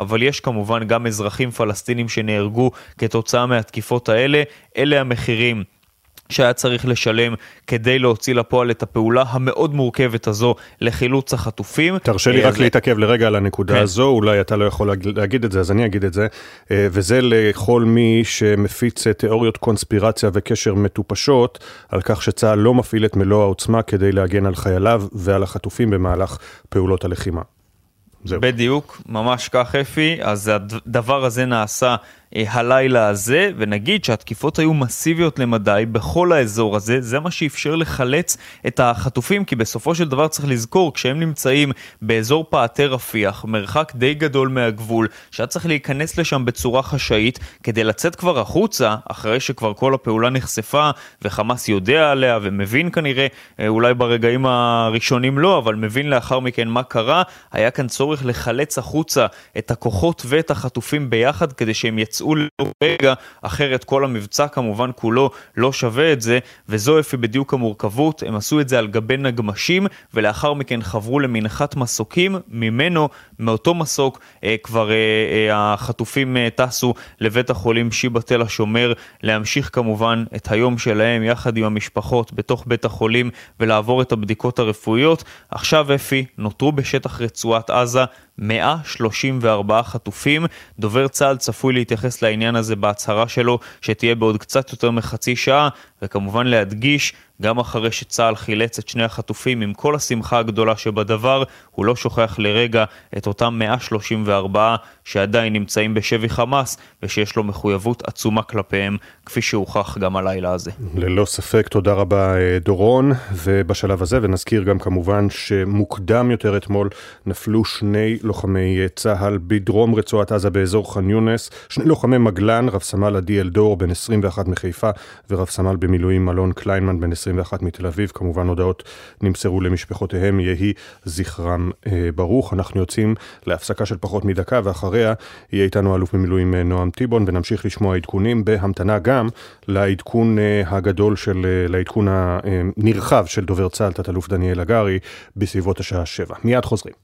אבל יש כמובן גם אזרחים פלסטינים שנהרגו כתוצאה מהתקיפות האלה. אלה המחירים שהיה צריך לשלם כדי להוציא לפועל את הפעולה המאוד מורכבת הזו לחילוץ החטופים. תרשה לי רק להתעכב לרגע על הנקודה הזו, אולי אתה לא יכול להגיד את זה, אז אני אגיד את זה, וזה לכל מי שמפיץ תיאוריות קונספירציה וקשר מטופשות, על כך שצה"ל לא מפעיל את מלוא העוצמה כדי להגן על חייליו ועל החטופים במהלך פעולות הלחימה. זהו. בדיוק, ממש כך אפי, אז הדבר הזה נעשה הלילה הזה, ונגיד שהתקיפות היו מסיביות למדי בכל האזור הזה, זה מה שאפשר לחלץ את החטופים, כי בסופו של דבר צריך לזכור, כשהם נמצאים באזור פעתי רפיח, מרחק די גדול מהגבול, שהיה צריך להיכנס לשם בצורה חשאית, כדי לצאת כבר החוצה, אחרי שכבר כל הפעולה נחשפה, וחמאס יודע עליה, ומבין כנראה, אולי ברגעים הראשונים לא, אבל מבין לאחר מכן מה קרה, היה כאן צורך לחלץ החוצה את הכוחות ואת החטופים ביחד, כדי שהם יצאו לרגע, אחרת כל המבצע כמובן כולו לא שווה את זה, וזו אפי בדיוק המורכבות. הם עשו את זה על גבי נגמשים, ולאחר מכן חברו למנחת מסוקים, ממנו, מאותו מסוק, אה, כבר אה, אה, החטופים אה, טסו לבית החולים שיבא תל השומר, להמשיך כמובן את היום שלהם יחד עם המשפחות בתוך בית החולים, ולעבור את הבדיקות הרפואיות. עכשיו אפי, נותרו בשטח רצועת עזה מאה שלושים וארבעה חטופים. דובר צה"ל צפוי להתייחס לעניין הזה בהצהרה שלו, שתהיה בעוד קצת יותר מחצי שעה, וכמובן להדגיש, גם אחרי שצה"ל חילץ את שני החטופים עם כל השמחה הגדולה שבדבר, הוא לא שוכח לרגע את אותם מאה שלושים וארבעה שעדיין נמצאים בשבי חמאס, ושיש לו מחויבות עצומה כלפיהם, כפי שהוכח גם הלילה הזה. ללא ספק, תודה רבה דורון, ובשלב הזה, ונזכיר גם כמובן שמוקדם יותר אתמול נפלו שני לוחמי צה"ל בדרום רצועת עזה באזור ח'אן יונס, שני לוחמי מגלן, רב סמל עדי אלדור בן עשרים ואחת מחיפה, ורב סמל במילואים אלון קליינמן בן עשרים ואחת מתל אביב. כמובן הודעות נמסרו למשפחותיהם, יהי זכרם אה, ברוך. אנחנו יוצאים להפסקה של פחות מדקה, ואחריה יהיה איתנו אלוף במילואים נועם טיבון, ונמשיך לשמוע עדכונים בהמתנה גם לעדכון אה, הגדול של, אה, לעדכון הנרחב של דובר צה"ל, תת-אלוף דניאל הגרי, בסביבות השעה שבע. מיד חוזרים.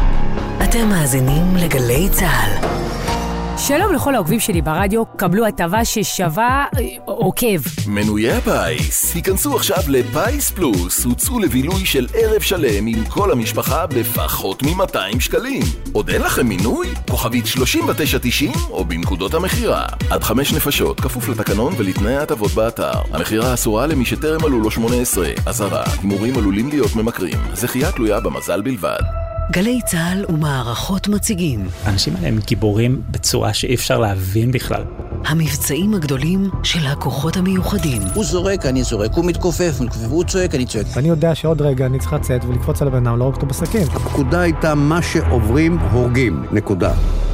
אתם מאזינים לגלי צה"ל. שלום לכל העוקבים שלי ברדיו, קבלו הטבה ששווה עוקב. מנויי הפיס, היכנסו עכשיו לפייס פלוס, הוצאו לבילוי של ערב שלם עם כל המשפחה בפחות מ-מאתיים שקלים. עוד אין לכם מינוי? כוכבית שלושים ותשע תשעים או בנקודות המחירה. עד חמש נפשות, כפוף לתקנון ולתנאי ההטבות באתר. המחירה אסורה למי שטרם מלאו לו שמונה עשרה. אזהרה, הימורים עלולים להיות ממכרים. הזכייה תלויה במזל בלבד. גלי צה"ל ומערכות מציגים. האנשים האלה הם גיבורים בצורה שאי אפשר להבין בכלל. המבצעים הגדולים של הכוחות המיוחדים. הוא זורק, אני זורק, הוא מתכופף, הוא צועק, אני צועק. ואני יודע שעוד רגע אני צריך לצאת ולקפוץ על הבן אדם, לא רק אותו בסכין. הפקודה הייתה מה שעוברים הורגים, נקודה.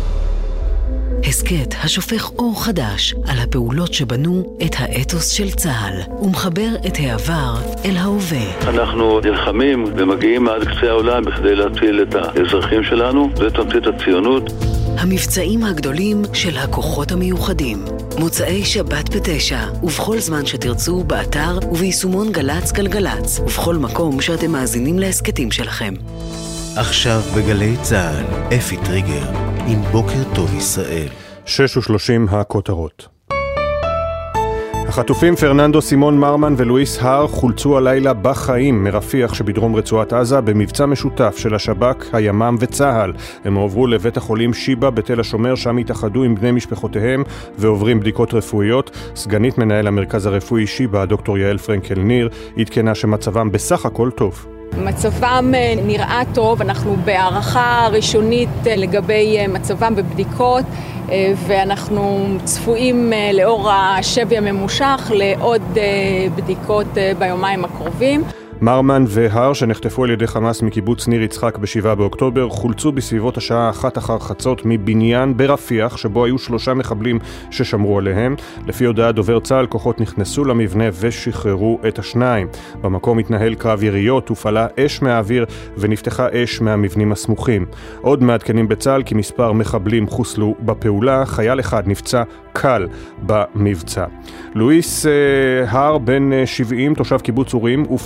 הסקט השופך אור חדש על הפעולות שבנו את האתוס של צה"ל ומחבר את העבר אל ההווה. אנחנו נלחמים ומגיעים עד קצה העולם בכדי להציל את האזרחים שלנו, זה תמצית הציונות. המבצעים הגדולים של הכוחות המיוחדים. מוצאי שבת בתשע, ובכל זמן שתרצו באתר וביישומון גלץ גלגלץ, ובכל מקום שאתם מאזינים להסקטים שלכם. עכשיו בגלי צה"ל, אפי טריגר, עם בוקר טוב ישראל. שש ושלושים הכותרות. החטופים פרננדו סימון מרמן ולואיס הר חולצו הלילה בחיים מרפיח שבדרום רצועת עזה במבצע משותף של השב"כ, הימ"מ וצה"ל. הם עוברו לבית החולים שיבא בתל השומר, שם התאחדו עם בני משפחותיהם ועוברים בדיקות רפואיות. סגנית מנהל המרכז הרפואי שיבא, דוקטור יעל פרנקל ניר, התקנה שמצבם בסך הכל טוב. מצבם נראה טוב, אנחנו בהערכה ראשונית לגבי מצבם בבדיקות, ואנחנו צפויים לאור השבי הממושך לעוד בדיקות ביומיים הקרובים. מרמן והר, שנחטפו על ידי חמאס מקיבוץ ניר יצחק בשבעה באוקטובר, חולצו בסביבות השעה אחת אחר חצות מבניין ברפיח, שבו היו שלושה מחבלים ששמרו עליהם. לפי הודעת דובר צה"ל, כוחות נכנסו למבנה ושחררו את השניים. במקום התנהל קרב יריות, הופעלה אש מהאוויר ונפתחה אש מהמבנים הסמוכים. עוד מעדכנים בצה"ל כי מספר מחבלים חוסלו בפעולה, חייל אחד נפצע קל במבצע. לואיס הר, בן שבעים, תושב קיבוץ אורים, ופרננדו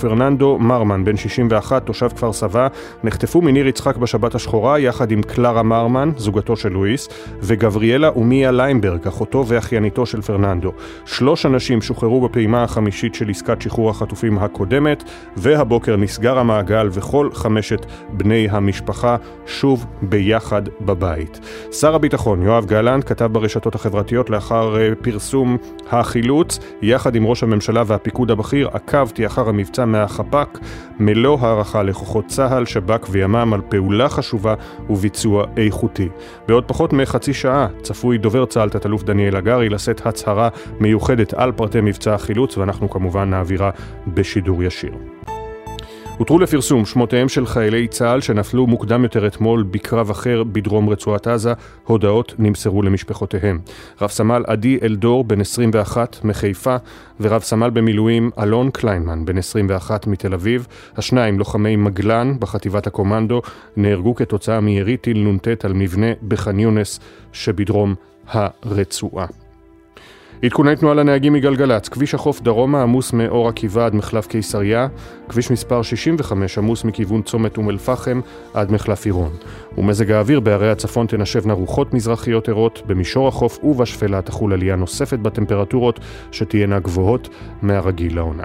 פרננדו מרמן, בן שישים ואחת, תושב כפר סבא, נחטפו מניר יצחק בשבת השחורה יחד עם קלרה מרמן, זוגתו של לואיס, וגבריאלה ומיה ליימברג, אחותו ואחייניתו של פרננדו. שלוש אנשים שוחררו בפעימה החמישית של עסקת שחרור החטופים הקודמת, והבוקר נסגר המעגל וכל חמשת בני המשפחה שוב ביחד בבית. שר הביטחון יואב גלנט כתב ברשתות החברתיות לאחר פרסום החילוץ, יחד עם ראש הממשלה והפיקוד הבכיר עקבתי אחר המבצע מהחפ"ק, מלוא הערכה לכוחות צה"ל, שב"כ וימ"מ על פעולה חשובה וביצוע איכותי. בעוד פחות מחצי שעה צפוי דובר צה"ל תת-אלוף דניאל הגרי לשאת הצהרה מיוחדת על פרטי מבצע החילוץ, ואנחנו כמובן נעבירה בשידור ישיר. הותרו לפרסום שמותיהם של חיילי צה"ל שנפלו מוקדם יותר אתמול בקרב אחר בדרום רצועת עזה. הודעות נמסרו למשפחותיהם. רב סמל עדי אלדור בן עשרים ואחת מחיפה ורב סמל במילואים אלון קליינמן בן עשרים ואחת מתל אביב. השניים לוחמי מגלן בחטיבת הקומנדו נהרגו כתוצאה מירי טיל נ"ט על מבנה בח'אן יונס שבדרום הרצועה. עדכוני תנועה לנהגים מגלגלץ, כביש החוף דרומה עמוס מאור עקיבא עד מחלף קיסריה, כביש מספר שישים וחמש עמוס מכיוון צומת אום אל פחם עד מחלף עירון. ומזג האוויר בערי הצפון תנשבנה רוחות מזרחיות ערות, במישור החוף ובשפלה תחול עלייה נוספת בטמפרטורות שתהיינה גבוהות מהרגיל לעונה.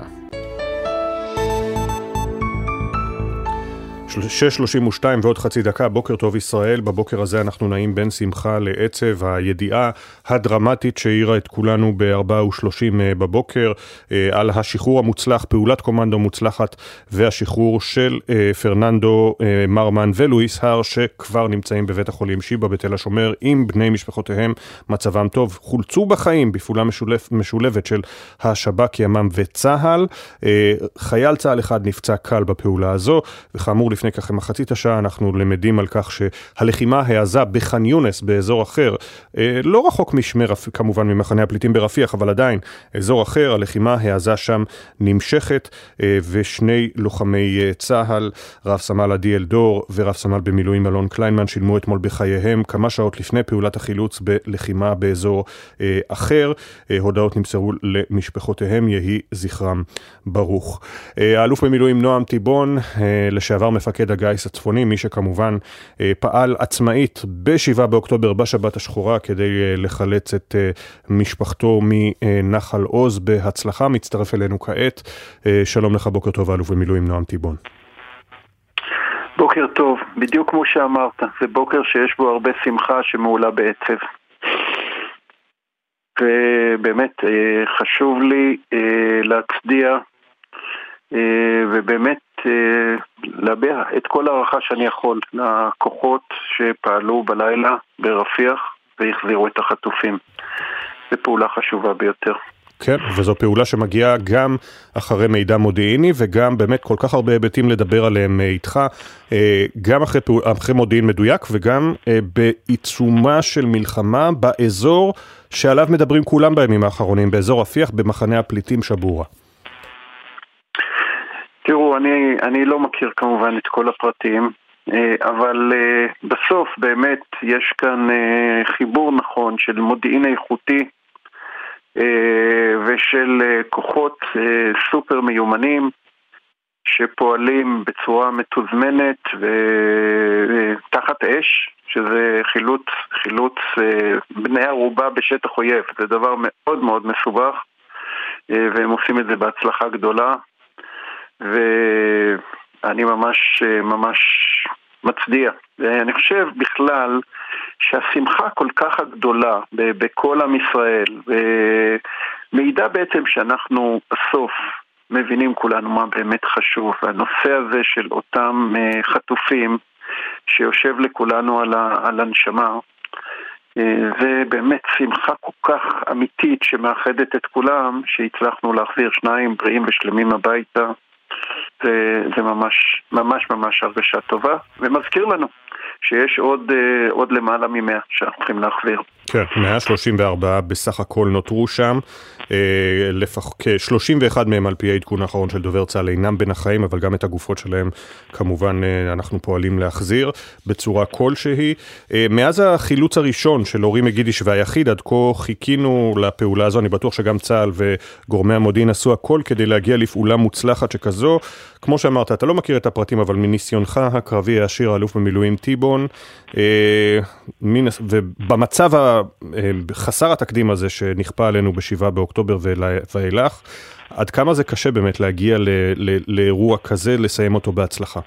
שש שלושים ושתיים ועוד חצי דקה, בוקר טוב ישראל. בבוקר הזה אנחנו נעים בין שמחה לעצב. הידיעה הדרמטית שהעירה את כולנו ב-ארבע ושלושים בבוקר על השחרור המוצלח, פעולת קומנדו מוצלחת והשחרור של פרננדו מרמן ולואיס הר, שכבר נמצאים בבית החולים שיבא בתל השומר עם בני משפחותיהם, מצבם טוב, חולצו בחיים בפעולה משולב, משולבת של השב"כ, ימ"מ וצה"ל. חייל צה"ל אחד נפצע קל בפעולה הזו, וכאמור לפני כך מחצית השעה אנחנו למדים על כך שהלחימה העזה בח'אן יונס באזור אחר, לא רחוק משמר כמובן ממחנה הפליטים ברפיח, אבל עדיין אזור אחר, הלחימה העזה שם נמשכת, ושני לוחמי צה"ל, רב סמל עדי אלדור ורב סמל במילואים אלון קליינמן, שילמו אתמול בחייהם כמה שעות לפני פעולת החילוץ בלחימה באזור אחר. הודעות נמסרו למשפחותיהם, יהי זכרם ברוך. האלוף במילואים נועם טיבון, לשעבר מפקד הגיס הצפוני, מי שכמובן פעל עצמאית בשבעה באוקטובר בשבת השחורה כדי לחלץ את משפחתו מנחל עוז בהצלחה, מצטרף אלינו כעת. שלום לך, בוקר טוב האלוף במילואים נועם טיבון. בוקר טוב, בדיוק כמו שאמרת, זה בוקר שיש בו הרבה שמחה שמעולה בעצב. ובאמת חשוב לי להצדיע ובאמת להביע את כל הערכה שאני יכול לכוחות שפעלו בלילה ברפיח והחזירו את החטופים. זו פעולה חשובה ביותר. כן, וזו פעולה שמגיעה גם אחרי מידע מודיעיני וגם באמת כל כך הרבה היבטים לדבר עליהם איתך, גם אחרי, אחרי מודיעין מדויק וגם בעיצומה של מלחמה באזור שעליו מדברים כולם בימים האחרונים, באזור רפיח במחנה הפליטים שבורה. תראו, אני, אני לא מכיר כמובן את כל הפרטים, אבל בסוף באמת יש כאן חיבור נכון של מודיעין איכותי ושל כוחות סופר מיומנים שפועלים בצורה מתוזמנת ותחת אש, שזה חילוץ, חילוץ בני ערובה בשטח אויב. זה דבר מאוד מאוד מסובך והם עושים את זה בהצלחה גדולה. ואני ממש ממש מצדיע. אני חושב בכלל שהשמחה כל כך הגדולה בכל עם ישראל, ומעידה בעצם שאנחנו בסוף מבינים כולנו מה באמת חשוב. והנושא הזה של אותם חטופים שיושב לכולנו על, ה, על הנשמה, זה באמת שמחה כל כך אמיתית שמאחדת את כולם, שהצלחנו להחזיר שניים בריאים ושלמים הביתה. זה, זה ממש, ממש ממש הרגשה טובה, ומזכיר לנו שיש עוד, עוד למעלה ממאה שאנחנו צריכים להחזיר. כן, מאה שלושים וארבע בסך הכל נותרו שם, כ-שלושים ואחד מהם על פי העדכון האחרון של דובר צה"ל אינם בין החיים, אבל גם את הגופות שלהם כמובן אנחנו פועלים להחזיר בצורה כלשהי. מאז החילוץ הראשון של אורי מגידיש והיחיד, עד כה חיכינו לפעולה הזו, אני בטוח שגם צה"ל וגורמי המודיעין עשו הכל כדי להגיע לפעולה מוצלחת שכזו. כמו שאמרת, אתה לא מכיר את הפרטים, אבל מניסיונך הקרבי העשיר, האלוף במילואים טיבון, ובמצב חסר התקדים הזה שנכפה עלינו בשבעה באוקטובר ואילך, עד כמה זה קשה באמת להגיע ל- ל- לאירוע כזה, לסיים אותו בהצלחה?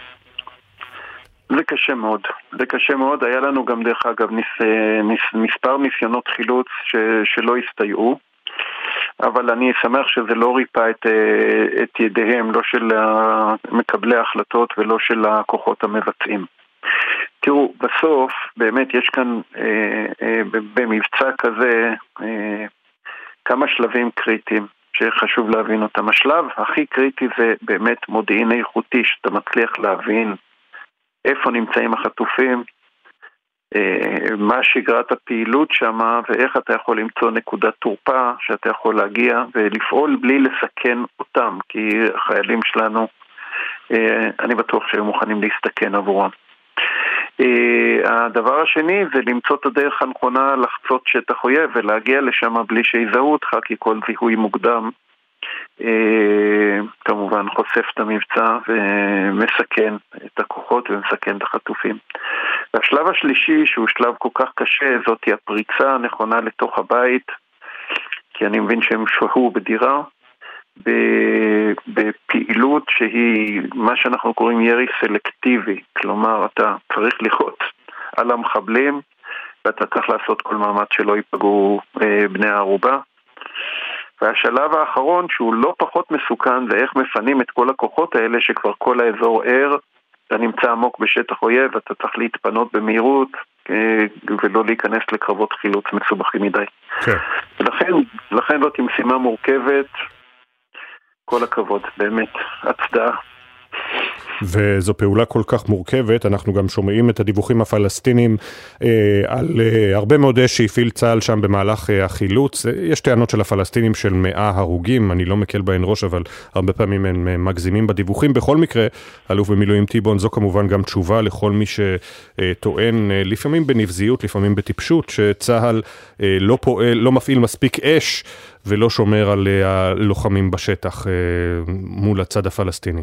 זה קשה מאוד, זה קשה מאוד. היה לנו גם דרך אגב ניס, ניס, מספר ניסיונות חילוץ ש, שלא הסתייעו, אבל אני שמח שזה לא ריפה את, את ידיהם, לא של מקבלי ההחלטות ולא של הכוחות המבצעים. תראו, בסוף באמת יש כאן אה, אה, במבצע כזה אה, כמה שלבים קריטיים שחשוב להבין אותם. השלב הכי קריטי זה באמת מודיעין איכותי, שאתה מצליח להבין איפה נמצאים החטופים, אה, מה שגרת הפעילות שמה, ואיך אתה יכול למצוא נקודת תורפה שאתה יכול להגיע ולפעול בלי לסכן אותם, כי החיילים שלנו, אה, אני בטוח שהם מוכנים להסתכן עבורם. Uh, הדבר השני זה למצוא את הדרך הנכונה לחצות שטח אויב ולהגיע לשם בלי שיזהו אותך, כי כל זיהוי מוקדם uh, כמובן חושף את המבצע ומסכן את הכוחות ומסכן את החטופים. והשלב השלישי, שהוא שלב כל כך קשה, זאת היא הפריצה הנכונה לתוך הבית, כי אני מבין שהם שהו בדירה בפעילות שהיא מה שאנחנו קוראים ירי סלקטיבי, כלומר אתה צריך לראות על המחבלים ואתה צריך לעשות כל מאמץ שלא ייפגעו בני הערובה. והשלב האחרון שהוא לא פחות מסוכן זה איך מפנים את כל הכוחות האלה שכבר כל האזור ער, אתה נמצא עמוק בשטח אויב, אתה צריך להתפנות במהירות ולא להיכנס לקרבות חילוץ מסובכים מדי. כן. ולכן, לכן זאת משימה מורכבת, כל הכבוד, באמת, הצדעה. וזו פעולה כל כך מורכבת, אנחנו גם שומעים את הדיווחים הפלסטינים אה, על אה, הרבה מאוד אש שהפעיל צה"ל שם במהלך אה, החילוץ. יש טענות של הפלסטינים של מאה הרוגים, אני לא מקל בהן ראש, אבל הרבה פעמים הם מגזימים בדיווחים. בכל מקרה, אלוף במילואים טיבון, זו כמובן גם תשובה לכל מי שטוען, אה, לפעמים בנבזיות, לפעמים בטיפשות, שצה"ל אה, לא פועל, לא מפעיל מספיק אש, ולא שומר על אה, הלוחמים בשטח אה, מול הצד הפלסטיני.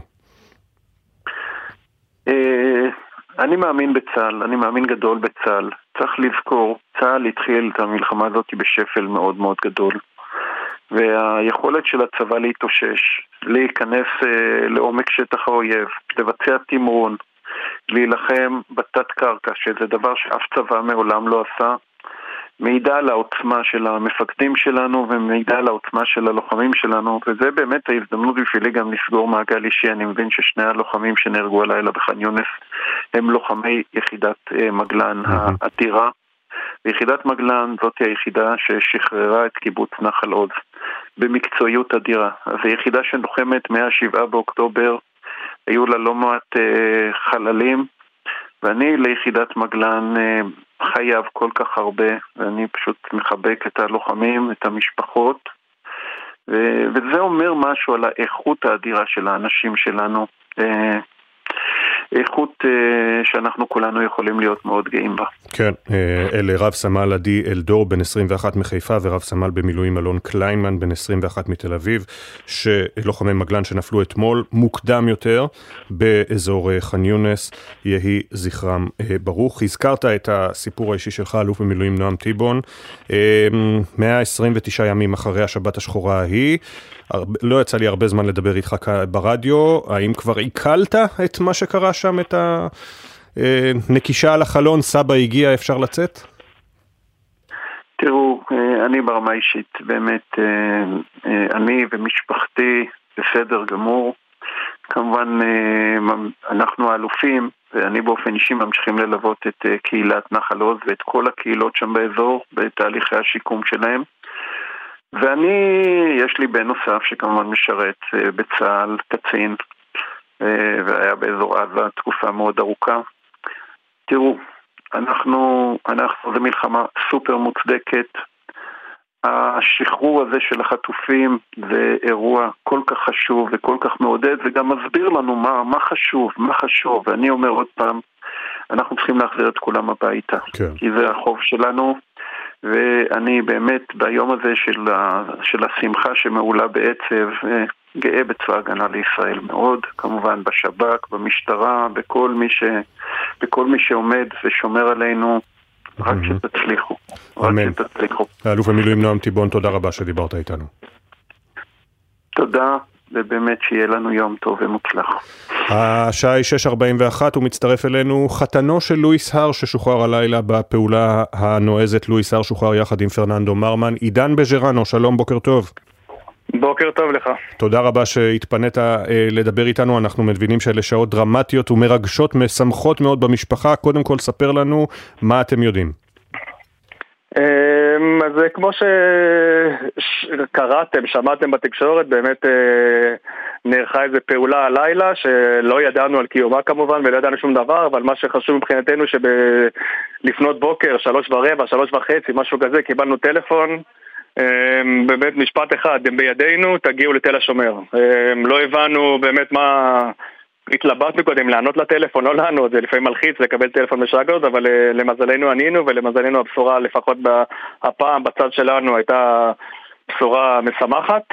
אני מאמין בצה"ל, אני מאמין גדול בצה"ל. צריך לזכור, צה"ל התחיל את המלחמה הזאת בשפל מאוד מאוד גדול, והיכולת של הצבא להתאושש, להיכנס לעומק שטח האויב, לבצע תמרון, להילחם בתת קרקע, שזה דבר שאף צבא מעולם לא עשה, מידע על העוצמה של המפקדים שלנו ומידע על העוצמה של הלוחמים שלנו, וזה באמת ההזדמנות בשבילי גם לסגור מעגל אישי. אני מבין ששני הלוחמים שנהרגו הלילה בח'אן יונס הם לוחמי יחידת מגלן העתירה, ויחידת מגלן זאת היחידה ששחררה את קיבוץ נחל עוז במקצועיות אדירה. אז היחידה שלוחמת מהשבעה באוקטובר, היו לה לא מעט חללים, ואני ליחידת מגלן חייב כל כך הרבה, ואני פשוט מחבק את הלוחמים, את המשפחות, וזה אומר משהו על האיכות האדירה של האנשים שלנו, איכות שאנחנו כולנו יכולים להיות מאוד גאים בה. כן, אלה רב סמל עדי אלדור בן עשרים ואחת מחיפה ורב סמל במילואים אלון קליינמן בן עשרים ואחת מתל אביב, שלוחמי מגלן שנפלו אתמול מוקדם יותר באזור ח'אן יונס, יהי זכרם ברוך. הזכרת את הסיפור האישי שלך, אלוף במילואים נועם טיבון, מאה עשרים ותשעה ימים אחרי השבת השחורה ההיא, לא יצא לי הרבה זמן לדבר איתך ברדיו, האם כבר עיכלת את מה שקרה שם, את הנקישה על החלון, סבא הגיע, אפשר לצאת? תראו, אני ברמה אישית, באמת, אני ומשפחתי בסדר גמור, כמובן אנחנו האלופים, ואני באופן אישי ממשיכים ללוות את קהילת נחל עוז ואת כל הקהילות שם באזור, בתהליכי השיקום שלהם, ואני, יש לי בן נוסף שכמובן משרת בצה"ל, קצין, והיה באזור עזה תקופה מאוד ארוכה. תראו, אנחנו, אנחנו, זו מלחמה סופר מוצדקת. השחרור הזה של החטופים זה אירוע כל כך חשוב וכל כך מעודד, וגם מסביר לנו מה, מה חשוב, מה חשוב. ואני אומר עוד פעם, אנחנו צריכים להחזיר את כולם הביתה, כן. כי זה החוב שלנו, ואני באמת ביום הזה של, ה, של השמחה שמעולה בעצב, גאה בצבא הגנה לישראל מאוד, כמובן בשב"כ, במשטרה, בכל מי, ש, בכל מי שעומד ושומר עלינו, רק שתצליחו. אמן. האלוף במילואים נועם תיבון, תודה רבה שדיברת איתנו. תודה, ובאמת שיהיה לנו יום טוב ומוצלח. השעה היא שש ארבעים ואחת, הוא מצטרף אלינו חתנו של לואיס הר ששוחרר הלילה בפעולה הנועזת. לואיס הר שוחרר יחד עם פרננדו מרמן. עידן בג'רנו, שלום, בוקר טוב. בוקר טוב לך. תודה רבה שהתפנית אה, לדבר איתנו. אנחנו מבינים שאלה שעות דרמטיות ומרגשות, משמחות מאוד במשפחה. קודם כל ספר לנו מה אתם יודעים. אז כמו שקראתם, שמעתם בתקשורת, באמת נערכה איזו פעולה הלילה שלא ידענו על קיומה כמובן ולא ידענו שום דבר, אבל מה שחשוב מבחינתנו שבלפנות בוקר, שלוש ורבע, שלוש וחצי, משהו כזה, קיבלנו טלפון, באמת משפט אחד, הם בידינו, תגיעו לתל השומר. לא הבנו באמת מה... התלבטנו קודם לענות לטלפון, לא לענות, זה לפעמים מלחיץ לקבל טלפון משרגות, אבל למזלנו ענינו, ולמזלנו הבשורה, לפחות הפעם בצד שלנו, הייתה בשורה משמחת,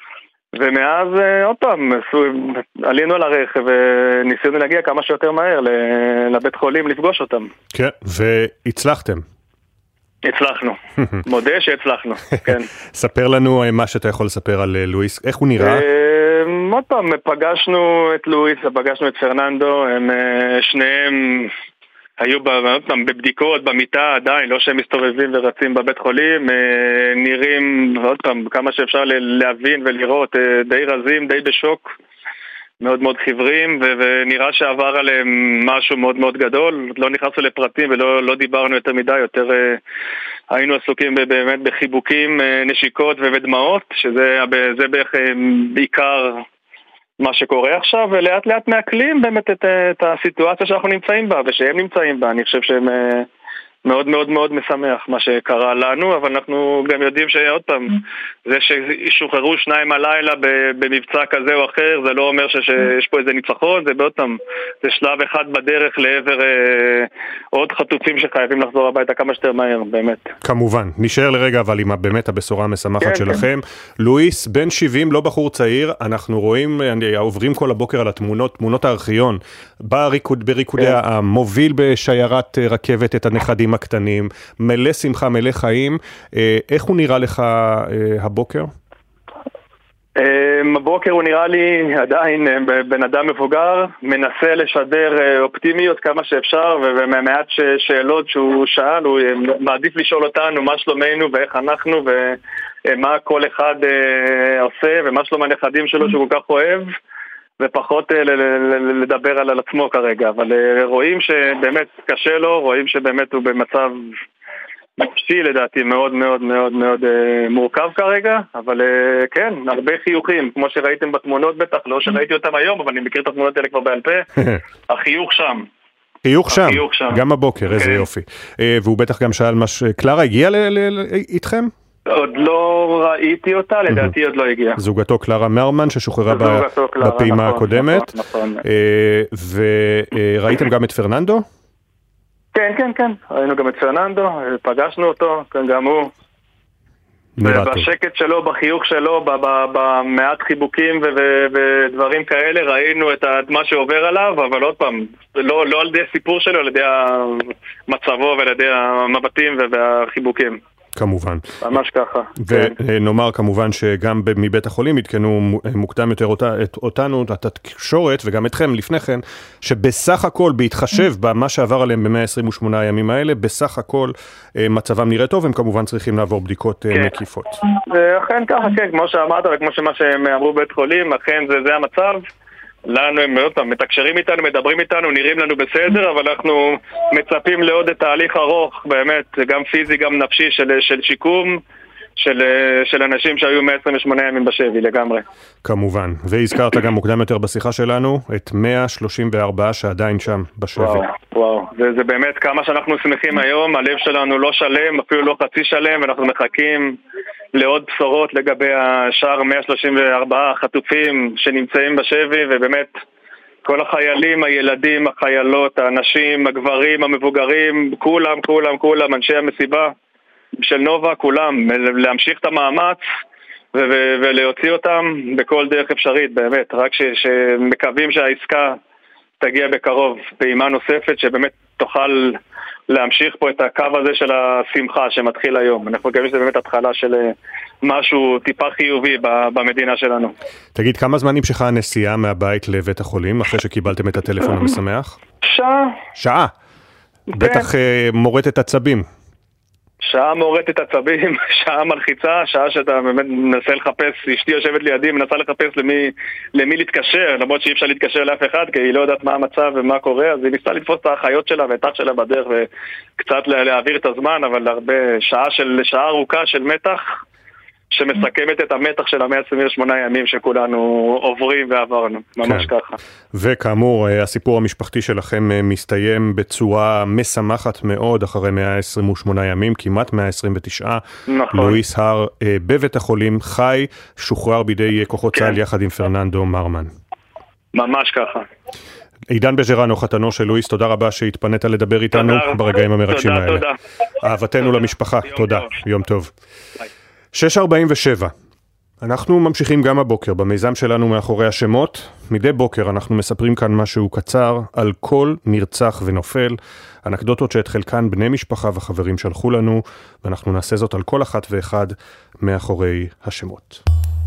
ומאז עוד פעם עלינו על הרכב וניסינו להגיע כמה שיותר מהר לבית חולים לפגוש אותם. כן, והצלחתם. הצלחנו, מודה שהצלחנו, כן. ספר לנו מה שאתה יכול לספר על לואיס, איך הוא נראה? עוד פעם, פגשנו את לואיס, פגשנו את פרננדו, הם שניהם היו בבדיקות, במיטה עדיין, לא שהם מסתובבים ורצים בבית חולים, נראים, עוד פעם, כמה שאפשר להבין ולראות, די רזים, די בשוק, מאוד מאוד חברים, ונראה שעבר עליהם משהו מאוד מאוד גדול. לא נכנסנו לפרטים ולא לא דיברנו יותר מדי, יותר היינו עסוקים באמת בחיבוקים, נשיקות ובדמעות, שזה זה בעיקר מה שקורה עכשיו, ולאט לאט מעכלים באמת את, את הסיטואציה שאנחנו נמצאים בה ושהם נמצאים בה. אני חושב שהם מאוד מאוד מאוד משמח מה שקרה לנו, אבל אנחנו גם יודעים שעוד פעם, זה ששוחררו שניים הלילה במבצע כזה או אחר, זה לא אומר שיש פה איזה ניצחון, זה בעוד פעם, זה שלב אחד בדרך לעבר אה, עוד חטופים שחייבים לחזור הביתה כמה שיותר מהר, באמת. כמובן, נשאר לרגע אבל עם באמת הבשורה המשמחת כן, שלכם. כן. לואיס, בן שבעים, לא בחור צעיר, אנחנו רואים, עוברים כל הבוקר על התמונות, תמונות הארכיון, בריקוד, בריקודי כן. המוביל בשיירת רכבת את הנכדים הקטנים, מלא שמחה, מלא חיים. איך הוא נראה לך הבוקר? הבוקר הוא נראה לי עדיין בן אדם מבוגר, מנסה לשדר אופטימיות כמה שאפשר, ומעט שאלות שהוא שאל, הוא מעדיף לשאול אותנו מה שלומנו ואיך אנחנו ומה כל אחד עושה ומה שלום הנכדים שלו שהוא כל כך אוהב, ופחות לדבר על עצמו כרגע, אבל רואים שבאמת קשה לו, רואים שבאמת הוא במצב נפשי לדעתי מאוד מאוד מאוד מאוד מורכב כרגע, אבל כן, הרבה חיוכים, כמו שראיתם בתמונות בטח, לא שראיתי אותם היום, אבל אני מכיר את התמונות האלה כבר בעל פה, החיוך שם. חיוך שם, גם הבוקר, איזה יופי. והוא בטח גם שאל, קלרה הגיעה איתכם? עוד לא ראיתי אותה, לדעתי עוד לא הגיעה. זוגתו קלרה מרמן ששוחררה בפעימה הקודמת. וראיתם גם את פרננדו? כן, כן, כן. ראינו גם את פרננדו, פגשנו אותו, גם הוא. ובשקט שלו, בחיוך שלו, במעט חיבוקים ודברים כאלה, ראינו את מה שעובר עליו, אבל עוד פעם, לא על ידי הסיפור שלו, על ידי מצבו ועל ידי המבטים והחיבוקים. כמובן. ממש ככה. ונאמר כמובן שגם מבית החולים התקנו מוקדם יותר אותנו, את התקשורת וגם אתכם לפני כן, שבסך הכל בהתחשב במה שעבר עליהם ב-מאה עשרים ושמונה הימים האלה, בסך הכל מצבם נראה טוב, הם כמובן צריכים לעבור בדיקות מקיפות. אכן ככה, כן, כמו שאמרת וכמו שמה שהם אמרו בבית חולים, אכן זה המצב. לנו הם מאוד פעם מתקשרים איתנו, מדברים איתנו, נראים לנו בסדר, אבל אנחנו מצפים לעוד את תהליך ארוך, באמת, גם פיזי, גם נפשי של, של שיקום, של, של אנשים שהיו מאה עשרים ושמונה ימים בשבי לגמרי. כמובן, והזכרת גם מוקדם יותר בשיחה שלנו את מאה שלושים וארבע שעדיין שם בשבי. וואו, וואו, זה, זה באמת כמה שאנחנו שמחים היום, הלב שלנו לא שלם, אפילו לא חצי שלם, ואנחנו מחכים לעוד בשורות לגבי השאר מאה שלושים וארבע חטופים שנמצאים בשבי, ובאמת כל החיילים, הילדים, החיילות, האנשים, הגברים, המבוגרים, כולם, כולם, כולם, אנשי המסיבה של נובה, כולם, להמשיך את המאמץ ו- ו- ולהוציא אותם בכל דרך אפשרית, באמת, רק ש- שמקווים שהעסקה תגיע בקרוב, פעימה נוספת שבאמת תוכל להמשיך פה את הקו הזה של השמחה שמתחיל היום. אנחנו מקווים שזה באמת התחלה של משהו טיפה חיובי במדינה שלנו. תגיד, כמה זמן נמשכה הנסיעה מהבית לבית החולים אחרי שקיבלתם את הטלפון המשמח? שעה. שעה? בטח מורט את עצבים. שעה מורט את עצבים, שעה מלחיצה, שעה שאתה באמת מנסה לחפש, אשתי יושבת לידי, מנסה לחפש למי, למי להתקשר, למרות שאי אפשר להתקשר לאף אחד, כי היא לא יודעת מה המצב ומה קורה, אז היא ניסתה לתפוס את האחיות שלה ואת אח שלה בדרך, וקצת להעביר את הזמן, אבל הרבה שעה של, שעה ארוכה של מתח, שמסכמת את המתח של ה-מאה עשרים ושמונה ימים שכולנו עוברים ועברנו, ממש כן. ככה. וכאמור, הסיפור המשפחתי שלכם מסתיים בצורה משמחת מאוד אחרי מאה עשרים ושמונה ימים, כמעט מאה עשרים ותשע. נכון. לואיס הר בבית החולים חי, שוחרר בידי כוחות כן. צה"ל יחד עם פרננדו מרמן. ממש ככה. עידן בג'רנו, חתנו של לואיס, תודה רבה שהתפנית לדבר איתנו תודה. ברגעים המרגשים תודה, האלה. תודה. אהבתנו תודה. למשפחה, יום תודה. טוב. יום טוב. ביי. שש ארבעים ושבע. אנחנו ממשיכים גם הבוקר במיזם שלנו מאחורי השמות. מדי בוקר אנחנו מספרים כאן משהו קצר על כל נרצח ונופל, אנקדוטות שאת חלקן בני משפחה וחברים שלחו לנו, ואנחנו נעשה זאת על כל אחת ואחד מאחורי השמות.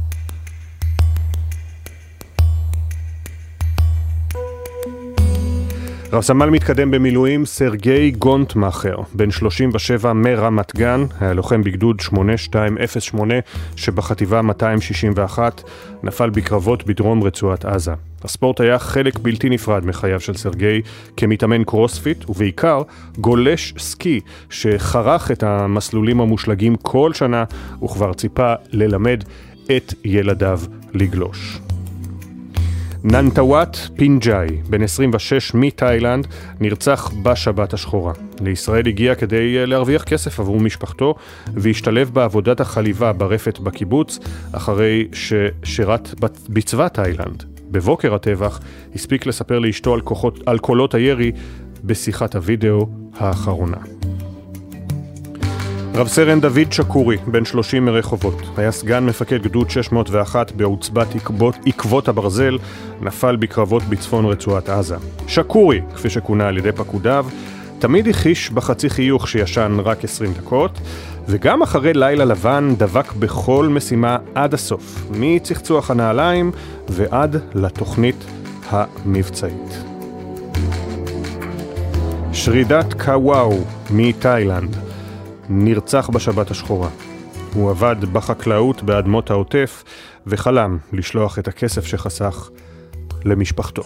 רב סמל מתקדם במילואים סרגי גונטמאחר, בן שלושים ושבע מרמת גן, היה לוחם בגדוד שמונה שתיים אפס שמונה שבחטיבה מאתיים שישים ואחת, נפל בקרבות בדרום רצועת עזה. הספורט היה חלק בלתי נפרד מחייו של סרגי כמתאמן קרוספיט, ובעיקר גולש סקי שחרך את המסלולים המושלגים כל שנה, וכבר ציפה ללמד את ילדיו לגלוש. ננטוואט פינג'אי, בן עשרים ושש מתאילנד, נרצח בשבת השחורה. לישראל הגיע כדי להרוויח כסף עבור משפחתו, והשתלב בעבודת החליבה ברפת בקיבוץ, אחרי ששירת בצבא תאילנד. בבוקר הטבח הספיק לספר לאשתו על, כוחות, על קולות הירי בשיחת הוידאו האחרונה. רב סרן דוד שקורי, בן שלושים מרחובות, היה סגן מפקד גדוד שש מאות ואחת בעוצבת עקבות, עקבות הברזל, נפל בקרבות בצפון רצועת עזה. שקורי, כפי שכונה על ידי פקודיו, תמיד הכיש בחצי חיוך שישן רק עשרים דקות, וגם אחרי לילה לבן דבק בכל משימה עד הסוף, מצחצוח הנעליים ועד לתוכנית המבצעית. שרידת קוואו מתאילנד נרצח בשבת השחורה. הוא עבד בחקלאות באדמות העוטף וחלם לשלוח את הכסף שחסך למשפחתו.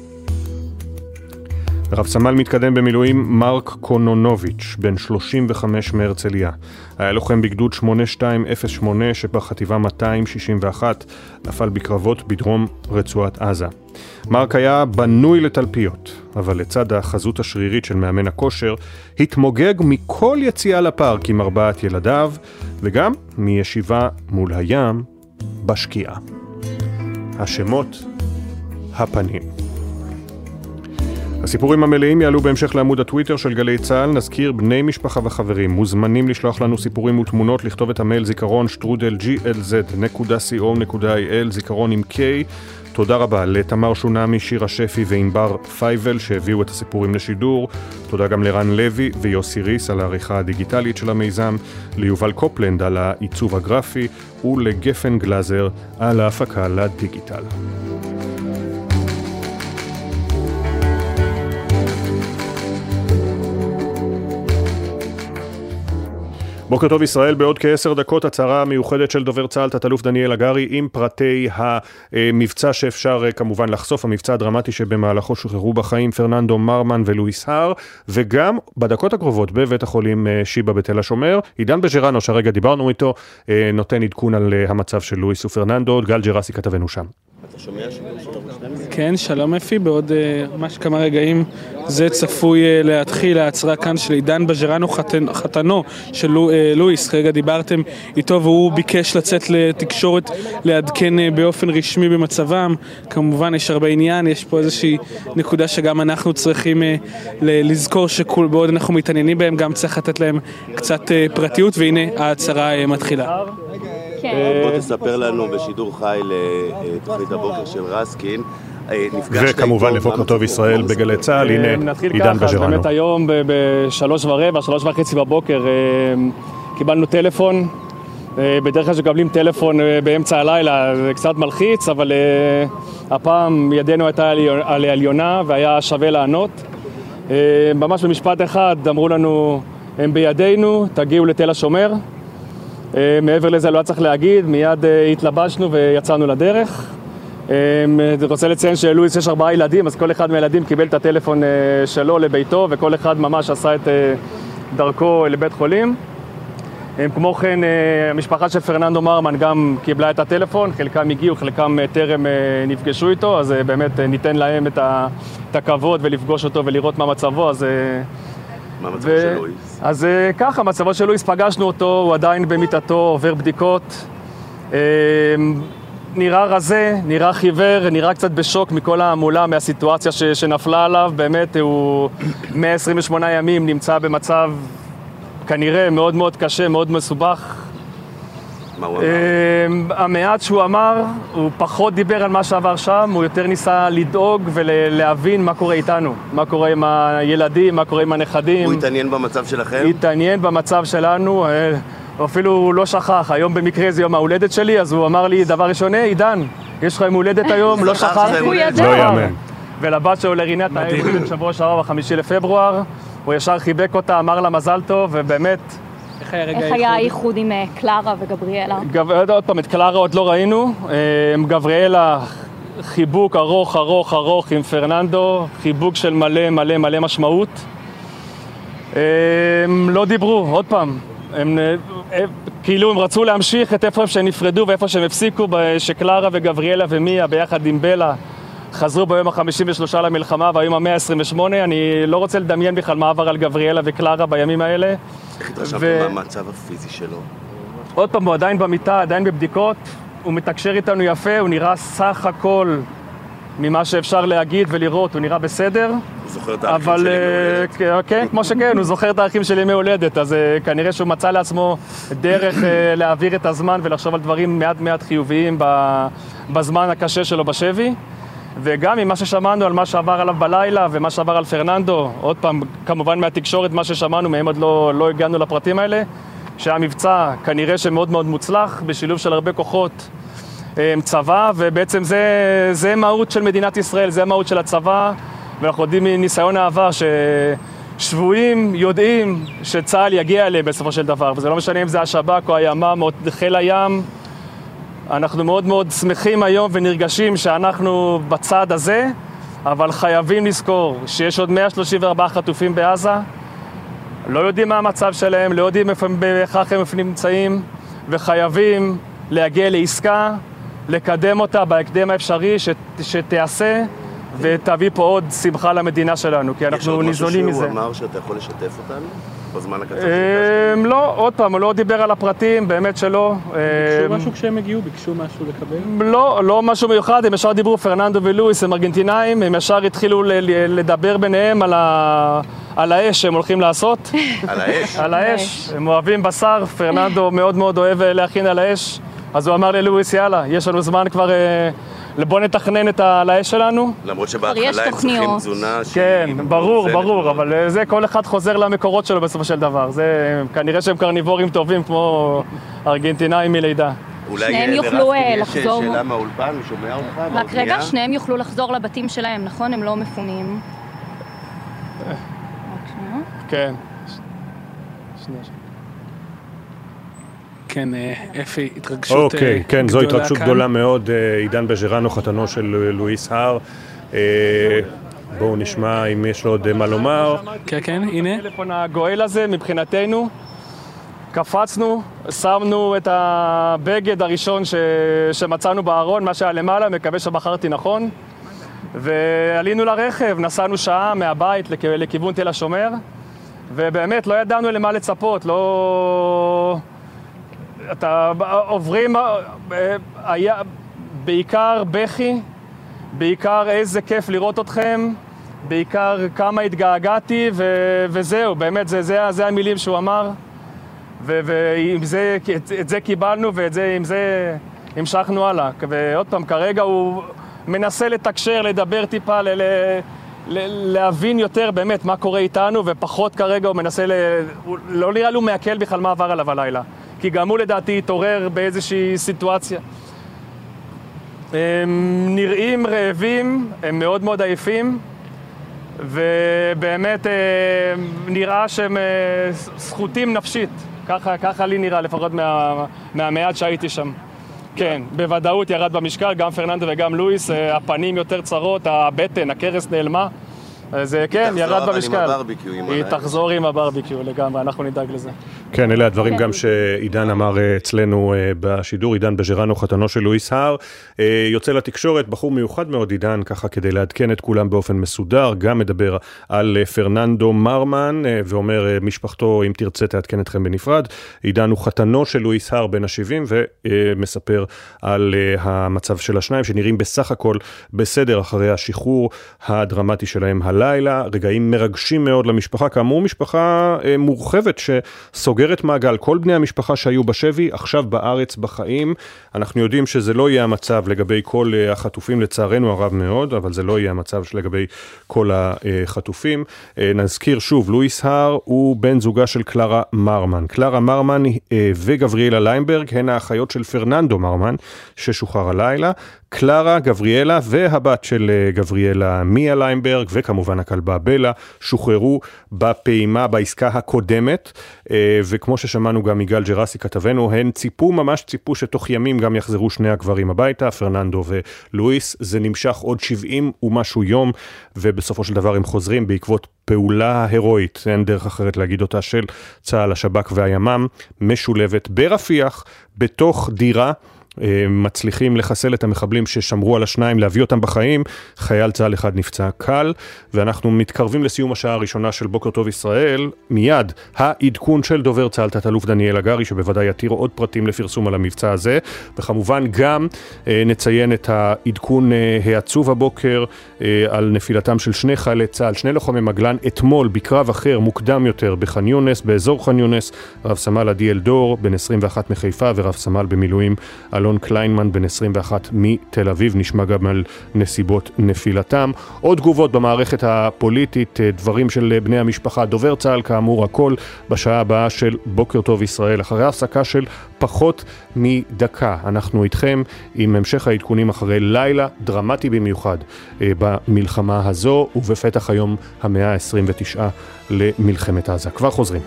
רב סמל מתקדם במילואים מרק קונונוביץ', בן שלושים וחמש מהרצליה. היה לוחם בגדוד שמונה שתיים אפס שמונה שבחטיבה מאתיים שישים ואחת, נפל בקרבות בדרום רצועת עזה. מרק היה בנוי לתלפיות, אבל לצד החזות השרירית של מאמן הכושר, התמוגג מכל יציאה לפארק עם ארבעת ילדיו, וגם מישיבה מול הים בשקיעה. השמות, הפנים. הסיפורים המלאים יעלו בהמשך לעמוד הטוויטר של גלי צהל. נזכיר, בני משפחה וחברים מוזמנים לשלוח לנו סיפורים ותמונות, לכתוב את המייל זיכרון שטרודל ג'י אל זד נקודה סי או נקודה איי אל, זיכרון עם K. תודה רבה לתמר שונמי, שירה שפי וענבר פייבל שהביאו את הסיפורים לשידור. תודה גם לרן לוי ויוסי ריס על העריכה הדיגיטלית של המיזם, ליובל קופלנד על העיצוב הגרפי ולגפן גלזר על ההפקה לדיגיטל. בוקר טוב ישראל, בעוד כעשר דקות הצהרה מיוחדת של דובר צה"ל, תת-אלוף דניאל הגרי, עם פרטי המבצע שאפשר כמובן לחשוף, המבצע הדרמטי שבמהלכו שוחררו בחיים פרננדו מרמן ולואיס הר, וגם בדקות הקרובות בבית החולים שיבא בתל השומר, עידן בג'רנו שהרגע דיברנו איתו, נותן עדכון על המצב של לואיס ופרננדו. גל ג'רסי כתבנו שם. אתה שומע שומע? כן, שלום אפי, בעוד ממש כמה רגעים זה צפוי להתחיל ההצהרה כאן של עידן בג'רנו, חתן, חתנו של לואיס. כרגע דיברתם איתו והוא ביקש לצאת לתקשורת לעדכן באופן רשמי במצבם. כמובן יש הרבה עניין, יש פה איזושהי נקודה שגם אנחנו צריכים לזכור שכל בעוד אנחנו מתעניינים בהם גם צריך לתת להם קצת פרטיות, והנה ההצהרה מתחילה. בוא תספר לנו בשידור חי לתוכנית הבוקר של רסקין. וכמובן לבוקר טוב ישראל בגלי צה"ל, הנה עידן בג'רנו. באמת היום בשלוש ורבע, שלוש וחצי בבוקר קיבלנו טלפון. בדרך כלל שקבלים טלפון באמצע הלילה זה קצת מלחיץ, אבל הפעם ידנו הייתה על העליונה והיה שווה לענות. ממש במשפט אחד אמרו לנו, הם בידינו, תגיעו לתל השומר. מעבר לזה לא היה צריך להגיד, מיד התלבשנו ויצאנו לדרך. אני רוצה לציין שלואיס יש ארבעה ילדים, אז כל אחד מהילדים קיבל את הטלפון שלו לביתו, וכל אחד ממש עשה את דרכו לבית חולים. כמו כן, המשפחה של פרננדו מרמן גם קיבלה את הטלפון, חלקם הגיעו, חלקם טרם נפגשו איתו, אז באמת ניתן להם את הכבוד ולפגוש אותו ולראות מה מצבו. אז מה מצבו ו... של לואיס? אז ככה, מצבו של לואיס, פגשנו אותו, הוא עדיין במיטתו, עובר בדיקות. נראה רזה, נראה חיוור, נראה קצת בשוק מכל העמולה, מהסיטואציה ש... שנפלה עליו. באמת, הוא מאה עשרים ושמונה ימים נמצא במצב כנראה מאוד מאוד קשה, מאוד מסובך. מה הוא אמר? המעט שהוא אמר, הוא פחות דיבר על מה שעבר שם, הוא יותר ניסה לדאוג ולהבין מה קורה איתנו, מה קורה עם הילדים, מה קורה עם הנכדים. הוא התעניין במצב שלכם? התעניין במצב שלנו, אפילו הוא לא שכח. היום במקרה זה יום ההולדת שלי, אז הוא אמר לי דבר ראשון, עידן, יש לך יום הולדת היום, לא שכח? הוא ידע. לא יאמן. ולבת שלו לרינת, היה יום הולדת שבוע שעבר בחמישי לפברואר, הוא ישר חיבק אותה, אמר לה מזל טוב, ובאמת... איך היה האיחוד עם קלרה וגבריאלה? עוד פעם, את קלרה עוד לא ראינו. גבריאלה, חיבוק ארוך ארוך ארוך עם פרננדו, חיבוק של מלא מלא מלא משמעות. לא דיברו, עוד פעם. הם, כאילו הם רצו להמשיך את איפה שהם נפרדו ואיפה שהם הפסיקו, שקלרה וגבריאלה ומיה ביחד עם בלה חזרו ביום ה-חמישים ושלוש למלחמה והיום ה-מאה עשרים ושמונה. אני לא רוצה לדמיין בכלל מה עבר על גבריאלה וקלרה בימים האלה. איך התרשמתם מהמצב הפיזי שלו? עוד פעם, הוא עדיין במיטה, עדיין בבדיקות, הוא מתקשר איתנו יפה, הוא נראה סך הכל ממה שאפשר להגיד ולראות, הוא נראה בסדר. הוא זוכר את האחים של ימי הולדת. כן, כמו שכן, הוא זוכר את האחים של ימי הולדת, אז כנראה שהוא מצא לעצמו דרך להעביר את הזמן ולחשוב על דברים מעט מעט חיוביים בזמן הקשה שלו בשבי. וגם ממה ששמענו על מה שעבר עליו בלילה ומה שעבר על פרננדו, עוד פעם, כמובן מהתקשורת, מה ששמענו, מהם עוד לא, לא הגענו לפרטים האלה, שהמבצע כנראה שמאוד מאוד מוצלח, בשילוב של הרבה כוחות צבא, ובעצם זה, זה מהות של מדינת ישראל, זה מהות של הצבא, ואנחנו יודעים מניסיון העבר ששבויים יודעים שצה"ל יגיע אליהם בסופו של דבר, וזה לא משנה אם זה השב"כ או הימ"מ או חיל הים. אנחנו מאוד מאוד שמחים היום ונרגשים שאנחנו בצד הזה, אבל חייבים לזכור שיש עוד מאה שלושים וארבעה חטופים בעזה, לא יודעים מה המצב שלהם, לא יודעים איפה הם בהכרח הם נמצאים, וחייבים להגיע לעסקה, לקדם אותה בהקדם האפשרי שת, שתעשה ותביא פה עוד שמחה למדינה שלנו, כי אנחנו ניזונים מזה. יש עוד משהו שהוא אמר שאתה יכול לשתף אותנו? בזמן הקצר? לא, עוד פעם, הוא לא דיבר על הפרטים, באמת שלא. ביקשו משהו כשהם הגיעו? ביקשו משהו לקבל? לא, לא משהו מיוחד, הם ישר דיברו, פרננדו ולואיס, הם ארגנטינאים, הם ישר התחילו לדבר ביניהם על האש שהם הולכים לעשות. על האש? על האש, הם אוהבים בשר, פרננדו מאוד מאוד אוהב להכין על האש, אז הוא אמר ללואיס, יאללה, יש לנו זמן כבר... בוא נתכנן את האש שלנו. למרות שבהתחלה הם צריכים תזונה... כן, ברור, ברור, אבל זה כל אחד חוזר למקורות שלו בסופו של דבר. זה כנראה שהם קרניבורים טובים כמו ארגנטינאים מלידה. שניהם יוכלו לחזור... יש שאלה מהאולפן, שומע אותך? רק רגע, שניהם יוכלו לחזור לבתים שלהם, נכון? הם לא מפונים. כן. כן, אפי, התרגשות גדולה. אוקיי, כן, זו התרגשות גדולה מאוד. עידן בז'רנו, חתנו של לואיס הר. בואו נשמע אם יש לו עוד מה לומר. כן, כן, הנה. הטלפון הגואל הזה מבחינתנו. קפצנו, שמנו את הבגד הראשון ש... שמצאנו בארון, מה שהיה למעלה, מקווה שבחרתי נכון. ועלינו לרכב, נסענו שעה מהבית לכ... לכיוון תל השומר, ובאמת לא ידענו למה לצפות, לא... אתה עוברים, היה בעיקר בכי, בעיקר איזה כיף לראות אתכם, בעיקר כמה התגעגעתי, ו... וזהו, באמת, זה, זה, זה המילים שהוא אמר. ועם זה, את זה קיבלנו ואת זה, עם זה המשכנו הלאה. ועוד פעם, כרגע הוא מנסה לתקשר, לדבר טיפה, ל- ל- ל- להבין יותר באמת מה קורה איתנו, ופחות כרגע הוא מנסה, ל- הוא לא נראה לו מעכל בכלל מה עבר עליו הלילה. כי גם הוא לדעתי התעורר באיזושהי סיטואציה. הם נראים רעבים, הם מאוד מאוד עייפים, ובאמת נראה שהם זכותים נפשית. ככה, ככה לי נראה, לפחות מה, מהמעט שהייתי שם. כן, בוודאות ירד במשקל, גם פרננדו וגם לואיס, הפנים יותר צרות, הבטן, הכרס נעלמה. אז כן, ירד במשקל. היא תחזור עם הברביקיו לגמרי, אנחנו נדאג לזה. כן, אלה הדברים גם שעידן אמר אצלנו בשידור, עידן בז'רנו, חתנו של לואיס הר. יוצא לתקשורת, בחור מיוחד מאוד עידן, ככה כדי לעדכן את כולם באופן מסודר, גם מדבר על פרננדו מרמן, ואומר משפחתו, אם תרצה תעדכן אתכם בנפרד. עידן הוא חתנו של לואיס הר בן ה-שבעים, ומספר על המצב של השניים, שנראים בסך הכל בסדר אחרי השחרור הדרמטי שלהם הלילה. רגעים מרגשים מאוד למשפחה, כאמור משפחה מורחבת שסוגרת מעגל. כל בני המשפחה שהיו בשבי, עכשיו בארץ בחיים. אנחנו יודעים שזה לא יהיה המצב לגבי כל החטופים, לצערנו הרב מאוד, אבל זה לא יהיה המצב לגבי כל החטופים. נזכיר שוב, לואיס הר הוא בן זוגה של קלרה מרמן. קלרה מרמן וגבריאלה ליימברג הן האחיות של פרננדו מרמן, ששוחרר הלילה. קלרה, גבריאלה והבת של גבריאלה מיה ליימברג, וכמובן הכלבה בלה, שוחררו בפעימה, בעסקה הקודמת, וכמו ששמענו גם מיגל ג'רסי כתבנו, הן ציפו, ממש ציפו שתוך ימים גם יחזרו שני הגברים הביתה, פרננדו ולואיס. זה נמשך עוד שבעים ומשהו יום, ובסופו של דבר הם חוזרים בעקבות פעולה הירואית, אין דרך אחרת להגיד אותה, של צה"ל, השב"כ והימ"מ, משולבת ברפיח, בתוך דירה, מצליחים לחסל את המחבלים ששמרו על השניים, להביא אותם בחיים. חייל צה"ל אחד נפצע קל, ואנחנו מתקרבים לסיום השעה הראשונה של בוקר טוב ישראל. מיד העדכון של דובר צה"ל תת-אלוף דניאל הגרי, שבוודאי יתיר עוד פרטים לפרסום על המבצע הזה, וכמובן גם אה, נציין את העדכון אה, העצוב הבוקר אה, על נפילתם של שני חיילי צה"ל, שני לוחמי מגלן, אתמול בקרב אחר מוקדם יותר בח'אן יונס, באזור ח'אן יונס, רב סמל עדי אלדור בן עשרים ואחת מחיפה, ורב סמל במילואים אלון קליינמן בן עשרים ואחת מתל אביב. נשמע גם על נסיבות נפילתם. עוד תגובות במערכת הפוליטית, דברים של בני המשפחה, דובר צה"ל כאמור, הכל בשעה הבאה של בוקר טוב ישראל. אחרי הפסקה של פחות מדקה אנחנו איתכם עם המשך העדכונים אחרי לילה דרמטי במיוחד במלחמה הזו, ובפתח היום המאה ה-עשרים ותשע למלחמת עזה. כבר חוזרים.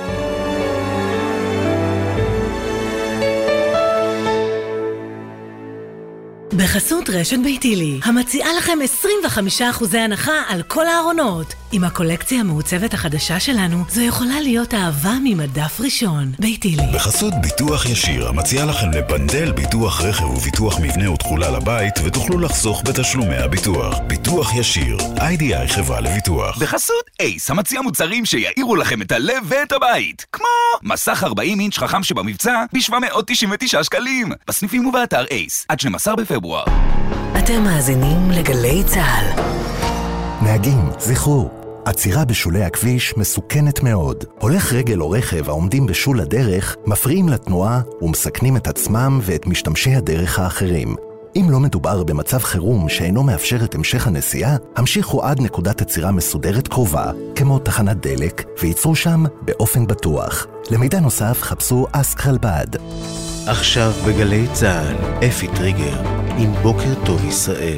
בחסות רשת ביתילי, המציעה לכם עשרים וחמישה אחוז הנחה על כל הארונות. עם הקולקציה המעוצבת החדשה שלנו, זו יכולה להיות אהבה ממדף ראשון. ביתילי. בחסות ביטוח ישיר, המציעה לכם לבנדל ביטוח רכב וביטוח מבנה ותכולה לבית, ותוכלו לחסוך בתשלומי הביטוח. ביטוח ישיר, איי די איי חברה לביטוח. בחסות אייס, המציע מוצרים שיעירו לכם את הלב ואת הבית. כמו מסך ארבעים אינץ' חכם שבמבצע ב-שבע מאות תשעים ותשע שקלים. בסניפים ובאתר אייס, עד שנים עשר בפברואר. אתם מאזינים לגלי צה"ל. נהגים, זכרו, עצירה בשולי הכביש מסוכנת מאוד. הולך רגל או רכב העומדים בשול הדרך מפריעים לתנועה ומסכנים את עצמם ואת משתמשי הדרך האחרים. אם לא מדובר במצב חירום שאינו מאפשר את המשך הנסיעה, המשיכו עד נקודת עצירה מסודרת קרובה, כמו תחנת דלק, וייצרו שם באופן בטוח. למידע נוסף חפשו אסק חלבד. עכשיו בגלי צה"ל, אפי טריגר, עם בוקר טוב ישראל.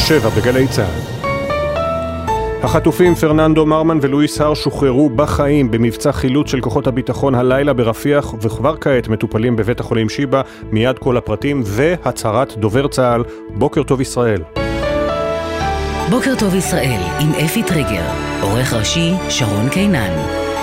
שבע בגלי צה"ל. החטופים פרננדו מרמן ולואיס הר שוחררו בחיים במבצע חילוץ של כוחות הביטחון הלילה ברפיח, וכבר כעת מטופלים בבית החולים שיבא. מיד כל הפרטים והצהרת דובר צה"ל. בוקר טוב ישראל. בוקר טוב ישראל עם אפי טריגר, עורך ראשי שרון קינן.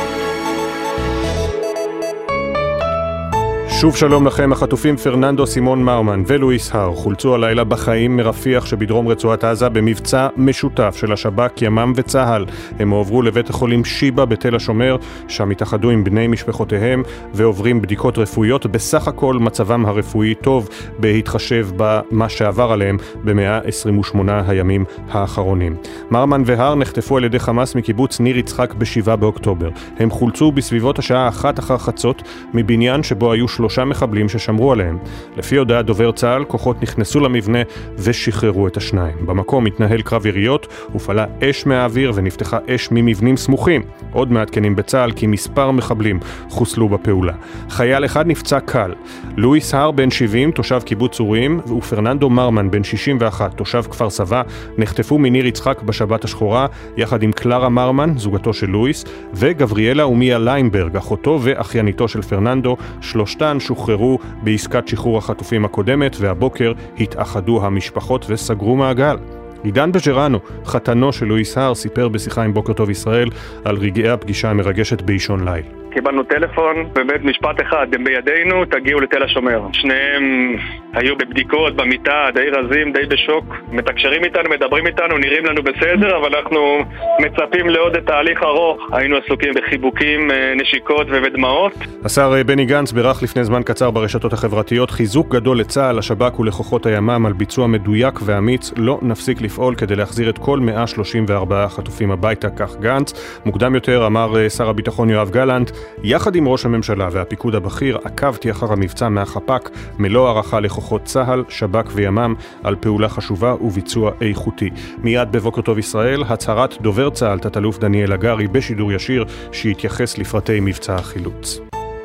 שוב שלום לכם. החטופים פרננדו סימון מרמן ולואיס הר חולצו הלילה בחיים מרפיח שבדרום רצועת עזה במבצע משותף של השב"כ, ימ"מ וצה"ל. הם הועברו לבית החולים שיבא בתל השומר, שם התאחדו עם בני משפחותיהם ועוברים בדיקות רפואיות. בסך הכל מצבם הרפואי טוב בהתחשב במה שעבר עליהם ב-מאה עשרים ושמונה הימים האחרונים. מרמן והר נחטפו על ידי חמאס מקיבוץ ניר יצחק בשבעה באוקטובר. הם חולצו בסביבות השעה אחת אחר חצות מבניין שבו היו שלושה מחבלים ששמרו עליהם. לפי הודעת דובר צה"ל, כוחות נכנסו למבנה ושחררו את השניים. במקום התנהל קרב יריות, הופעלה אש מהאוויר ונפתחה אש ממבנים סמוכים. עוד מעדכנים בצה"ל כי מספר מחבלים חוסלו בפעולה. חייל אחד נפצע קל. לואיס הר בן שבעים, תושב קיבוץ אורים, ופרננדו מרמן בן שישים ואחת, תושב כפר סבא, נחטפו מניר יצחק בשבת השחורה, יחד עם קלרה מרמן, זוגתו של לואיס, וגבריאלה ומיה ליינברג, אחותו ואחייניתו של פרננדו. שלושתן שוחררו בעסקת שחרור החטופים הקודמת, והבוקר התאחדו המשפחות וסגרו מעגל. עידן בג'רנו, חתנו של לואיס הר, סיפר בשיחה עם בוקר טוב ישראל על רגעי הפגישה המרגשת באישון ליל. קיבלנו טלפון, באמת משפט אחד, הם בידינו, תגיעו לתל השומר. שניהם היו בבדיקות, במיטה, די רזים, די בשוק. מתקשרים איתנו, מדברים איתנו, נראים לנו בסדר, אבל אנחנו מצפים לעוד את תהליך ארוך. היינו עסוקים בחיבוקים, נשיקות ובדמעות. השר בני גנץ בירך לפני זמן קצר ברשתות החברתיות חיזוק גדול לצה"ל, לשב"כ ולכוחות הימ"מ על ביצוע מדויק ואמיץ. לא נפסיק לפעול כדי להחזיר את כל מאה שלושים וארבעה חטופים הביתה, כך גנץ. מוקדם יותר אמר שר הביטחון יואב גלנט, יחד עם ראש הממשלה והפיקוד הבכיר עקבתי אחר המבצע מהחפ"ק, מלוא הערכה לכוחות צה"ל, שב"כ וימ"מ על פעולה חשובה וביצוע איכותי. מיד בבוקר טוב ישראל, הצהרת דובר צה"ל תת-אלוף דניאל הגרי בשידור ישיר שהתייחס לפרטי מבצע החילוץ.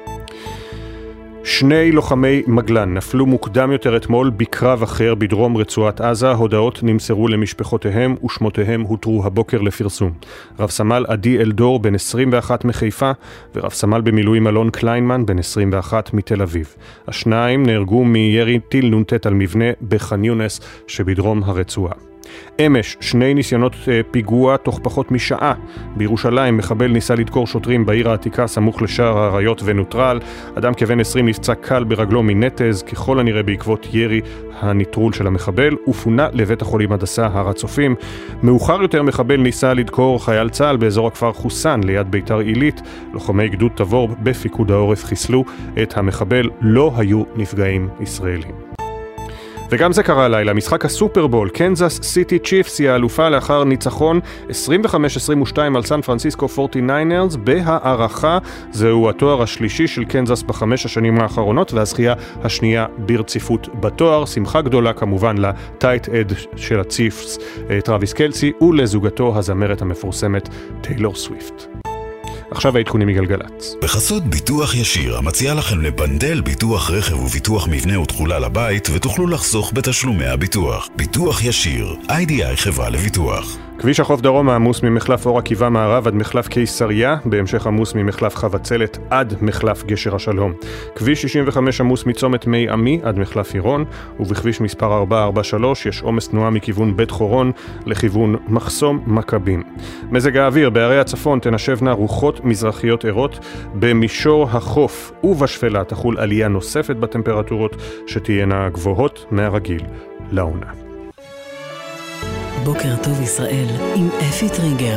שני לוחמי מגלן נפלו מוקדם יותר אתמול בקרב אחר בדרום רצועת עזה. הודעות נמסרו למשפחותיהם ושמותיהם הותרו הבוקר לפרסום. רב סמל עדי אלדור בן עשרים ואחת מחיפה ורב סמל במילואים אלון קליינמן בן עשרים ואחת מתל אביב. השניים נהרגו מירי טיל נונטט על מבנה בח'אן יונס שבדרום הרצועה. אמש שני ניסיונות פיגוע תוך פחות משעה. בירושלים מחבל ניסה לדקור שוטרים בעיר העתיקה סמוך לשער האריות ונוטרל. אדם כבן עשרים נפצע קל ברגלו מנטז, ככל הנראה בעקבות ירי הניטרול של המחבל, ופונה לבית החולים הדסה הר הצופים. מאוחר יותר מחבל ניסה לדקור חייל צה"ל באזור הכפר חוסן ליד ביתר עילית. לוחמי גדוד תבור בפיקוד העורף חיסלו את המחבל. לא היו נפגעים ישראלים. וגם זה קרה לילה, משחק הסופרבול, קנזס סיטי צ'יפס היא האלופה לאחר ניצחון עשרים וחמש עשרים ושתיים על סן פרנסיסקו פורטי ניינרס בהערכה. זהו התואר השלישי של קנזס בחמש השנים האחרונות והזכייה השנייה ברציפות בתואר. שמחה גדולה כמובן לטייט אד של הצ'יפס טרוויס קלסי ולזוגתו הזמרת המפורסמת טיילור סוויפט. עכשיו העדכונים מגלגלץ. בחסות ביטוח ישיר, המציע לכם לבנדל ביטוח רכב וביטוח מבנה ותכולה לבית, ותוכלו לחסוך בתשלומי הביטוח. ביטוח ישיר, איי די איי חברה לביטוח. כביש החוף דרום עמוס ממחלף אור עקיבא מערב עד מחלף קיסריה, בהמשך עמוס ממחלף חבצלת עד מחלף גשר השלום. כביש שישים וחמש עמוס מצומת מי עמי עד מחלף עירון, ובכביש מספר ארבע ארבע שלוש יש עומס תנועה מכיוון בית חורון לכיוון מחסום מכבים. מזג האוויר בערי הצפון תנשבנה רוחות מזרחיות ערות. במישור החוף ובשפלה תחול עלייה נוספת בטמפרטורות שתהיינה גבוהות מהרגיל לעונה. בוקר טוב ישראל עם אפי טריגר.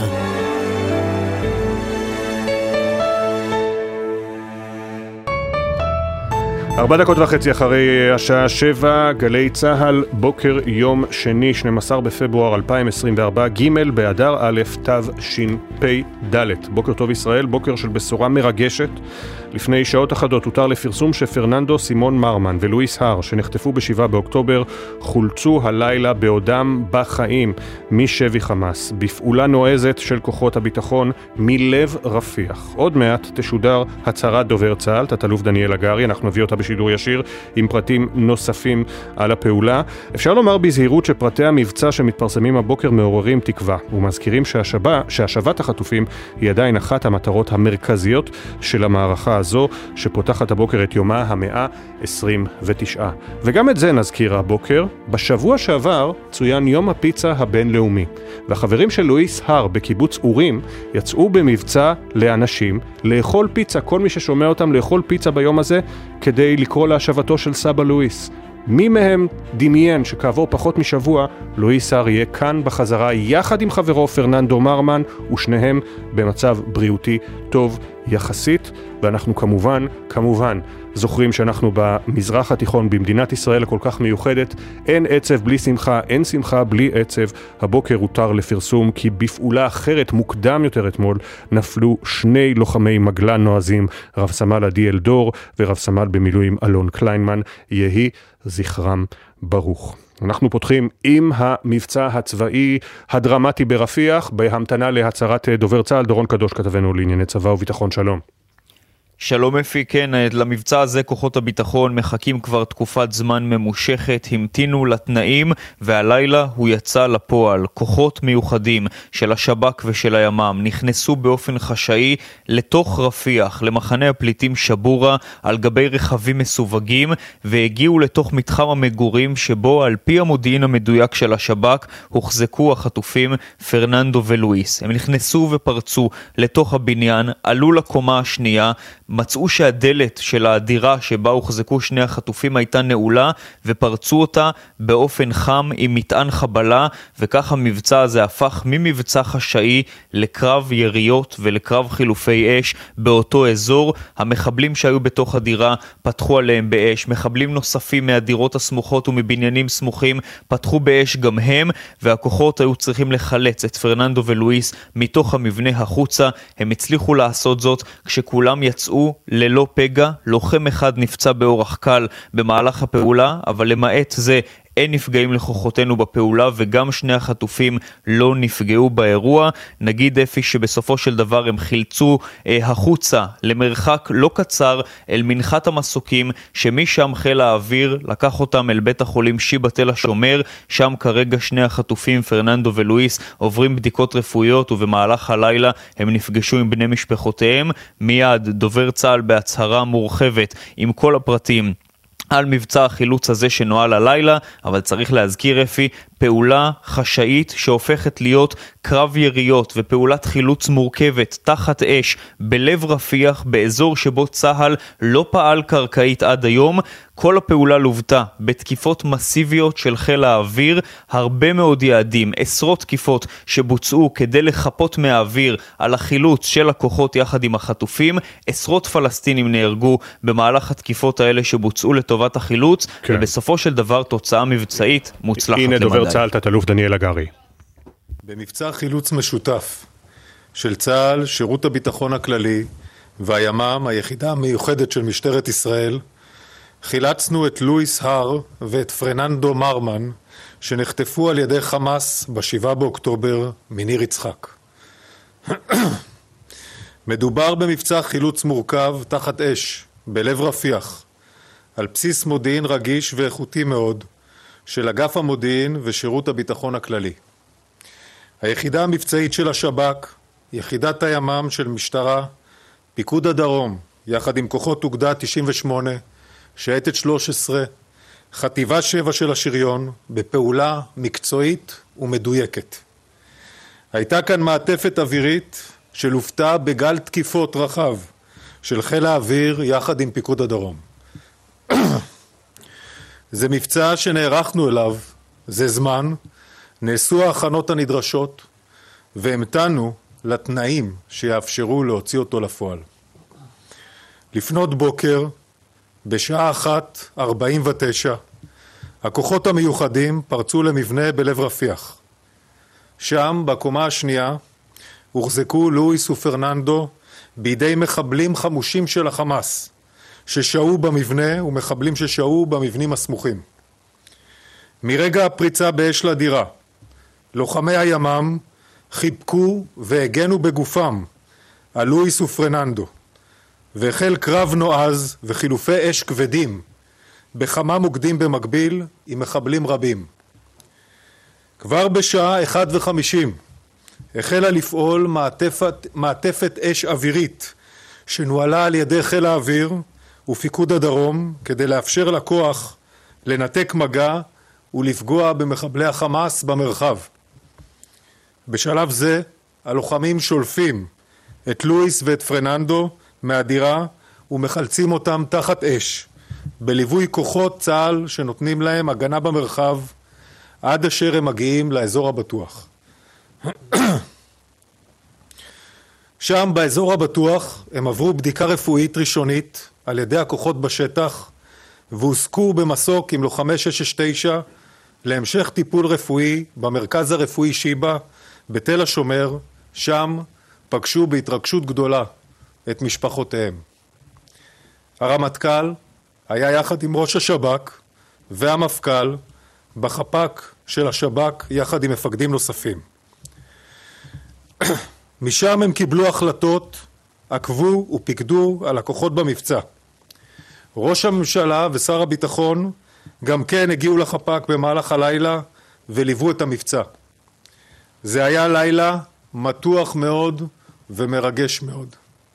ארבע דקות וחצי אחרי השעה שבע, גלי צהל, בוקר יום שני, שנים עשר בפברואר אלפיים עשרים וארבע, ג' באדר א' תשפ"ד. בוקר טוב ישראל, בוקר של בשורה מרגשת. לפני שעות אחדות הותר לפרסום שפרננדו סימון מרמן ולואיס הר, שנחטפו בשבעה באוקטובר, חולצו הלילה בעודם בחיים משבי חמאס, בפעולה נועזת של כוחות הביטחון מלב רפיח. עוד מעט תשודר הצהרת דובר צה"ל, תת-אלוף דניאל הגרי, אנחנו נביא אותה בשידור ישיר עם פרטים נוספים על הפעולה. אפשר לומר בזהירות שפרטי המבצע שמתפרסמים הבוקר מעוררים תקווה ומזכירים שהשבה, שהשבת החטופים היא עדיין אחת המטרות המרכזיות של המערכה הזו שפותחת הבוקר את יומה המאה עשרים ותשע. וגם את זה נזכיר הבוקר. בשבוע שעבר צוין יום הפיצה הבינלאומי, והחברים של לואיס הר בקיבוץ אורים יצאו במבצע לאנשים לאכול פיצה, כל מי ששומע אותם לאכול פיצה ביום הזה כדי לקרוא להשבתו של סבא לואיס. מי מהם דמיין שכעבור פחות משבוע לואיס הר יהיה כאן בחזרה יחד עם חברו פרננדו מרמן, ושניהם במצב בריאותי טוב יחסית. ואנחנו כמובן, כמובן זוכרים שאנחנו במזרח התיכון, במדינת ישראל הכל כך מיוחדת. אין עצב בלי שמחה, אין שמחה בלי עצב. הבוקר הותר לפרסום כי בפעולה אחרת מוקדם יותר אתמול נפלו שני לוחמי מגלן נועזים, רב סמל עדי אלדור ורב סמל במילואים אלון קליינמן, יהי זכרם ברוך. אנחנו פותחים עם המבצע הצבאי הדרמטי ברפיח, בהמתנה להצהרת דובר צה"ל. דורון קדוש כתבנו לענייני צבא וביטחון, שלום. שלום אפי, כן, למבצע הזה כוחות הביטחון מחכים כבר תקופת זמן ממושכת, המתינו לתנאים והלילה הוא יצא לפועל. כוחות מיוחדים של השב"כ ושל הימ"מ נכנסו באופן חשאי לתוך רפיח, למחנה הפליטים שבורה, על גבי רכבים מסווגים, והגיעו לתוך מתחם המגורים שבו על פי המודיעין המדויק של השב"כ הוחזקו החטופים פרננדו ולואיס. הם נכנסו ופרצו לתוך הבניין, עלו לקומה השנייה, מצאו שהדלת של הדירה שבה הוחזקו שני החטופים הייתה נעולה, ופרצו אותה באופן חם עם מטען חבלה, וכך המבצע הזה הפך ממבצע חשאי לקרב יריות ולקרב חילופי אש באותו אזור. המחבלים שהיו בתוך הדירה פתחו עליהם באש, מחבלים נוספים מהדירות הסמוכות ומבניינים סמוכים פתחו באש גם הם, והכוחות היו צריכים לחלץ את פרננדו ולואיס מתוך המבנה החוצה. הם הצליחו לעשות זאת כשכולם יצאו ללא פגע. לוחם אחד נפצע באורח קל במהלך הפעולה, אבל למעט זה אין נפגעים לכוחותינו בפעולה, וגם שני החטופים לא נפגעו באירוע. נגיד אפי שבסופו של דבר הם חילצו אה, החוצה למרחק לא קצר אל מנחת המסוקים, שמשם חיל האוויר לקח אותם אל בית החולים שיבא תל השומר. שם כרגע שני החטופים פרננדו ולואיס עוברים בדיקות רפואיות, ובמהלך הלילה הם נפגשו עם בני משפחותיהם. מיד דובר צה"ל בהצהרה מורחבת עם כל הפרטים על מבצע החילוץ הזה שנועל הלילה, אבל צריך להזכיר אפי, פעולה חשאית שהופכת להיות קרב יריות ופעולת חילוץ מורכבת תחת אש בלב רפיח, באזור שבו צה"ל לא פעל קרקעית עד היום. כל הפעולה לובטה בתקיפות מסיביות של חיל האוויר, הרבה מאוד יעדים, עשרות תקיפות שבוצעו כדי לחפות מהאוויר על החילוץ של הכוחות יחד עם החטופים. עשרות פלסטינים נהרגו במהלך התקיפות האלה שבוצעו לטובת החילוץ, כן. ובסופו של דבר תוצאה מבצעית מוצלחת למדי. הנה דובר צה"ל, תת-אלוף דניאל הגרי. במבצע חילוץ משותף של צה"ל, שירות הביטחון הכללי והימ"מ, היחידה המיוחדת של משטרת ישראל, חילצנו את לואיס הר ואת פרננדו מרמן שנחטפו על ידי חמאס בשבעה באוקטובר מניר יצחק. מדובר במבצע חילוץ מורכב תחת אש בלב רפיח, על בסיס מודיעין רגיש ואיכותי מאוד של אגף המודיעין ושירות הביטחון הכללי. היחידה המבצעית של השב"כ, יחידת הימ"מ של משטרה, פיקוד הדרום, יחד עם כוחות אוגדה תשעים ושמונה, שייטת שלוש עשרה, חטיבה שבע של השריון, בפעולה מקצועית ומדויקת. הייתה כאן מעטפת אווירית שלופתה בגל תקיפות רחב של חיל האוויר יחד עם פיקוד הדרום. זה מבצע שנערכנו אליו, זה זמן, נעשו ההכנות הנדרשות והמתנו לתנאים שיאפשרו להוציא אותו לפועל. לפנות בוקר, בשעה אחת ארבעים ותשע, הכוחות המיוחדים פרצו למבנה בלב רפיח. שם, בקומה השנייה, הוחזקו לואיס ופרננדו בידי מחבלים חמושים של החמאס, ששהו במבנה ומחבלים ששהו במבנים הסמוכים. מרגע הפריצה באש לדירה, לוחמי הימ"מ חיבקו והגנו בגופם על לואיס ופרננדו, והחל קרב נועז וחילופי אש כבדים בכמה מוקדים במקביל עם מחבלים רבים. כבר בשעה אחת וחמישים החלה לפעול מעטפת, מעטפת אש אווירית שנוהלה על ידי חיל האוויר ופיקוד הדרום כדי לאפשר לכוח לנתק מגע ולפגוע במחבלי החמאס במרחב. בשלב זה הלוחמים שולפים את לואיס ואת פרננדו מהדירה ומחלצים אותם תחת אש בליווי כוחות צה"ל שנותנים להם הגנה במרחב עד אשר הם מגיעים לאזור הבטוח. שם באזור הבטוח הם עברו בדיקה רפואית ראשונית על ידי הכוחות בשטח והוסקו במסוק עם לוחמי שש שש תשע להמשך טיפול רפואי במרכז הרפואי שיבא בתל השומר. שם פגשו בהתרגשות גדולה את משפחותיהם. הרמטכ"ל היה יחד עם ראש השב"כ והמפכ"ל בחפ"ק של השב"כ יחד עם מפקדים נוספים. משם הם קיבלו החלטות, עקבו ופיקדו על הכוחות במבצע. ראש הממשלה ושר הביטחון גם כן הגיעו לחפ"ק במהלך הלילה וליוו את המבצע. זה היה לילה מתוח מאוד ומרגש מאוד.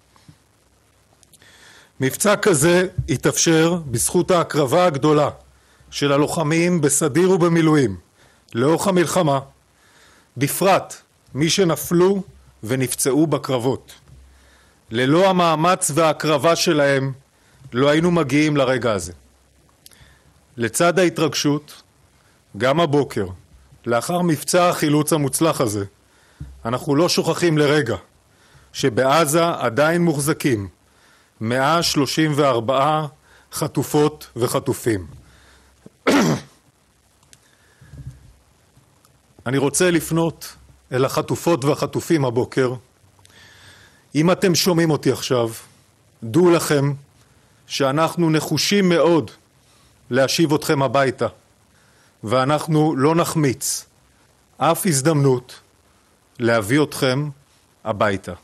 מבצע כזה התאפשר בזכות ההקרבה הגדולה של הלוחמים בסדיר ובמילואים לאורך המלחמה, בפרט מי שנפלו ונפצעו בקרבות. ללא המאמץ וההקרבה שלהם לא היינו מגיעים לרגע הזה. לצד ההתרגשות, גם הבוקר, לאחר מבצע החילוץ המוצלח הזה, אנחנו לא שוכחים לרגע שבעזה עדיין מוחזקים מאה שלושים וארבע חטופות וחטופים. אני רוצה לפנות אל החטופות והחטופים הבוקר. אם אתם שומעים אותי עכשיו, דעו לכם שאנחנו נחושים מאוד להשיב אתכם הביתה, ואנחנו לא נחמיץ אף הזדמנות להביא אתכם הביתה.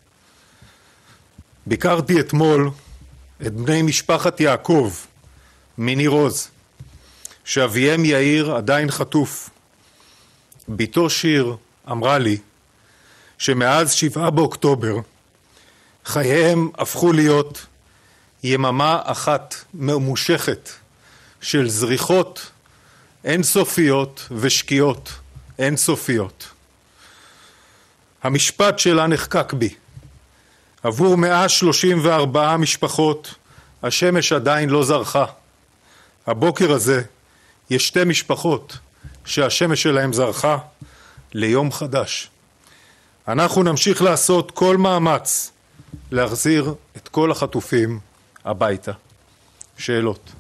ביקרתי אתמול את בני משפחת יעקב מניר עוז, שאביהם יאיר עדיין חטוף. ביתו שיר אמרה לי שמאז שבעה באוקטובר חייהם הפכו להיות יממה אחת ממושכת של זריחות אינסופיות ושקיעות אינסופיות. המשפט שלה נחקק בי. עבור מאה שלושים וארבע משפחות השמש עדיין לא זרחה. הבוקר הזה יש שתי משפחות שהשמש שלהם זרחה ליום חדש. אנחנו נמשיך לעשות כל מאמץ להחזיר את כל החטופים הביתה. שאלות.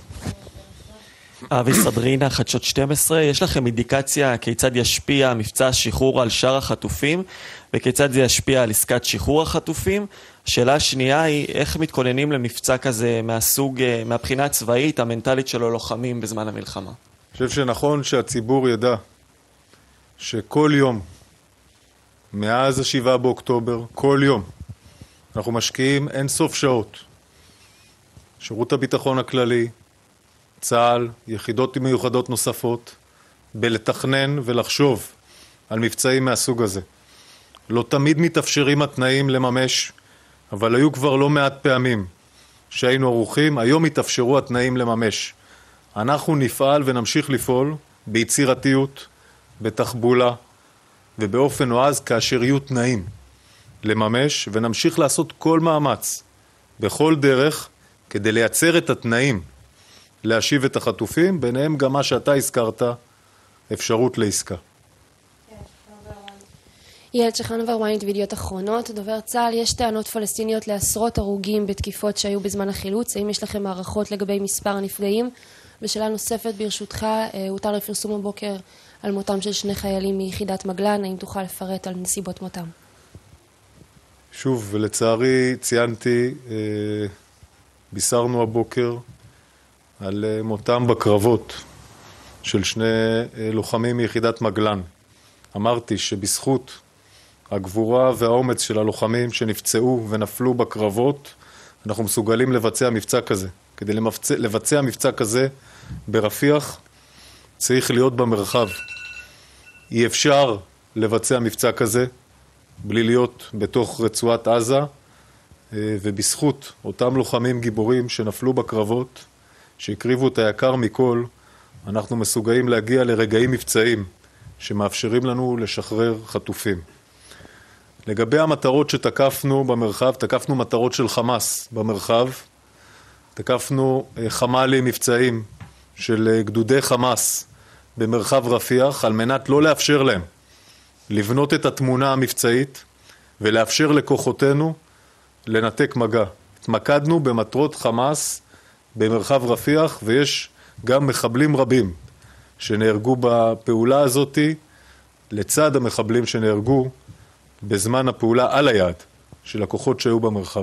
אבי סדרינה, חדשות שתים עשרה, יש לכם אינדיקציה כיצד ישפיע מבצע השחרור על שאר החטופים וכיצד זה ישפיע על עסקת שחרור החטופים? השאלה השנייה היא איך מתכוננים למבצע כזה מהסוג, מהבחינה הצבאית, המנטלית של הלוחמים בזמן המלחמה? אני חושב שנכון שהציבור ידע שכל יום מאז השבעה באוקטובר, כל יום אנחנו משקיעים אין סוף שעות. שירות הביטחון הכללי, צה"ל, יחידות מיוחדות נוספות, בלתכנן ולחשוב על מבצעים מהסוג הזה. לא תמיד מתאפשרים התנאים לממש, אבל היו כבר לא מעט פעמים שהיינו ערוכים, היום התאפשרו התנאים לממש. אנחנו נפעל ונמשיך לפעול ביצירתיות, בתחבולה ובאופן נועז כאשר יהיו תנאים לממש, ונמשיך לעשות כל מאמץ בכל דרך כדי לייצר את התנאים להשיב את החטופים, ביניהם גם מה שאתה הזכרת, אפשרות לעסקה. ילד שחנובר וויינט וידיעות אחרונות, דובר צה"ל, יש טענות פלסטיניות לעשרות הרוגים בתקיפות שהיו בזמן החילוץ, האם יש לכם הערכות לגבי מספר הנפגעים? ושאלה נוספת ברשותך, הותר לפרסום הבוקר על מותם של שני חיילים מיחידת מגלן, האם תוכל לפרט על נסיבות מותם? שוב, ולצערי ציינתי, בישרנו הבוקר על מותם בקרבות של שני לוחמים מיחידת מגלן. אמרתי שבזכות הגבורה והאומץ של הלוחמים שנפצעו ונפלו בקרבות, אנחנו מסוגלים לבצע מבצע כזה. כדי לבצע, לבצע מבצע כזה ברפיח, צריך להיות במרחב. אי אפשר לבצע מבצע כזה בלי להיות בתוך רצועת עזה, ובזכות אותם לוחמים גיבורים שנפלו בקרבות, שהקריבו את היקר מכל, אנחנו מסוגלים להגיע לרגעים מבצעיים שמאפשרים לנו לשחרר חטופים. לגבי המטרות שתקפנו במרחב, תקפנו מטרות של חמאס במרחב, תקפנו חמ"לים מבצעים של גדודי חמאס במרחב רפיח, על מנת לא לאפשר להם לבנות את התמונה המבצעית ולאפשר לכוחותינו לנתק מגע. התמקדנו במטרות חמאס במרחב רפיח, ויש גם מחבלים רבים שנהרגו בפעולה הזאת, לצד המחבלים שנהרגו בזמן הפעולה על היעד של הכוחות שהיו במרחב.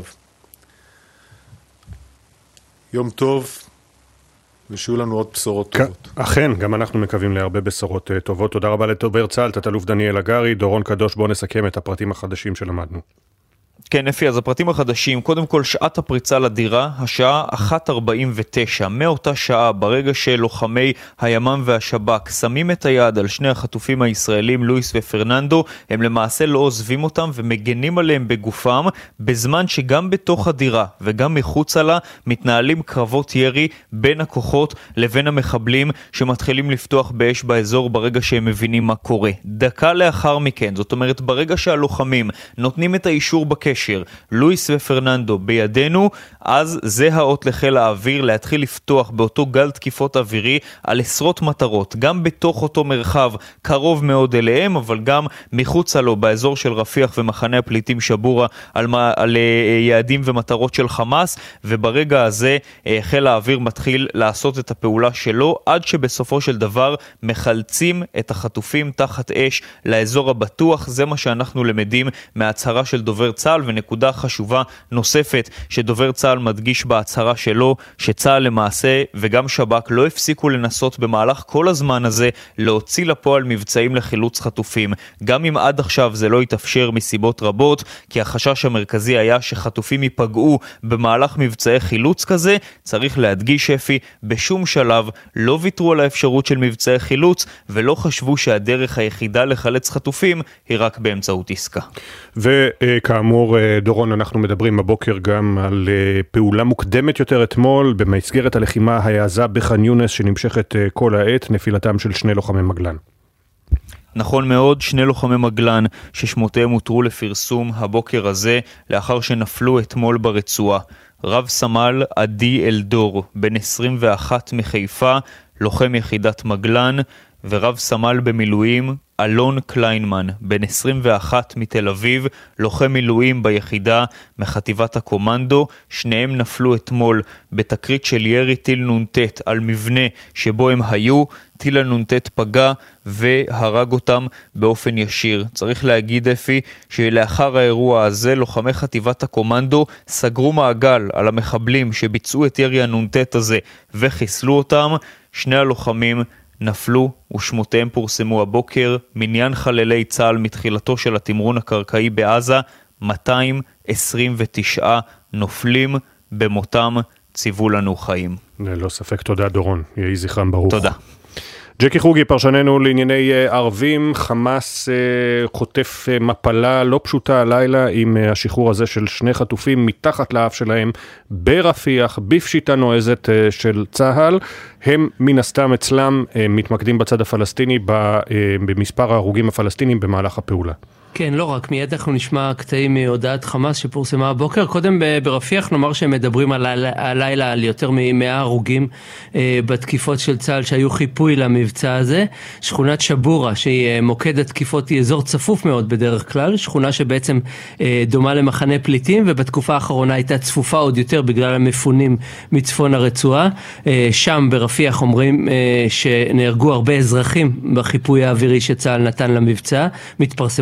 יום טוב, ושיהיו לנו עוד בשורות טובות. אכן, גם אנחנו מקווים להרבה בשורות טובות. תודה רבה לדובר צה"ל, תת-אלוף דניאל הגרי. דורון קדוש, בוא נסכם את הפרטים החדשים שלמדנו. כן, אפי, אז הפרטים החדשים, קודם כל שעת הפריצה לדירה, השעה אחת ארבעים ותשע, מאותה שעה, ברגע שלוחמי הימ"מ והשב"כ שמים את היד על שני החטופים הישראלים, לואיס ופרננדו, הם למעשה לא עוזבים אותם ומגנים עליהם בגופם, בזמן שגם בתוך הדירה וגם מחוץ לה מתנהלים קרבות ירי בין הכוחות לבין המחבלים שמתחילים לפתוח באש באזור ברגע שהם מבינים מה קורה. דקה לאחר מכן, זאת אומרת ברגע שהלוחמים נותנים את האישור בקשר, לואיס ופרננדו בידינו, אז זה האות לחיל האוויר להתחיל לפתוח באותו גל תקיפות אווירי על עשרות מטרות, גם בתוך אותו מרחב קרוב מאוד אליהם, אבל גם מחוצה לו באזור של רפיח ומחנה הפליטים שבורה על, על יעדים ומטרות של חמאס, וברגע הזה חיל האוויר מתחיל לעשות את הפעולה שלו, עד שבסופו של דבר מחלצים את החטופים תחת אש לאזור הבטוח. זה מה שאנחנו למדים מההצהרה של דובר צה"ל, ונקודה חשובה נוספת שדובר צה"ל מדגיש בהצהרה שלו, שצה"ל למעשה וגם שב"כ לא הפסיקו לנסות במהלך כל הזמן הזה להוציא לפועל מבצעים לחילוץ חטופים. גם אם עד עכשיו זה לא יתאפשר מסיבות רבות, כי החשש המרכזי היה שחטופים ייפגעו במהלך מבצעי חילוץ כזה, צריך להדגיש אפי, בשום שלב לא ויתרו על האפשרות של מבצעי חילוץ, ולא חשבו שהדרך היחידה לחלץ חטופים היא רק באמצעות עסקה. וכאמור, דורון, אנחנו מדברים בבוקר גם על פעולה מוקדמת יותר אתמול במסגרת הלחימה העזה בח'אן יונס שנמשכת כל העת, נפילתם של שני לוחמי מגלן. נכון מאוד, שני לוחמי מגלן ששמותיהם הותרו לפרסום הבוקר הזה לאחר שנפלו אתמול ברצועה. רב סמל עדי אלדור, בן עשרים ואחת מחיפה, לוחם יחידת מגלן, ורב סמל במילואים אלון קליינמן, בן עשרים ואחת מתל אביב, לוחם מילואים ביחידה מחטיבת הקומנדו. שניהם נפלו אתמול בתקרית של ירי טיל נונטט על מבנה שבו הם היו. טיל הנונטט פגע והרג אותם באופן ישיר. צריך להגיד אפי שלאחר האירוע הזה לוחמי חטיבת הקומנדו סגרו מעגל על המחבלים שביצעו את ירי הנונטט הזה וחיסלו אותם. שני הלוחמים נפלו ושמותיהם פורסמו הבוקר. מניין חללי צה"ל מתחילתו של התמרון הקרקעי בעזה, מאתיים עשרים ותשע נופלים, במותם ציוו לנו חיים. ללא ספק, תודה דורון, יהי זכרם ברוך. תודה. ג'קי חוגי, פרשננו לענייני ערבים. חמאס חוטף מפלה לא פשוטה הלילה עם השחרור הזה של שני חטופים מתחת לאף שלהם ברפיח, בפשיטה נועזת של צה"ל. הם מן הסתם אצלם מתמקדים בצד הפלסטיני במספר ההרוגים הפלסטינים במהלך הפעולה. כן, לא רק, מיד אנחנו נשמע קטעים מהודעת חמאס שפורסמה הבוקר. קודם ברפיח נאמר שהם מדברים על הלילה על יותר מ-מאה הרוגים אה, בתקיפות של צה"ל שהיו חיפוי למבצע הזה. שכונת שבורה שהיא מוקד התקיפות היא אזור צפוף מאוד בדרך כלל, שכונה שבעצם אה, דומה למחנה פליטים, ובתקופה האחרונה הייתה צפופה עוד יותר בגלל המפונים מצפון הרצועה. אה, שם ברפיח אומרים אה, שנהרגו הרבה אזרחים בחיפוי האווירי שצה"ל נתן למבצע. מתפרסמות גם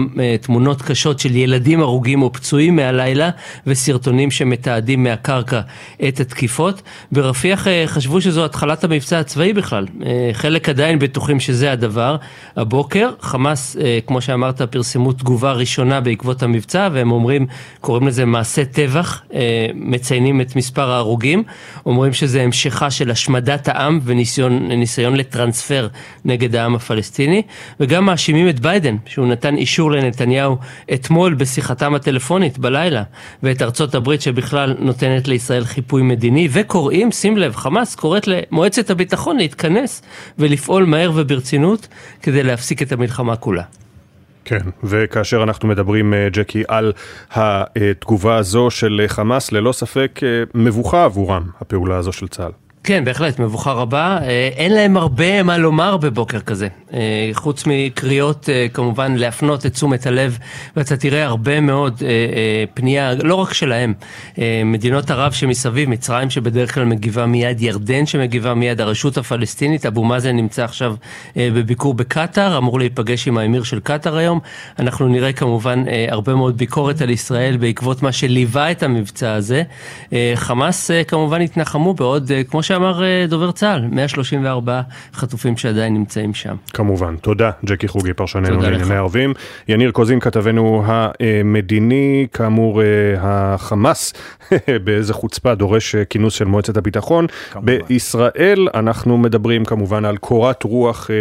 תמונות קשות של ילדים הרוגים או פצועים מהלילה, וסרטונים שמתעדים מהקרקע את התקיפות. ברפיח חשבו שזו התחלת המבצע הצבאי בכלל. חלק עדיין בטוחים שזה הדבר. הבוקר, חמאס, כמו שאמרת, פרסמו תגובה ראשונה בעקבות המבצע, והם אומרים, קוראים לזה מעשה טבח, מציינים את מספר ההרוגים, אומרים שזה המשכה של השמדת העם וניסיון ניסיון לטרנספר נגד העם הפלסטיני, וגם מאשימים את ביידן, שהוא נתן אישור לנתניהו אתמול בשיחתם הטלפונית בלילה, ואת ארצות הברית שבכלל נותנת לישראל חיפוי מדיני, וקוראים, שים לב, חמאס קוראת למועצת הביטחון להתכנס ולפעול מהר וברצינות כדי להפסיק את המלחמה כולה. כן, וכאשר אנחנו מדברים, ג'קי, על התגובה הזו של חמאס, ללא ספק מבוכה עבורם, הפעולה הזו של צה"ל. כן, בהחלט, מבוכה רבה. אין להם הרבה מה לומר בבוקר כזה. חוץ מקריאות, כמובן, להפנות את תשומת הלב, ואתה תראה הרבה מאוד פנייה, לא רק שלהם, מדינות ערב שמסביב, מצרים שבדרך כלל מגיבה מיד, ירדן שמגיבה מיד, הרשות הפלסטינית, אבו מאזן נמצא עכשיו בביקור בקטר, אמור להיפגש עם האמיר של קטר היום. אנחנו נראה כמובן הרבה מאוד ביקורת על ישראל בעקבות מה שליווה את המבצע הזה. חמאס כמובן התנחמו בעוד, כמו שאמר דובר צה"ל, מאה שלושים וארבעה חטופים שעדיין נמצאים שם. כמובן. תודה, ג'קי חוגי, פרשננו לענייני ערבים. יניר קוזין, כתבנו המדיני, כאמור החמאס, באיזה חוצפה דורש כינוס של מועצת הביטחון. כמובן. בישראל אנחנו מדברים כמובן על קורת רוח,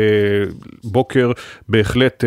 בוקר בהחלט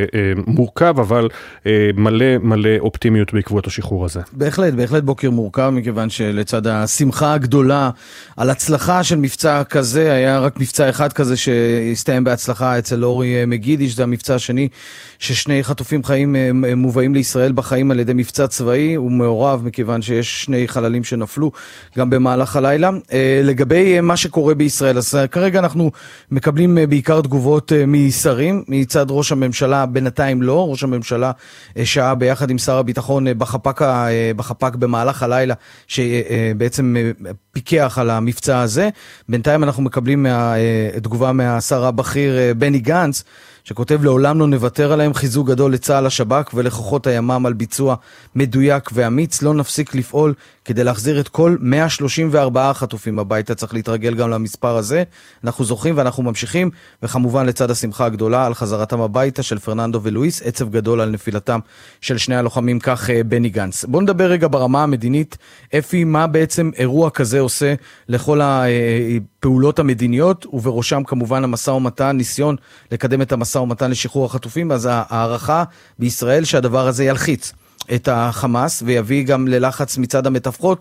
מורכב, אבל מלא מלא אופטימיות בעקבות השחרור הזה. בהחלט, בהחלט בוקר מורכב, מכיוון שלצד השמחה הגדולה על הצלחה של מבצע כזה, היה רק מבצע אחד כזה שהסתיים בהצלחה אצל אורי מגידיש, זה המבצע השני ששני חטופים חיים מובאים לישראל בחיים על ידי מבצע צבאי, הוא מעורב מכיוון שיש שני חללים שנפלו גם במהלך הלילה. לגבי מה שקורה בישראל, אז כרגע אנחנו מקבלים בעיקר תגובות משרים, מצד ראש הממשלה בינתיים לא, ראש הממשלה שעה ביחד עם שר הביטחון בחפ"ק, בחפ"ק במהלך הלילה, שבעצם פיקח על המבצע הזה. בינתיים אנחנו מקבלים מה, תגובה מהשר הבכיר בני גנץ, שכותב לעולם לא נוותר עליהם, חיזוק גדול לצה"ל, השב"כ ולכוחות הימ"מ על ביצוע מדויק ואמיץ, לא נפסיק לפעול כדי להחזיר את כל מאה שלושים וארבעה חטופים הביתה, צריך להתרגל גם למספר הזה, אנחנו זוכים ואנחנו ממשיכים, וכמובן לצד השמחה הגדולה על חזרתם הביתה של פרננדו ולואיס, עצב גדול על נפילתם של שני הלוחמים, כך בני גנץ. בואו נדבר רגע ברמה המדינית, אפי, מה בעצם אירוע כזה עושה לכל הפעולות המדיניות, ובראשם כמובן המשא ומתן, ניסיון לקדם את המשא ומתן לשחרור החטופים, אז הערכה בישראל שהדבר הזה ילחיץ את החמאס ויביא גם ללחץ מצד המתווכות,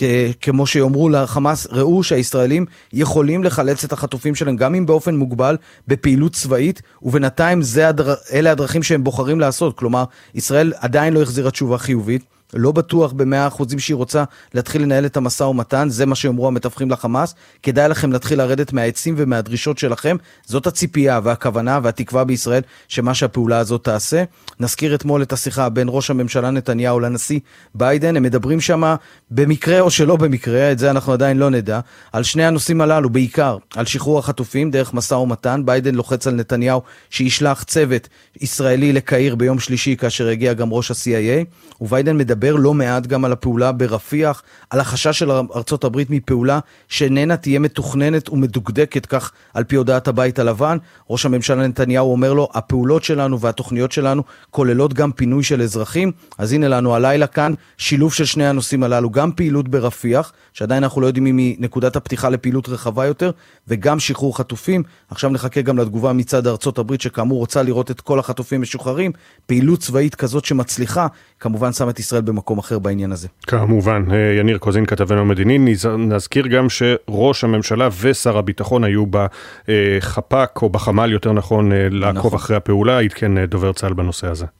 כמו שיאמרו לחמאס, ראו שהישראלים יכולים לחלץ את החטופים שלהם גם אם באופן מוגבל בפעילות צבאית, ובינתיים זה הדר... אלה הדרכים שהם בוחרים לעשות, כלומר ישראל עדיין לא החזירה תשובה חיובית, לא בטוח במאה אחוזים שהיא רוצה להתחיל לנהל את המשא ומתן, זה מה שאומרו המתווכים לחמאס, כדאי לכם להתחיל לרדת מהעצים ומהדרישות שלכם, זאת הציפייה והכוונה והתקווה בישראל שמה שהפעולה הזאת תעשה. נזכיר אתמול את השיחה בין ראש הממשלה נתניהו לנשיא ביידן, הם מדברים שם במקרה או שלא במקרה, את זה אנחנו עדיין לא נדע, על שני הנושאים הללו, בעיקר על שחרור החטופים דרך משא ומתן. ביידן לוחץ על נתניהו שישלח צוות ישראלי לקהיר ביום שלישי כאשר הגיע גם ראש ה-סי איי איי, וביידן מדבר לא מעט גם על הפעולה ברפיח, על החשש של ארצות הברית מפעולה שאיננה תהיה מתוכננת ומדוקדקת, כך על פי הודעת הבית הלבן. ראש הממשלה נתניהו אומר לו, הפעולות שלנו והתוכניות שלנו כוללות גם פינוי של אזרחים, אז הנה לנו הלילה כאן שילוב של שני הנושאים הללו, גם פעילות ברפיח, שעדיין אנחנו לא יודעים אם היא נקודת הפתיחה לפעילות רחבה יותר, וגם שחרור חטופים. עכשיו נחכה גם לתגובה מצד ארצות הברית, שכאמור רוצה לראות את כל החטופים משוחררים. פעילות צבאית כזאת שמצליחה, כמובן שם את ישראל במקום אחר בעניין הזה. כמובן, יניר קוזין, כתבנו המדיני. נזכיר גם שראש הממשלה ושר הביטחון היו בחפ"ק, או בחמ"ל יותר נכון, לעקוב אחרי הפעולה, עדכן דובר צה"ל בנושא הזה.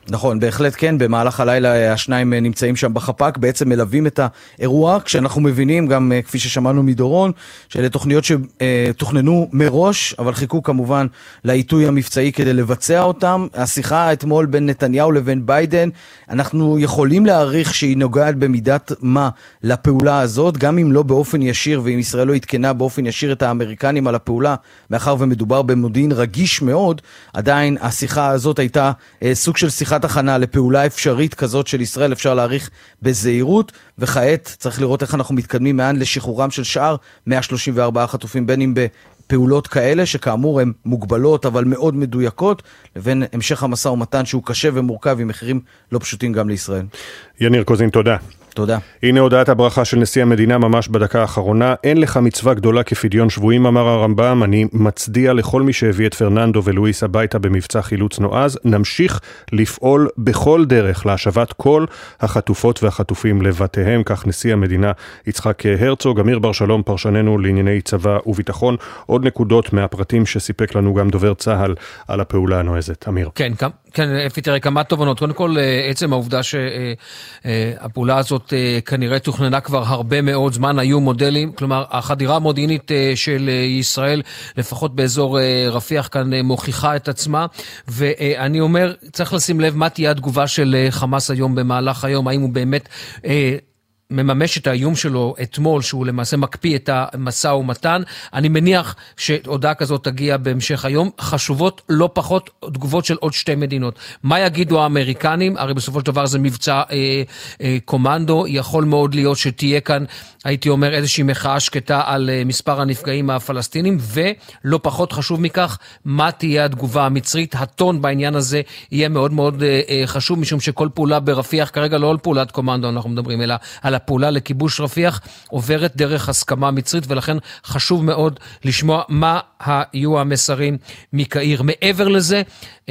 נכון, בהחלט כן, במהלך הלילה השניים נמצאים שם בחפ"ק, בעצם מלווים את האירוע, כשאנחנו מבינים גם, כפי ששמענו מדורון, שאלה תוכניות שתוכננו מראש, אבל חיכו כמובן לעיתוי המבצעי כדי לבצע אותם. השיחה אתמול בין נתניהו לבין ביידן, אנחנו יכולים להעריך שהיא נוגעת במידת מה לפעולה הזאת, גם אם לא באופן ישיר, ואם ישראל לא התקנה באופן ישיר את האמריקנים על הפעולה, מאחר ומדובר במודיעין רגיש מאוד, עדיין השיחה הזאת הייתה סוג של שיחת הכנה לפעולה אפשרית כזאת של ישראל, אפשר להעריך בזהירות, וכעת צריך לראות איך אנחנו מתקדמים מען לשחרורם של שאר מאה שלושים וארבעה חטופים, בין אם בפעולות כאלה, שכאמור הן מוגבלות אבל מאוד מדויקות, לבין המשך המשא ומתן שהוא קשה ומורכב עם מחירים לא פשוטים גם לישראל. יניר קוזין, תודה. תודה. הנה הודעת הברכה של נשיא המדינה ממש בדקה האחרונה. אין לך מצווה גדולה כפדיון שבויים, אמר הרמב"ם. אני מצדיע לכל מי שהביא את פרננדו ולואיס הביתה במבצע חילוץ נועז. נמשיך לפעול בכל דרך להשבת כל החטופות והחטופים לבתיהם. כך נשיא המדינה יצחק הרצוג. אמיר בר שלום, פרשננו לענייני צבא וביטחון. עוד נקודות מהפרטים שסיפק לנו גם דובר צהל על הפעולה הנועזת. אמיר. כן, כן, אפי, תראה כמה תובנות. קודם כל, עצם העובדה שהפעולה הזאת כנראה תוכננה כבר הרבה מאוד זמן, היו מודלים, כלומר, החדירה המודיעינית של ישראל, לפחות באזור רפיח כאן, מוכיחה את עצמה, ואני אומר, צריך לשים לב מה תהיה התגובה של חמאס היום במהלך היום, האם הוא באמת מממש את האיום שלו אתמול, שהוא למעשה מקפיא את המשא ומתן. אני מניח שהודעה כזאת תגיע בהמשך היום. חשובות לא פחות תגובות של עוד שתי מדינות. מה יגידו האמריקנים? הרי בסופו של דבר זה מבצע אה, אה, קומנדו. יכול מאוד להיות שתהיה כאן, הייתי אומר, איזושהי מחאה שקטה על אה, מספר הנפגעים הפלסטינים, ולא פחות חשוב מכך, מה תהיה התגובה המצרית. הטון בעניין הזה יהיה מאוד מאוד אה, אה, חשוב, משום שכל פעולה ברפיח, כרגע לא על פעולת קומנדו אנחנו מדברים, אלא על הפעולה לכיבוש רפיח, עוברת דרך הסכמה מצרית, ולכן חשוב מאוד לשמוע מה היו המסרים מקהיר. מעבר לזה,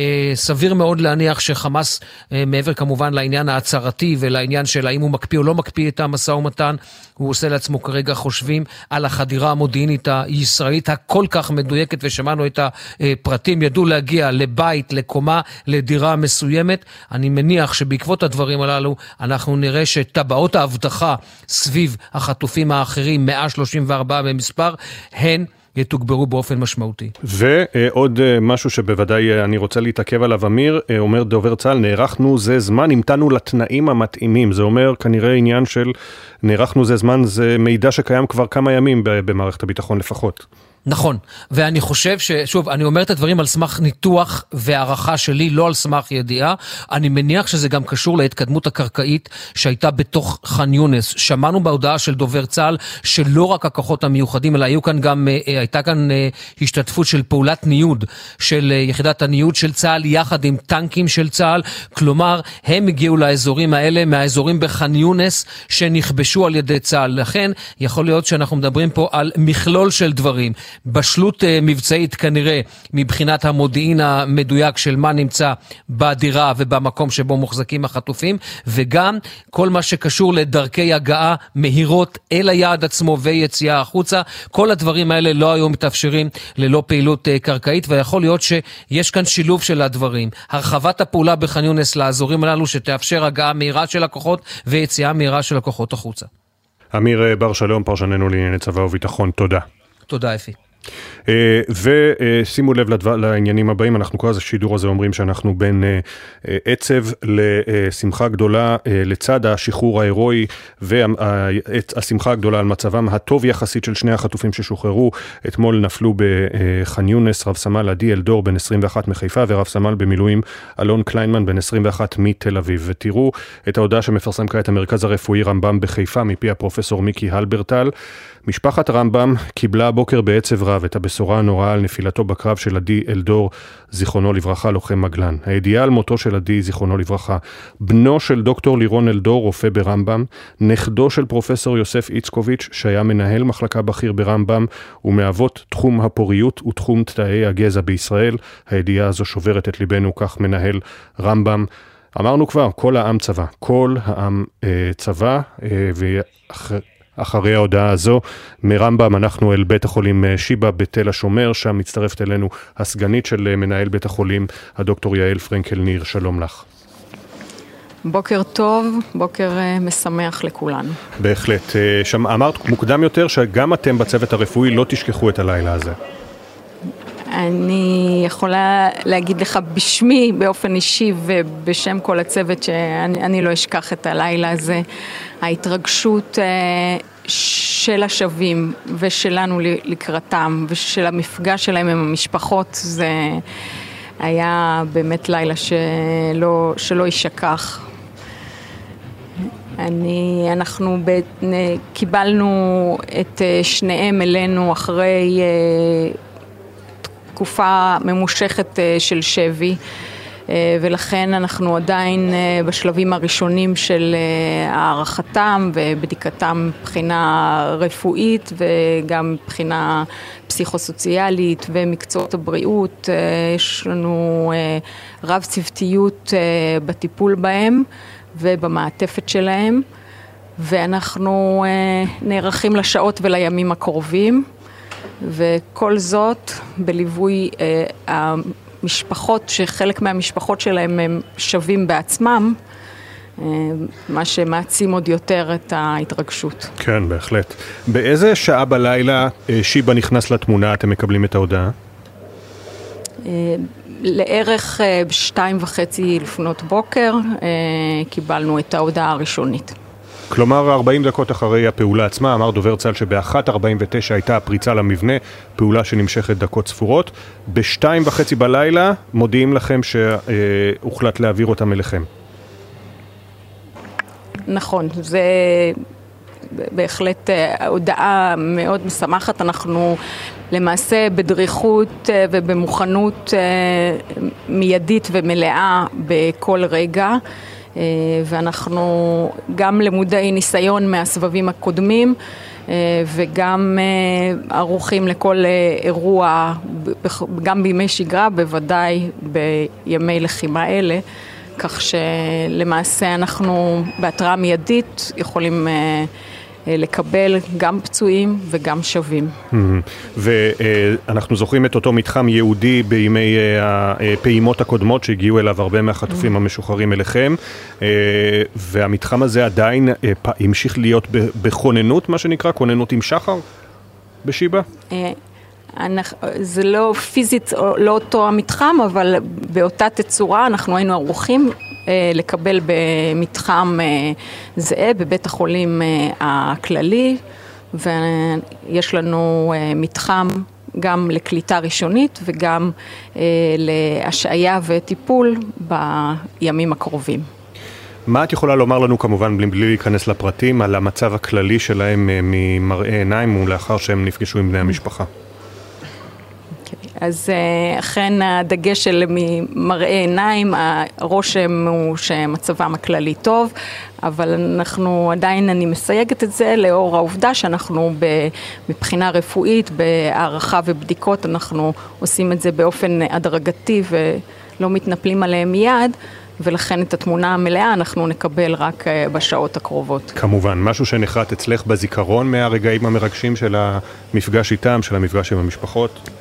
סביר מאוד להניח שחמאס, מעבר כמובן לעניין ההצהרתי ולעניין של האם הוא מקפיא או לא מקפיא את המשא ומתן, הוא עושה לעצמו כרגע חושבים על החדירה המודיעינית הישראלית הכל כך מדויקת, ושמענו את הפרטים, ידעו להגיע לבית, לקומה, לדירה מסוימת. אני מניח שבעקבות הדברים הללו אנחנו נראה שטבעות ההבטחה סביב החטופים האחרים, מאה שלושים וארבע במספר, הן יתוגברו באופן משמעותי. ועוד משהו שבוודאי אני רוצה להתעכב עליו, אמיר, אומר דובר צה"ל, נערכנו זה זמן, המתנו לתנאים המתאימים. זה אומר כנראה עניין של נערכנו זה זמן, זה מידע שקיים כבר כמה ימים במערכת הביטחון לפחות. נכון, ואני חושב ששוב, אני אומר את הדברים על סמך ניתוח והערכה שלי, לא על סמך ידיעה. אני מניח שזה גם קשור להתקדמות הקרקעית שהייתה בתוך ח'אן יונס. שמענו בהודעה של דובר צה"ל שלא רק הכוחות המיוחדים, אלא היו כאן גם, הייתה כאן השתתפות של פעולת ניוד, של יחידת הניוד של צה"ל יחד עם טנקים של צה"ל. כלומר, הם הגיעו לאזורים האלה, מהאזורים בח'אן יונס שנכבשו על ידי צה"ל. לכן יכול להיות שאנחנו מדברים פה על מכלול של דברים. בשלות מבצעית כנראה מבחינת המודיעין המדויק של מה נמצא בדירה ובמקום שבו מוחזקים החטופים, וגם כל מה שקשור לדרכי הגעה מהירות אל היעד עצמו ויציאה החוצה. כל הדברים האלה לא היו מתאפשרים ללא פעילות קרקעית, ויכול להיות שיש כאן שילוב של הדברים. הרחבת הפעולה בח'אן יונס לאזורים הללו שתאפשר הגעה מהירה של הכוחות ויציאה מהירה של הכוחות החוצה. אמיר בר שלום, פרשננו לענייני צבא וביטחון, תודה. תודה אפי. ושימו לב לעניינים הבאים, אנחנו כל השידור הזה אומרים שאנחנו בין עצב לשמחה גדולה לצד השחרור ההירואי והשמחה הגדולה על מצבם הטוב יחסית של שני החטופים ששוחררו. אתמול נפלו בח'אן יונס רב סמל עדי אלדור בן עשרים ואחת מחיפה ורב סמל במילואים אלון קליינמן בן עשרים ואחת מתל אביב. ותראו את ההודעה שמפרסם כעת המרכז הרפואי רמב"ם בחיפה מפי הפרופסור מיקי הלברטל. משפחת רמב"ם קיבלה הבוקר בעצב רב את הבשורה הנוראה על נפילתו בקרב של עדי אלדור, זיכרונו לברכה, לוחם מגלן. הידיעה על מותו של עדי, זיכרונו לברכה, בנו של דוקטור לירון אלדור, רופא ברמב"ם, נכדו של פרופסור יוסף איצקוביץ', שהיה מנהל מחלקה בכיר ברמב"ם, ומאבות תחום הפוריות ותחום תאי הגזע בישראל. הידיעה הזו שוברת את ליבנו, כך מנהל רמב"ם. אמרנו כבר, כל העם צבא, כל העם אה, צבא, אה, ואחר... אחרי ההודעה הזו, מרמב"ם אנחנו אל בית החולים שיבא בתל השומר, שם מצטרפת אלינו הסגנית של מנהל בית החולים, הדוקטור יעל פרנקל ניר, שלום לך. בוקר טוב, בוקר משמח לכולנו. בהחלט. שם אמרת מוקדם יותר שגם אתם בצוות הרפואי לא תשכחו את הלילה הזה. אני יכולה להגיד לך בשמי, באופן אישי ובשם כל הצוות שאני אני לא אשכח את הלילה הזה. ההתרגשות של השווים ושלנו לקראתם ושל המפגש שלהם עם המשפחות, זה היה באמת לילה שלא, שלא ישכח. אני, אנחנו ב, קיבלנו את שניהם אלינו אחרי תקופה ממושכת של שבי, ולכן אנחנו עדיין בשלבים הראשונים של הערכתם ובדיקתם מבחינה רפואית וגם מבחינה פסיכוסוציאלית ומקצועות הבריאות. יש לנו רב צוותיות בטיפול בהם ובמעטפת שלהם, ואנחנו נערכים לשעות ולימים הקרובים, וכל זאת בליווי המשפחות, שחלק מהמשפחות שלהם הם שווים בעצמם, מה שמעצים עוד יותר את ההתרגשות. כן, בהחלט. באיזה שעה בלילה שיבה נכנס לתמונה, אתם מקבלים את ההודעה? לערך בשתיים וחצי לפנות בוקר קיבלנו את ההודעה הראשונית. כלומר, ארבעים דקות אחרי הפעולה עצמה, אמר דובר צה"ל שב-אחת ארבעים ותשע הייתה הפריצה למבנה, פעולה שנמשכת דקות ספורות. בשתיים וחצי בלילה מודיעים לכם שהוחלט להעביר אותם אליכם. נכון, זה בהחלט הודעה מאוד משמחת. אנחנו למעשה בדריכות ובמוכנות מיידית ומלאה בכל רגע, ואנחנו גם למודי ניסיון מהסבבים הקודמים וגם ערוכים לכל אירוע, גם בימי שגרה, בוודאי בימי לחימה אלה, כך שלמעשה אנחנו בהתראה מיידית יכולים לקבל גם פצועים וגם שווים. ואנחנו זוכרים את אותו מתחם יהודי בימי הפעימות הקודמות שהגיעו אליו הרבה מהחטופים המשוחררים אליכם, והמתחם הזה עדיין המשיך להיות בכוננות, מה שנקרא, כוננות עם שחר בשיבה? זה לא פיזית, לא אותו המתחם, אבל באותה תצורה אנחנו היינו ערוכים לקבל במתחם זהה בבית החולים הכללי, ויש לנו מתחם גם לקליטה ראשונית וגם להשעיה וטיפול בימים הקרובים. מה את יכולה לומר לנו, כמובן בלי להיכנס לפרטים, על המצב הכללי שלהם ממראה עיניים ולאחר שהם נפגשו עם בני המשפחה? אז אכן הדגש של ממראה עיניים, הרושם הוא שמצבם הכללי טוב, אבל אנחנו עדיין, אני מסייגת את זה לאור העובדה שאנחנו מבחינה רפואית, בהערכה ובדיקות, אנחנו עושים את זה באופן הדרגתי ולא מתנפלים עליהם מיד, ולכן את התמונה המלאה אנחנו נקבל רק בשעות הקרובות. כמובן, משהו שנחרט אצלך בזיכרון מהרגעים המרגשים של המפגש איתם, של המפגש עם המשפחות?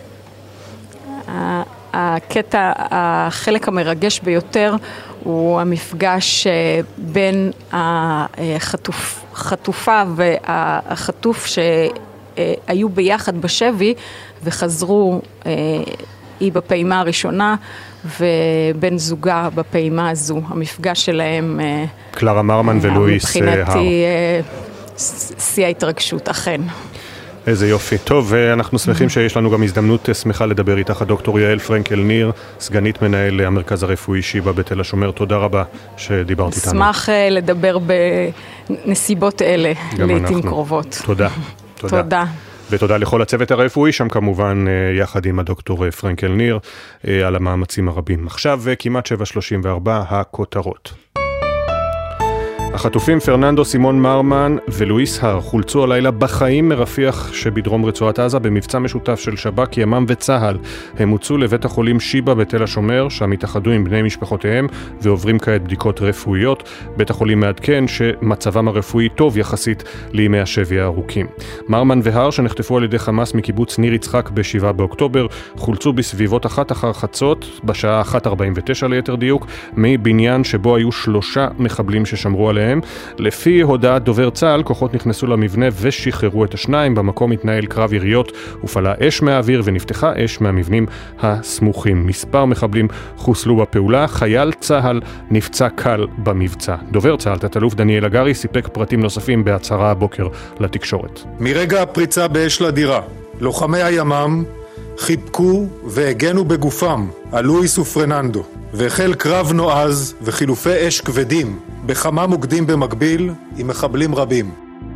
הקטע, החלק המרגש ביותר הוא המפגש בין החטוף, חטופה והחטוף שהיו ביחד בשבי וחזרו, היא בפעימה הראשונה ובן זוגה בפעימה הזו. המפגש שלהם, קלרה מרמן ולואיס מבחינתי שיא ההתרגשות, אכן. איזה יופי. טוב, ואנחנו שמחים שיש לנו גם הזדמנות שמחה לדבר איתך, דוקטור יעל פרנקל ניר, סגנית מנהל המרכז הרפואי שיבא בתל השומר. תודה רבה שדיברת איתנו. אשמח לדבר בנסיבות אלה, לעתים קרובות. תודה. תודה. תודה. ותודה לכל הצוות הרפואי, שם כמובן יחד עם הדוקטור פרנקל ניר, על המאמצים הרבים. עכשיו כמעט שבע שלושים וארבע הכותרות. החטופים פרננדו סימון מרמן ולואיס הר חולצו הלילה בחיים מרפיח שבדרום רצועת עזה במבצע משותף של שב"כ, ימ"מ וצה"ל. הם הוצאו לבית החולים שיבא בתל השומר, שם התאחדו עם בני משפחותיהם ועוברים כעת בדיקות רפואיות. בית החולים מעדכן שמצבם הרפואי טוב יחסית לימי השבי הארוכים. מרמן והר, שנחטפו על ידי חמאס מקיבוץ ניר יצחק ב-שבעה באוקטובר, חולצו בסביבות אחת אחר חצות, בשעה אחת ארבעים ותשע ליתר דיוק, מבניין שבו היו שלושה מחבלים ששמרו עליהם. לפי הודעת דובר צה"ל, כוחות נכנסו למבנה ושחררו את השניים. במקום התנהל קרב יריות, הופעלה אש מהאוויר ונפתחה אש מהמבנים הסמוכים. מספר מחבלים חוסלו בפעולה, חייל צה"ל נפצע קל במבצע. דובר צה"ל, תת-אלוף דניאל הגרי, סיפק פרטים נוספים בהצהרה הבוקר לתקשורת. מרגע הפריצה באש לדירה, לוחמי הימ"מ חיבקו והגנו בגופם על לואיס ופרננדו, והחל קרב נועז וחילופי אש כבדים בכמה מוקדים במקביל עם מחבלים רבים.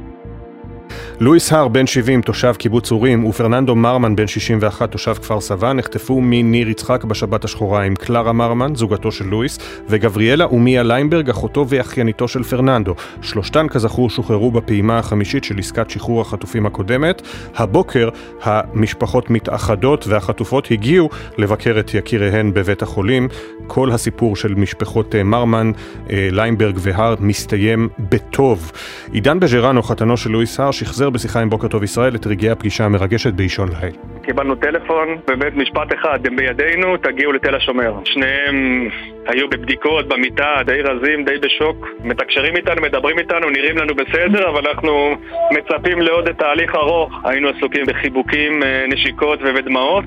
לואיס הר, בן שבעים, תושב קיבוץ אורים, ופרננדו מרמן, בן שישים ואחת, תושב כפר סבא, נחטפו מניר יצחק בשבת השחורה עם קלרה מרמן, זוגתו של לואיס, וגבריאלה ומיה ליינברג, אחותו ואחייניתו של פרננדו. שלושתן, כזכור, שוחררו בפעימה החמישית של עסקת שחרור החטופים הקודמת. הבוקר המשפחות מתאחדות והחטופות הגיעו לבקר את יקיריהן בבית החולים. כל הסיפור של משפחות מרמן, ליינברג והר מסתיים בטוב. עידן בג'רנו, חתנו של לואיס הר, שחזר בשיחה עם בוקר טוב ישראל את רגעי הפגישה המרגשת באישון ליל. קיבלנו טלפון, באמת משפט אחד, הם בידינו, תגיעו לתל השומר. שניהם היו בבדיקות, במיטה, די רזים, די בשוק. מתקשרים איתנו, מדברים איתנו, נראים לנו בסדר, אבל אנחנו מצפים לעוד את תהליך ארוך. היינו עסוקים בחיבוקים, נשיקות ובדמעות.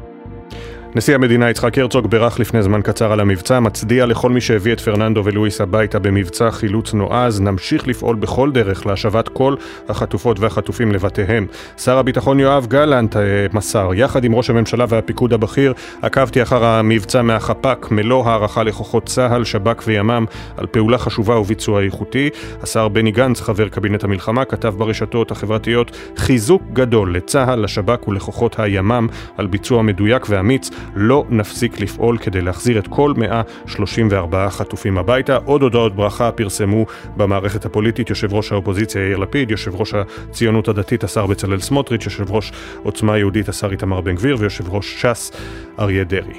נשיא המדינה יצחק הרצוג ברח לפני זמן קצר על המבצע, מצדיע לכל מי שהביא את פרננדו ולואיס הביתה במבצע חילוץ נועז. נמשיך לפעול בכל דרך להשבת כל החטופות והחטופים לבתיהם. שר הביטחון יואב גלנט מסר, יחד עם ראש הממשלה והפיקוד הבכיר, עקבתי אחר המבצע מהחפ"ק, מלוא הערכה לכוחות צה"ל, שב"כ וימ"מ על פעולה חשובה וביצוע איכותי. השר בני גנץ, חבר קבינט המלחמה, כתב ברשתות החברתיות חיזוק גדול לצה"ל, לשב"כ ולכוחות הימ"מ על ביצוע מדויק ואמיץ. לא נפסיק לפעול כדי להחזיר את כל מאה שלושים וארבעה חטופים הביתה. עוד הודעות ברכה פרסמו במערכת הפוליטית יושב ראש האופוזיציה יאיר לפיד, יושב ראש הציונות הדתית השר בצלאל סמוטריץ', יושב ראש עוצמה יהודית השר איתמר בן גביר ויושב ראש ש"ס אריה דרעי.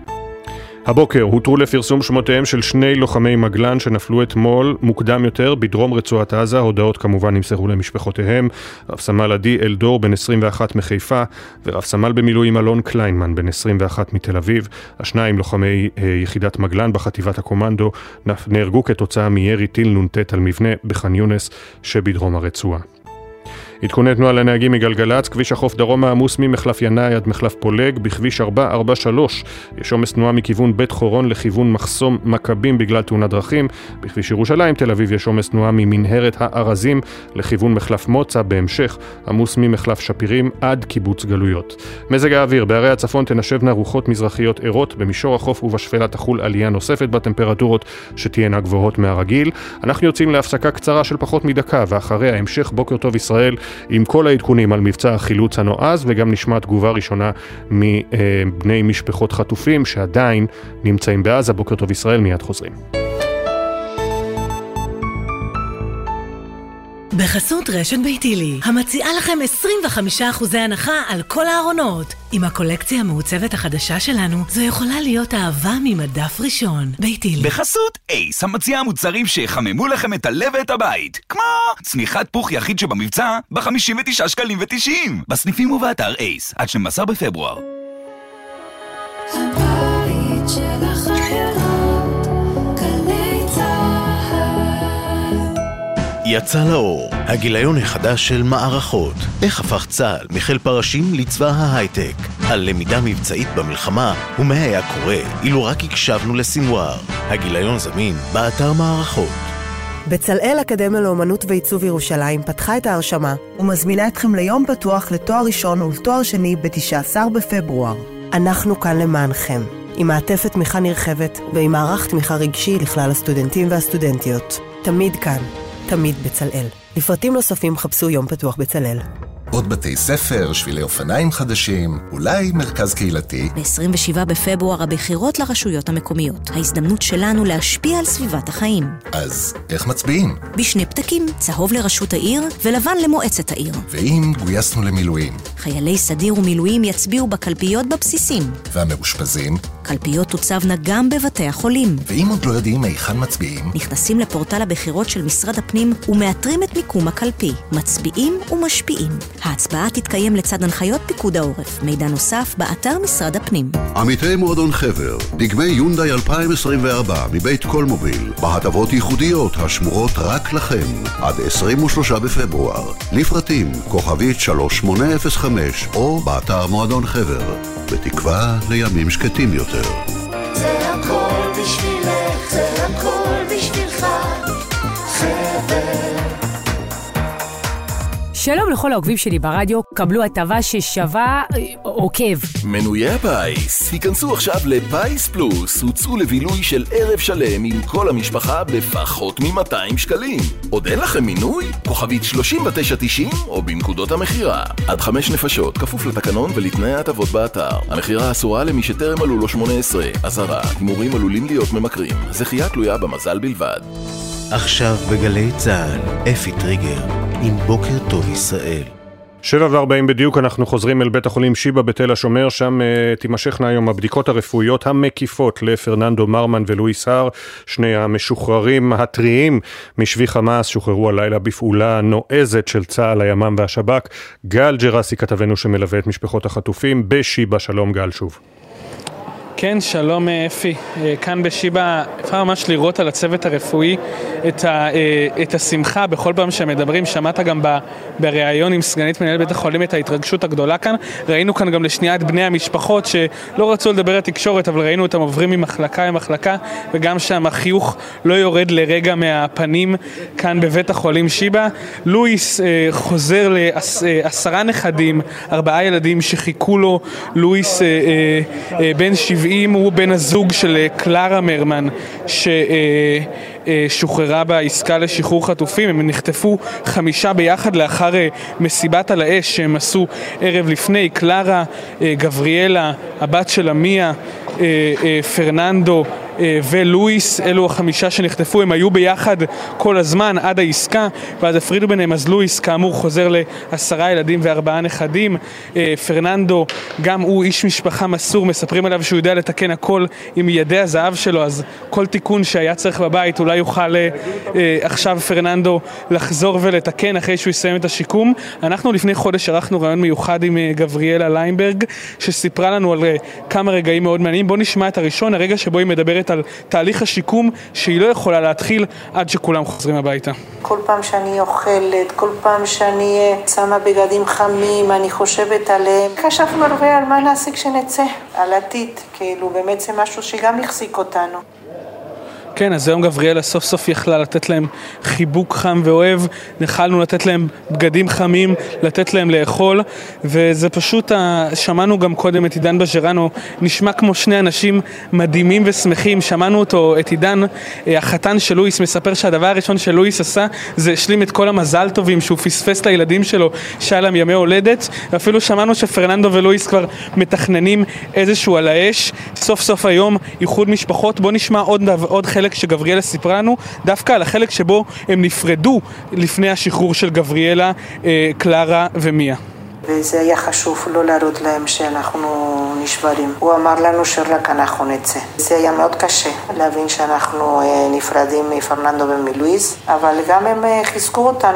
הבוקר הותרו לפרסום שמותיהם של שני לוחמי מגלן שנפלו אתמול מוקדם יותר בדרום רצועת עזה. הודעות כמובן נמסרו למשפחותיהם. רב סמל עדי אלדור בן עשרים ואחת מחיפה ורב סמל במילואים אלון קליינמן בן עשרים ואחת מתל אביב. השניים לוחמי יחידת מגלן בחטיבת הקומנדו נהרגו כתוצאה מירי טיל נ"ט על מבנה בח'אן יונס שבדרום הרצועה. עדכוני תנועה לנהגים מגלגלץ, כביש החוף דרומה עמוס ממחלף ינאי עד מחלף פולג. בכביש ארבע ארבע שלוש יש עומס תנועה מכיוון בית חורון לכיוון מחסום מכבים בגלל תאונת דרכים. בכביש ירושלים תל אביב יש עומס תנועה ממנהרת הארזים לכיוון מחלף מוצא. בהמשך עמוס ממחלף שפירים עד קיבוץ גלויות. מזג האוויר, בערי הצפון תנשבנה רוחות מזרחיות ערות, במישור החוף ובשפלה תחול עלייה נוספת בטמפרטורות שתהיינה גבוהות מהרגיל. אנחנו יוצאים להפסקה קצרה של פחות מדקה ואחריה המשך בוקר טוב ישראל עם כל העדכונים על מבצע החילוץ הנועז, וגם נשמע תגובה ראשונה מבני משפחות חטופים שעדיין נמצאים בעזה. בוקר טוב ישראל, מיד חוזרים. בחסות רשת ביתילי, המציעה לכם עשרים וחמישה אחוז הנחה על כל הארונות. עם הקולקציה המעוצבת החדשה שלנו, זו יכולה להיות אהבה ממדף ראשון. ביתילי. בחסות אייס, המציעה מוצרים שיחממו לכם את הלב ואת הבית. כמו צמיחת פוך יחיד שבמבצע ב-חמישים ותשעה שקלים ותשעים. בסניפים ובאתר אייס, עד שנים עשר בפברואר. הבית של החיילות, גלי צהל. יצא לאור, הגיליון החדש של מערכות. איך הפך צה"ל מחיל פרשים לצבא ההייטק. על למידה מבצעית במלחמה, ומה היה קורה אילו רק הקשבנו לסינואר. הגיליון זמין באתר מערכות. בצלאל אקדמיה לאומנות ועיצוב ירושלים פתחה את ההרשמה ומזמינה אתכם ליום פתוח לתואר ראשון ולתואר שני ב-תשעה עשר בפברואר. אנחנו כאן למענכם, עם מעטפת תמיכה נרחבת ועם מערך תמיכה רגשי לכלל הסטודנטים והסטודנטיות. תמיד כאן, תמיד בצלאל. לפרטים נוספים חפשו יום פתוח בצלאל. עוד בתי ספר, שבילי אופניים חדשים, אולי מרכז קהילתי. ב-עשרים ושבעה בפברואר הבחירות לרשויות המקומיות. ההזדמנות שלנו להשפיע על סביבת החיים. אז איך מצביעים? בשני פתקים, צהוב לרשות העיר ולבן למועצת העיר. ואם גויסנו למילואים? חיילי סדיר ומילואים יצביעו בקלפיות בבסיסים. והמאושפזים? קלפיות תוצבנה גם בבתי החולים. ואם עוד לא יודעים היכן מצביעים? נכנסים לפורטל הבחירות של משרד הפנים ומאתרים את מיקום הקלפי. מצביעים ומשפיעים. ההצבעה תתקיים לצד הנחיות פיקוד העורף. מידע נוסף באתר משרד הפנים. עמיתי מועדון חבר, דגמי יונדאי אלפיים עשרים וארבע מבית כל מוביל, בהטבות ייחודיות השמורות רק לכם, עד עשרים ושלושה בפברואר. לפרטים, כוכבית שלוש שמונה אפס חמש, או באתר מועדון חבר. בתקווה לימים שקטים יותר. זה הכל בשבילך, זה הכל בשבילך, חבר. שלום לכל העוקבים שלי ברדיו, קבלו הטבה ששווה עוקב. מנויי הפיס, היכנסו עכשיו לפיס פלוס, הוצאו לבילוי של ערב שלם עם כל המשפחה בפחות מ-מאתיים שקלים. עוד אין לכם מינוי? כוכבית שלושים ותשע תשעים או בנקודות המחירה. עד חמש נפשות, כפוף לתקנון ולתנאי ההטבות באתר. המחירה אסורה למי שטרם מלאו לו שמונה עשרה. אזהרה, הימורים עלולים להיות ממכרים. זכייה תלויה במזל בלבד. עכשיו בגלי צהל, אפי טריגר, עם בוקר טוב ישראל. שבע וארבעים בדיוק אנחנו חוזרים אל בית החולים שיבא בתל השומר, שם uh, תימשכנה היום הבדיקות הרפואיות המקיפות לפרננדו מרמן ולואיס הר, שני המשוחררים הטריים משבי חמאס, שוחררו הלילה בפעולה נועזת של צה"ל, הימ"מ והשב"כ. גל ג'רסי כתבנו שמלווה את משפחות החטופים בשיבא. שלום גל שוב. כן, שלום אפי. כאן בשיבא אפשר ממש לראות על הצוות הרפואי את, ה, את השמחה בכל פעם שמדברים. שמעת גם בריאיון עם סגנית מנהל בית החולים את ההתרגשות הגדולה כאן. ראינו כאן גם לשנייה את בני המשפחות שלא רצו לדבר לתקשורת, אבל ראינו אותם עוברים ממחלקה למחלקה, וגם שם החיוך לא יורד לרגע מהפנים כאן בבית החולים שיבא. לואיס חוזר לעשרה נכדים, ארבעה ילדים שחיכו לו. לואיס בן שבעים, הוא בן הזוג של קלרה מרמן ששוחררה בעסקה לשחרור חטופים. הם נחטפו חמישה ביחד לאחר מסיבת על האש שהם עשו ערב לפני. קלרה, גבריאלה, הבת של אמיה, פרננדו ולואיס, אלו החמישה שנחטפו. הם היו ביחד כל הזמן עד העסקה, ואז הפרידו ביניהם. אז לואיס כאמור חוזר לעשרה ילדים וארבעה נכדים. פרננדו גם הוא איש משפחה מסור, מספרים עליו שהוא יודע לתקן הכל עם ידי הזהב שלו, אז כל תיקון שהיה צריך בבית אולי יוכל עכשיו פרננדו לחזור ולתקן אחרי שהוא יסיים את השיקום. אנחנו לפני חודש ערכנו רעיון מיוחד עם גבריאלה ליינברג שסיפרה לנו על כמה רגעים מאוד מעניינים. בוא נשמע את הראשון, הרגע שבו היא מדברת על תהליך השיקום שהיא לא יכולה להתחיל עד שכולם חוזרים הביתה. כל פעם שאני אוכלת, כל פעם שאני שמה בגדים חמים, אני חושבת עליהם. חשבנו הרבה על מה נעשה כשנצא, על עתיד, כאילו באמת זה משהו שגם יחזיק אותנו. כן, אז היום גבריאלה סוף סוף יכלה לתת להם חיבוק חם ואוהב, נחלנו לתת להם בגדים חמים, לתת להם לאכול, וזה פשוט, שמענו גם קודם את עידן בז'רנו, נשמע כמו שני אנשים מדהימים ושמחים. שמענו אותו, את עידן, החתן של לואיס, מספר שהדבר הראשון שלואיס עשה, זה השלים את כל המזל טובים שהוא פספס לילדים שלו, שהיה להם ימי הולדת, ואפילו שמענו שפרננדו ולואיס כבר מתכננים איזשהו על האש. סוף סוף היום, איחוד משפחות. בוא נשמע עוד, עוד חלק שגבריאלה סיפרה לנו, דווקא על החלק שבו הם נפרדו לפני השחרור של גבריאלה, אה, קלרה ומיה. וזה היה חשוב לא להראות להם שאנחנו נשברים. הוא אמר לנו שרק אנחנו נצא. זה היה מאוד קשה להבין שאנחנו אה, נפרדים מפרננדו ומלואיס, אבל גם הם אה, חיזקו אותנו.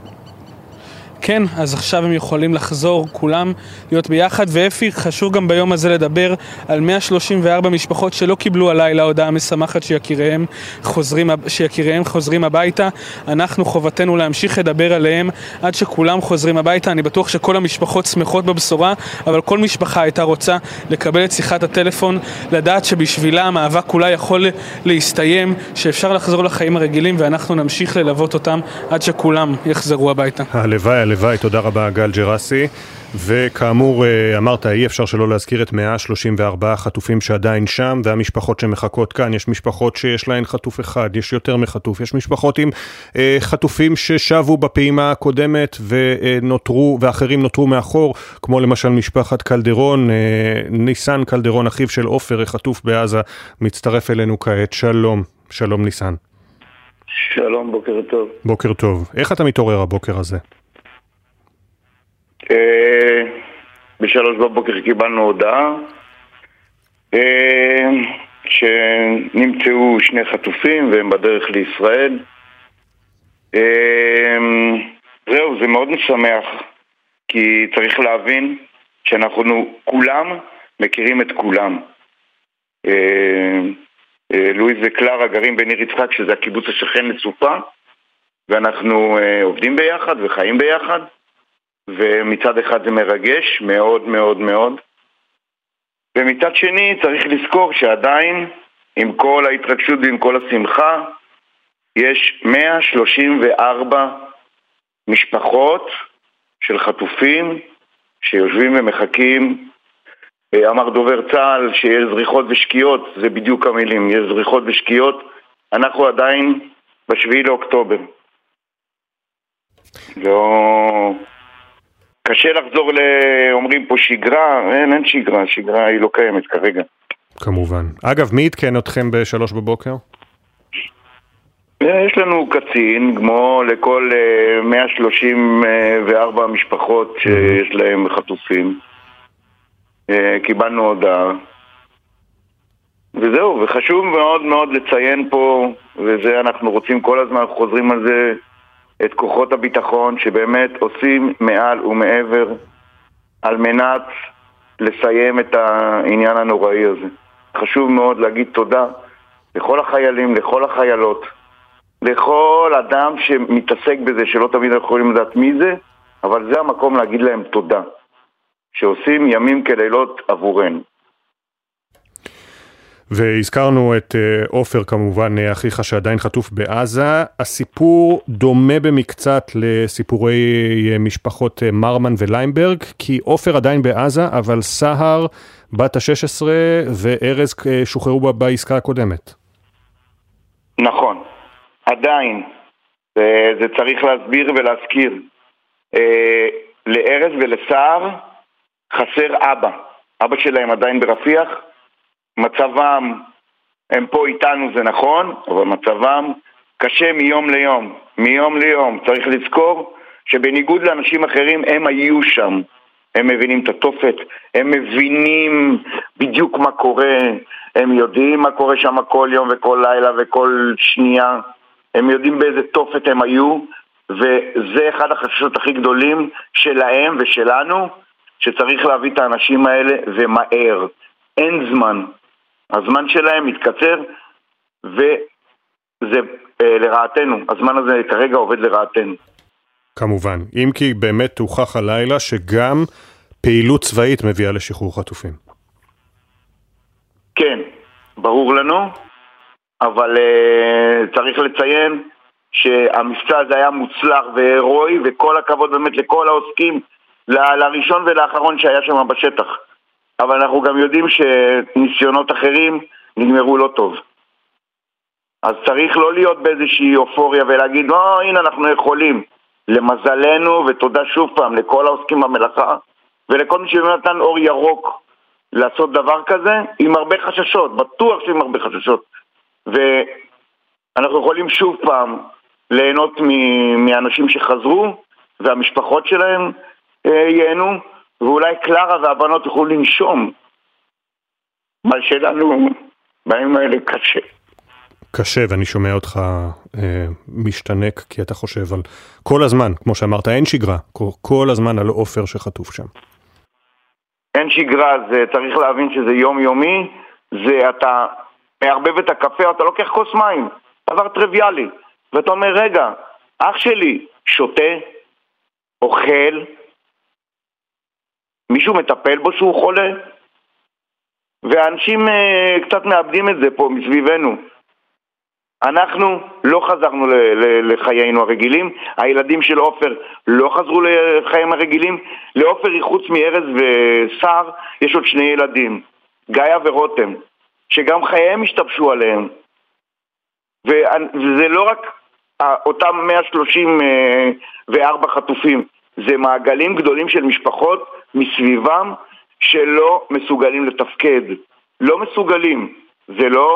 כן, אז עכשיו הם יכולים לחזור כולם להיות ביחד. ואפי, חשוב גם ביום הזה לדבר על מאה שלושים וארבע משפחות שלא קיבלו הלילה הודעה משמחת שיקיריהם חוזרים, שיקיריהם חוזרים הביתה. אנחנו חובתנו להמשיך לדבר עליהם עד שכולם חוזרים הביתה. אני בטוח שכל המשפחות שמחות בבשורה, אבל כל משפחה הייתה רוצה לקבל את שיחת הטלפון, לדעת שבשבילה המאבק אולי יכול להסתיים, שאפשר לחזור לחיים הרגילים, ואנחנו נמשיך ללוות אותם עד שכולם יחזרו הביתה. הלוואי, הלוואי הלוואי, תודה רבה גל ג'רסי. וכאמור, אמרת, אי אפשר שלא להזכיר את מאה שלושים וארבעה חטופים שעדיין שם, והמשפחות שמחכות כאן. יש משפחות שיש להן חטוף אחד, יש יותר מחטוף, יש משפחות עם אה, חטופים ששבו בפעימה הקודמת ונותרו, ואחרים נותרו מאחור, כמו למשל משפחת קלדרון, אה, ניסן קלדרון, אחיו של עופר, חטוף בעזה, מצטרף אלינו כעת. שלום, שלום ניסן. שלום, בוקר טוב. בוקר טוב. איך אתה מתעורר הבוקר הזה? בשלוש בבוקר קיבלנו הודעה שנמצאו שני חטופים והם בדרך לישראל. זהו, זה מאוד משמח, כי צריך להבין שאנחנו כולם מכירים את כולם. לואיס וקלרה גרים בניר יצחק, שזה הקיבוץ השכן לצופה, ואנחנו עובדים ביחד וחיים ביחד, ומצד אחד זה מרגש מאוד מאוד מאוד, ומצד שני צריך לזכור שעדיין עם כל ההתרגשות ועם כל השמחה יש מאה שלושים וארבע משפחות של חטופים שיושבים ומחכים. אמר דובר צה"ל שיש זריחות ושקיעות, זה בדיוק המילים, יש זריחות ושקיעות. אנחנו עדיין בשביעי לאוקטובר, לא... קשה לחזור ל... אומרים פה שגרה, אין, אין שגרה, שגרה היא לא קיימת כרגע. כמובן. אגב, מי התקן אתכם בשלוש בבוקר? יש לנו קצין, כמו לכל מאה שלושים וארבע משפחות שיש להם חטופים. קיבלנו הודעה. וזהו, וחשוב מאוד מאוד לציין פה, וזה אנחנו רוצים כל הזמן, אנחנו חוזרים על זה, את כוחות הביטחון שבאמת עושים מעל ומעבר על מנת לסיים את העניין הנוראי הזה. חשוב מאוד להגיד תודה לכל החיילים, לכל החיילות, לכל אדם שמתעסק בזה, שלא תמיד אנחנו יכולים לדעת מי זה, אבל זה המקום להגיד להם תודה, שעושים ימים כלילות עבורנו. והזכרנו את עופר כמובן, אחיך שעדיין חטוף בעזה. הסיפור דומה במקצת לסיפורי משפחות מרמן וליימברג, כי עופר עדיין בעזה, אבל סהר בת ה-שש עשרה וארז שוחררו בה בעסקה הקודמת. נכון, עדיין. זה, זה צריך להסביר ולהזכיר. אה, לארז ולסהר חסר אבא. אבא שלהם עדיין ברפיח. מצבם, הם פה איתנו זה נכון, אבל מצבם קשה מיום ליום, מיום ליום. צריך לזכור שבניגוד לאנשים אחרים הם היו שם, הם מבינים את התופת, הם מבינים בדיוק מה קורה, הם יודעים מה קורה שם כל יום וכל לילה וכל שנייה, הם יודעים באיזה תופת הם היו, וזה אחד החששות הכי גדולים שלהם ושלנו, שצריך להביא את האנשים האלה ומהר. אין זמן. הזמן שלהם מתקצר, וזה אה, לרעתנו. הזמן הזה כרגע עובד לרעתנו. כמובן. אם כי באמת הוכח הלילה שגם פעילות צבאית מביאה לשחרור חטופים. כן, ברור לנו, אבל אה, צריך לציין שהמבצע הזה היה מוצלח והירואי, וכל הכבוד באמת לכל העוסקים, ל- לראשון ולאחרון שהיה שם בשטח. אבל אנחנו גם יודעים שניסיונות אחרים נגמרו לא טוב. אז צריך לא להיות באיזושהי אופוריה ולהגיד, לא, הנה אנחנו יכולים. למזלנו, ותודה שוב פעם לכל העוסקים במלאכה, ולכל מי שנתן אור ירוק לעשות דבר כזה, עם הרבה חששות, בטוח שעם הרבה חששות. ואנחנו יכולים שוב פעם ליהנות מאנשים שחזרו, והמשפחות שלהם ייהנו, ואולי קלרה והבנות יוכלו לנשום. מה שלנו בימים האלה קשה. קשה, ואני שומע אותך אה, משתנק, כי אתה חושב על כל הזמן, כמו שאמרת, אין שגרה, כל, כל הזמן על עופר שחטוף שם. אין שגרה, זה צריך להבין שזה יומיומי, זה אתה מערבב את הקפה, אתה לוקח כוס מים, דבר טריוויאלי, ואתה אומר, רגע, אח שלי שותה, אוכל, מישהו מטפל בו שהוא חולה, ואנשים uh, קצת מאבדים את זה פה מסביבנו. אנחנו לא חזרנו לחיינו הרגילים, הילדים של עופר לא חזרו לחיים הרגילים, לעופר חוץ מארז ושר יש עוד שני ילדים, גאיה ורותם, שגם חייהם השתבשו עליהם, וזה לא רק אותם מאה שלושים וארבע חטופים, זה מעגלים גדולים של משפחות מסביבם שלא מסוגלים לתפקד, לא מסוגלים, זה לא...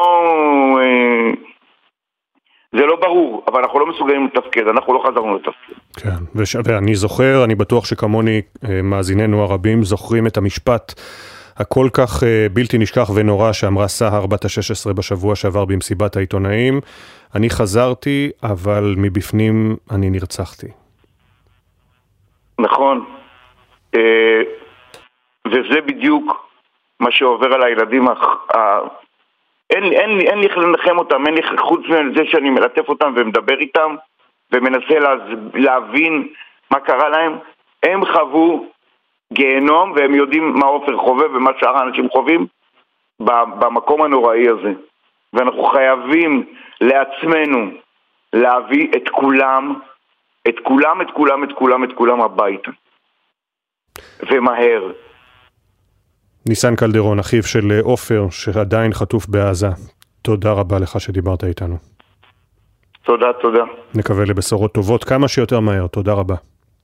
זה לא ברור, אבל אנחנו לא מסוגלים לתפקד, אנחנו לא חזרנו לתפקד. כן, וש... ואני זוכר, אני בטוח שכמוני מאזיננו הרבים זוכרים את המשפט הכל כך בלתי נשכח ונורא שאמרה סהר בת ה-שש עשרה בשבוע שעבר במסיבת העיתונאים, אני חזרתי, אבל מבפנים אני נרצחתי. נכון, וזה בדיוק מה שעובר על הילדים ה... אין לי, אין לי, אין לי איך לנחם אותם, אין לי חוץ מזה שאני מלטף אותם ומדבר איתם ומנסה לה, להבין מה קרה להם. הם חוו גיהנום והם יודעים מה עופר חווה ומה שאר האנשים חווים במקום הנוראי הזה. ואנחנו חייבים לעצמנו להביא את כולם, את כולם, את כולם, את כולם, את כולם הביתה. ומהר. ניסן קלדרון, אחיו של עופר, שעדיין חטוף בעזה. תודה רבה לך שדיברת איתנו. תודה, תודה. נקווה לבשורות טובות כמה שיותר מהר. תודה רבה.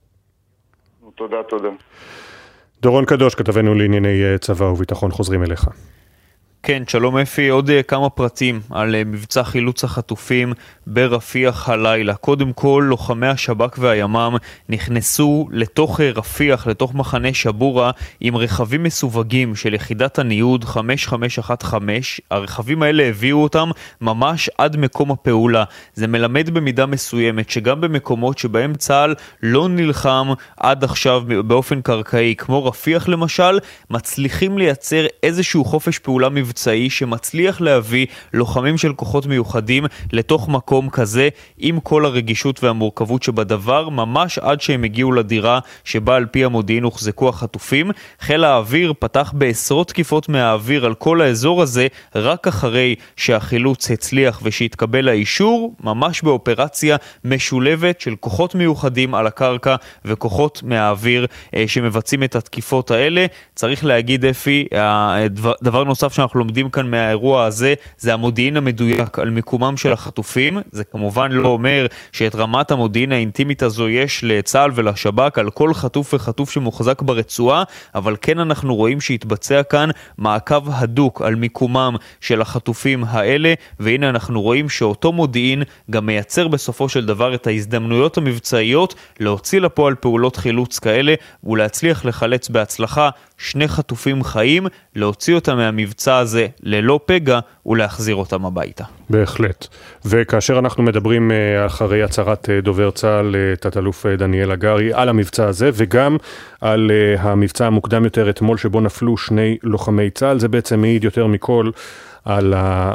תודה, תודה. דורון קדוש, כתבנו לענייני צבא וביטחון, חוזרים אליך. כן, שלום אפי, עוד כמה פרטים על מבצע חילוץ החטופים ברפיח הלילה. קודם כל, לוחמי השב"כ והימ"מ נכנסו לתוך רפיח, לתוך מחנה שבורה, עם רכבים מסווגים של יחידת הניוד חמש חמש אחת חמש. הרכבים האלה הביאו אותם ממש עד מקום הפעולה. זה מלמד במידה מסוימת שגם במקומות שבהם צה"ל לא נלחם עד עכשיו באופן קרקעי, כמו רפיח למשל, מצליחים לייצר איזשהו חופש פעולה מבצעי. מבצעי שמצליח להביא לוחמים של כוחות מיוחדים לתוך מקום כזה עם כל הרגישות והמורכבות שבדבר, ממש עד שהם הגיעו לדירה שבה על פי המודיעין הוחזקו החטופים. חיל האוויר פתח בעשרות תקיפות מהאוויר על כל האזור הזה רק אחרי שהחילוץ הצליח ושהתקבל האישור, ממש באופרציה משולבת של כוחות מיוחדים על הקרקע וכוחות מהאוויר אה, שמבצעים את התקיפות האלה. צריך להגיד אפי, הדבר, דבר נוסף שאנחנו לומדים כאן מהאירוע הזה, זה המודיעין המדויק על מיקומם של החטופים. זה כמובן לא אומר שאת רמת המודיעין האינטימית הזו יש לצה"ל ולשב"כ על כל חטוף וחטוף שמוחזק ברצועה, אבל כן אנחנו רואים שהתבצע כאן מעקב הדוק על מיקומם של החטופים האלה, והנה אנחנו רואים שאותו מודיעין גם מייצר בסופו של דבר את ההזדמנויות המבצעיות להוציא לפועל פעולות חילוץ כאלה ולהצליח לחלץ בהצלחה שני חטופים חיים, להוציא אותם מהמבצע הזה ללא פגע ולהחזיר אותם הביתה. בהחלט. וכאשר אנחנו מדברים אחרי הצהרת דובר צה"ל, תת-אלוף דניאל הגרי, על המבצע הזה וגם על המבצע המוקדם יותר אתמול שבו נפלו שני לוחמי צה"ל, זה בעצם מעיד יותר מכל על, ה,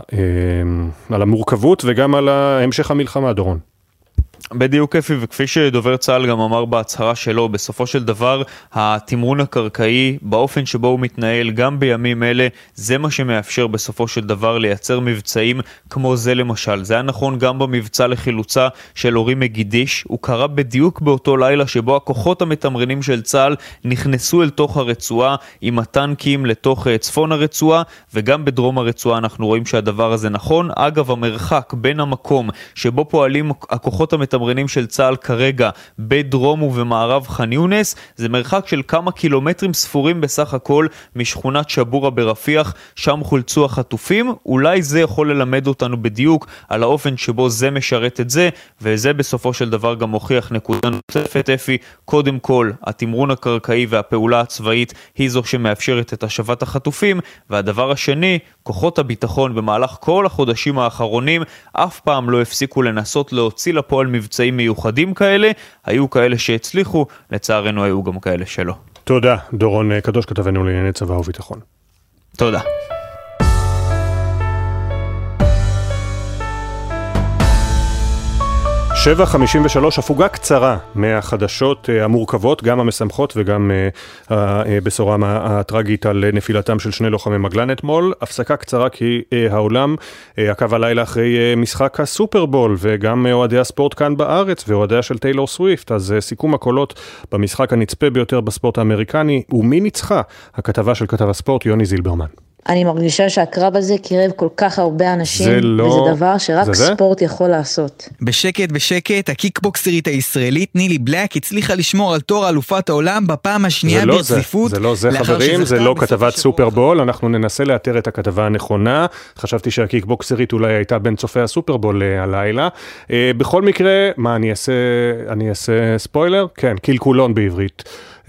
על המורכבות וגם על המשך המלחמה, דורון. בדיוק כפי, וכפי שדובר צה"ל גם אמר בהצהרה שלו, בסופו של דבר התמרון הקרקעי באופן שבו הוא מתנהל גם בימים אלה, זה מה שמאפשר בסופו של דבר לייצר מבצעים כמו זה למשל. זה היה נכון גם במבצע לחילוצה של אורי מגידיש, הוא קרה בדיוק באותו לילה שבו הכוחות המתמרנים של צה"ל נכנסו אל תוך הרצועה עם הטנקים לתוך צפון הרצועה, וגם בדרום הרצועה אנחנו רואים שהדבר הזה נכון. אגב, המרחק בין המקום שבו פועלים הכוחות המתמרנים המתמרנים של צה"ל כרגע בדרום ובמערב ח'אן יונס, זה מרחק של כמה קילומטרים ספורים בסך הכל משכונת שבורה ברפיח, שם חולצו החטופים. אולי זה יכול ללמד אותנו בדיוק על האופן שבו זה משרת את זה, וזה בסופו של דבר גם מוכיח נקודה נוספת אפי. קודם כל, התמרון הקרקעי והפעולה הצבאית היא זו שמאפשרת את השבת החטופים, והדבר השני, כוחות הביטחון במהלך כל החודשים האחרונים אף פעם לא הפסיקו לנסות להוציא לפועל מבצעים מיוחדים כאלה. היו כאלה שהצליחו, לצערנו היו גם כאלה שלא. תודה, דורון קדוש, כתבנו לענייני צבא וביטחון. תודה. שבע חמישים ושלוש, הפוגה קצרה מהחדשות המורכבות, גם המשמחות וגם הבשורה הטרגית על נפילתם של שני לוחמי מגלן אתמול. הפסקה קצרה כי העולם עקב הלילה אחרי משחק הסופרבול, וגם אוהדי הספורט כאן בארץ ואוהדיה של טיילור סוויפט. אז סיכום הקולות במשחק הנצפה ביותר בספורט האמריקני, ומי ניצחה? הכתבה של כתב הספורט יוני זילברמן. אני מרגישה שהקרב הזה קירב כל כך הרבה אנשים, זה לא... וזה דבר שרק זה ספורט זה? יכול לעשות. בשקט בשקט, הקיקבוקסרית הישראלית נילי בלק הצליחה לשמור על תואר אלופת העולם בפעם השנייה ברציפות. זה לא זה, זה חברים, זה לא כתבת סופרבול, אנחנו ננסה לאתר את הכתבה הנכונה. חשבתי שהקיקבוקסרית אולי הייתה בין צופי הסופרבול הלילה. בכל מקרה, מה אני אעשה, אני אעשה ספוילר? כן, קלקולון בעברית.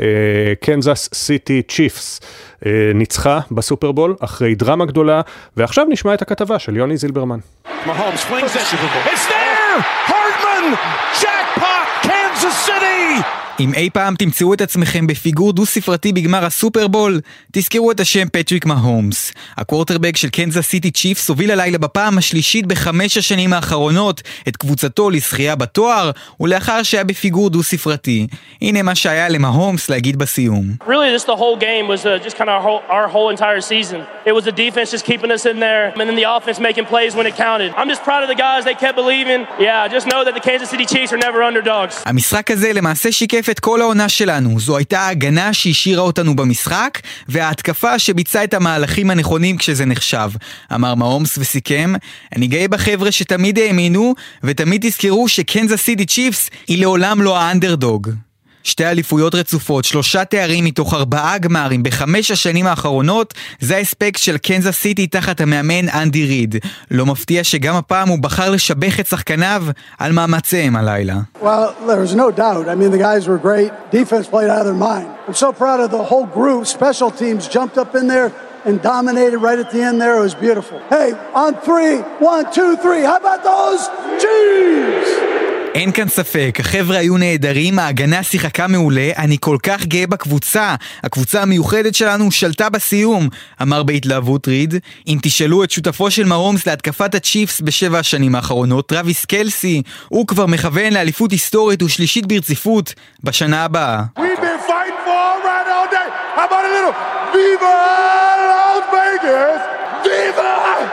קנזס סיטי צ'יפס ניצחה בסופרבול אחרי דרמה גדולה, ועכשיו נשמע את הכתבה של יוני זילברמן. Mahomes flings it. It's there! Hardman! Jackpot! Kansas City! אם אי פעם תמצאו את עצמכם בפיגור דו ספרתי בגמר הסופרבול, תזכרו את השם פטריק מהומס. הקוורטרבק של קנזס סיטי צ'יפס הוביל הלילה בפעם השלישית בחמש השנים האחרונות את קבוצתו לזכייה בתואר, ולאחר שהיה בפיגור דו ספרתי. הנה מה שהיה למהומס להגיד בסיום. Really, just the whole game was uh, just kind of our whole, our whole entire season. It was the defense just keeping us in there, and then the offense making plays when it counted. I'm just proud of the guys, they kept believing. Yeah, just know that the Kansas City Chiefs are never underdogs. המשחק הזה למעשה שיקף את כל העונה שלנו. זו הייתה ההגנה שהשאירה אותנו במשחק, וההתקפה שביצעה את המהלכים הנכונים כשזה נחשב. אמר מהומס וסיכם, אני גאה בחבר'ה שתמיד האמינו, ותמיד תזכרו שקנזס סיטי צ'יפס היא לעולם לא האנדרדוג. שתי אליפויות רצופות, שלושה תארים מתוך ארבעה גמרים בחמש השנים האחרונות, זה האספקט של קנזס סיטי תחת המאמן אנדי ריד. לא מפתיע שגם הפעם הוא בחר לשבח את שחקניו על מאמציהם הלילה. Well, there's no doubt. I mean, the guys were great. Defense played out of their mind. I'm so proud of the whole group. Special teams jumped up in there and dominated right at the end there. It was beautiful. Hey, on three, one, two, three. How about those Chiefs? אין כאן ספק, החבר'ה היו נהדרים, ההגנה שיחקה מעולה, אני כל כך גאה בקבוצה, הקבוצה המיוחדת שלנו שלטה בסיום, אמר בהתלהבות ריד. אם תשאלו את שותפו של מהומס להתקפת הצ'יפס בשבע השנים האחרונות, טרוויס קלסי, הוא כבר מכוון לאליפות היסטורית ושלישית ברציפות בשנה הבאה. We've been fighting for all right all day. How about a little Viva Las Vegas? Viva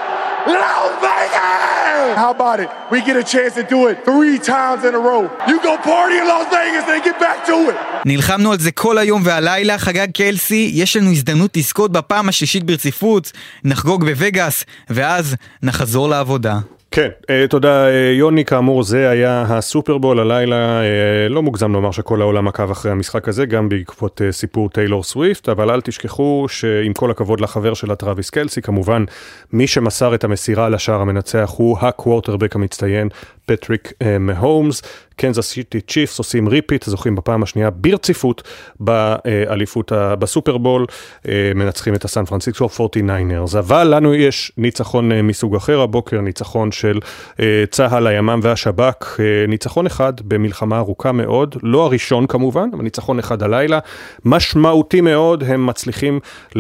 Las Vegas! How about it? We get a chance to do it three times in a row. You go party in Las Vegas and get back to it. נלחמנו על זה כל היום והלילה, חגג קלסי, יש לנו הזדמנות לזכות בפעם השלישית ברציפות, נחגוג בווגאס, ואז נחזור לעבודה. כן, תודה יוני, כאמור זה היה הסופרבול הלילה, לא מוגזם לומר שכל העולם עקב אחרי המשחק הזה, גם בעקבות סיפור טיילור סוויפט, אבל אל תשכחו שעם כל הכבוד לחבר שלה טרוויס קלסי, כמובן מי שמסר את המסירה לשער המנצח הוא הקוורטרבק המצטיין פטריק מהומס. קנזס סיטי צ'יפס עושים ריפיט, זוכים בפעם השנייה ברציפות באליפות בסופרבול, מנצחים את הסן פרנסיסקו פורטי ניינרס. אבל לנו יש ניצחון מסוג אחר הבוקר, ניצחון של צהל, הימ"מ והשב"כ, ניצחון אחד במלחמה ארוכה מאוד, לא הראשון כמובן, אבל ניצחון אחד הלילה, משמעותי מאוד, הם מצליחים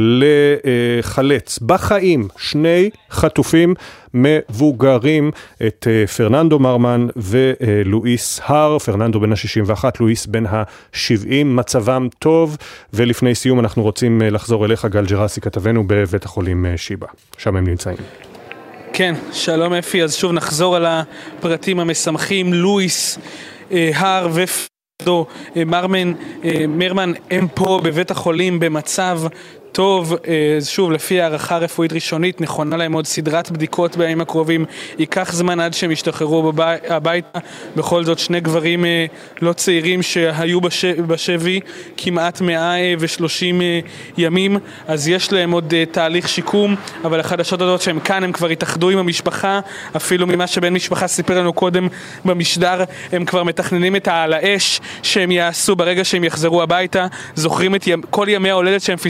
לחלץ בחיים שני חטופים מבוגרים, את פרננדו מרמן ולואיס הר, פרננדו בן ה-שישים ואחת, לואיס בן ה-שבעים, מצבם טוב, ולפני סיום אנחנו רוצים לחזור אליך גל ג'רסי, כתבנו בבית החולים שיבא, שם הם נמצאים. כן, שלום אפי, אז שוב נחזור על הפרטים המשמחים, לואיס הר ופרננדו מרמן, מרמן הם פה בבית החולים במצב טוב, שוב, לפי הערכה רפואית ראשונית, נכונה להם עוד סדרת בדיקות בימים הקרובים, ייקח זמן עד שהם ישתחררו הביתה. בכל זאת, שני גברים לא צעירים שהיו בשבי כמעט מאה ושלושים ימים, אז יש להם עוד תהליך שיקום, אבל החדשות הזאת שהם כאן, הם כבר התאחדו עם המשפחה, אפילו ממה שבן משפחה סיפר לנו קודם במשדר, הם כבר מתכננים את העל האש שהם יעשו ברגע שהם יחזרו הביתה, זוכרים את כל ימי ההולדת שהם פספסו,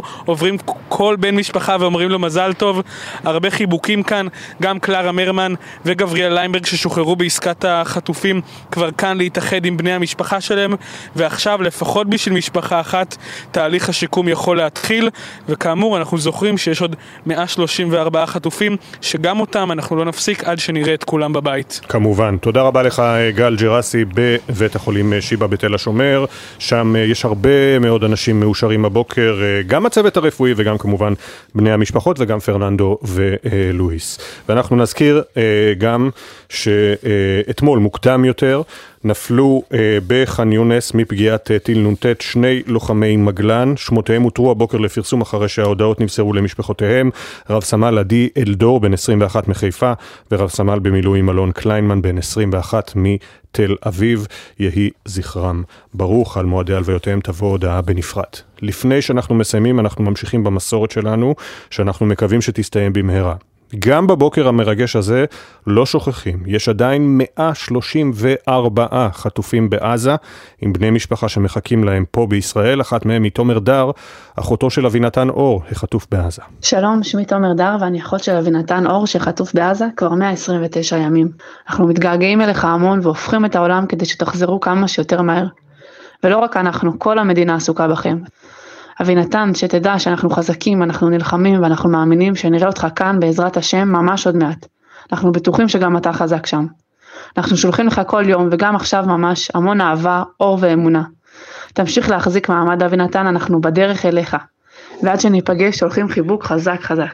עוברים כל בן משפחה ואומרים לו מזל טוב. הרבה חיבוקים כאן, גם קלרה מרמן וגבריאל ליימברג ששוחררו בעסקת החטופים כבר כאן להתאחד עם בני המשפחה שלהם, ועכשיו לפחות בשביל משפחה אחת תהליך השיקום יכול להתחיל. וכאמור אנחנו זוכרים שיש עוד מאה שלושים וארבעה חטופים שגם אותם אנחנו לא נפסיק עד שנראה את כולם בבית. כמובן. תודה רבה לך גל ג'רסי בבית החולים שיבא בתל השומר. שם יש הרבה מאוד אנשים מאושרים בבוקר, גם הצוות הרפואי וגם כמובן בני המשפחות וגם פרננדו ולואיס. ואנחנו נזכיר גם שאתמול מוקדם יותר נפלו אה, בח'אן יונס מפגיעת אה, טיל נונטט שני לוחמי מגלן. שמותיהם הותרו הבוקר לפרסום אחרי שההודעות נמסרו למשפחותיהם. רב סמל עדי אלדור בן עשרים ואחת מחיפה ורב סמל במילואים אלון קליינמן בן עשרים ואחת מתל אביב. יהי זכרם ברוך. על מועדי הלוויותיהם תבוא הודעה בנפרד. לפני שאנחנו מסיימים אנחנו ממשיכים במסורת שלנו שאנחנו מקווים שתסתיים במהרה. גם בבוקר המרגש הזה לא שוכחים, יש עדיין מאה שלושים וארבעה חטופים בעזה, עם בני משפחה שמחכים להם פה בישראל. אחת מהם היא תומר דר, אחותו של אבינתן אור, החטוף בעזה. שלום, שמי תומר דר ואני אחות של אבינתן אור שחטוף בעזה כבר מאה עשרים ותשע ימים. אנחנו מתגעגעים אליך המון והופכים את העולם כדי שתחזרו כמה שיותר מהר. ולא רק אנחנו, כל המדינה עסוקה בכם. אבינתן, שתדע שאנחנו חזקים, אנחנו נלחמים ואנחנו מאמינים שנראה אותך כאן בעזרת השם ממש עוד מעט. אנחנו בטוחים שגם אתה חזק שם. אנחנו שולחים לך כל יום וגם עכשיו ממש המון אהבה, אור ואמונה. תמשיך להחזיק מעמד אבינתן, אנחנו בדרך אליך. ועד שניפגש שולחים חיבוק חזק חזק.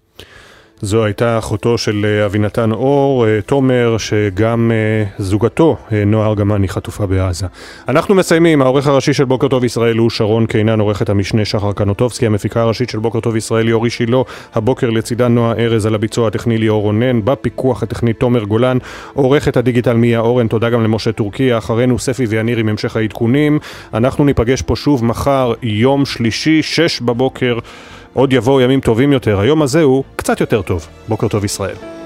זו הייתה אחותו של אבינתן אור, תומר, שגם זוגתו, נועה ארגמני, חטופה בעזה. אנחנו מסיימים. העורך הראשי של בוקר טוב ישראל הוא שרון קינן, עורכת המשנה שחר קנוטובסקי, המפיקה הראשית של בוקר טוב ישראל יורי שילה, הבוקר לצידה נועה ארז, על הביצוע הטכני ליאור רונן, בפיקוח הטכני תומר גולן, עורכת הדיגיטל מיה אורן. תודה גם למשה טורקיה. אחרינו ספי ויניר עם המשך העדכונים. אנחנו ניפגש פה שוב מחר, יום שלישי, שש בבוקר. עוד יבואו ימים טובים יותר. היום הזה הוא קצת יותר טוב. בוקר טוב ישראל.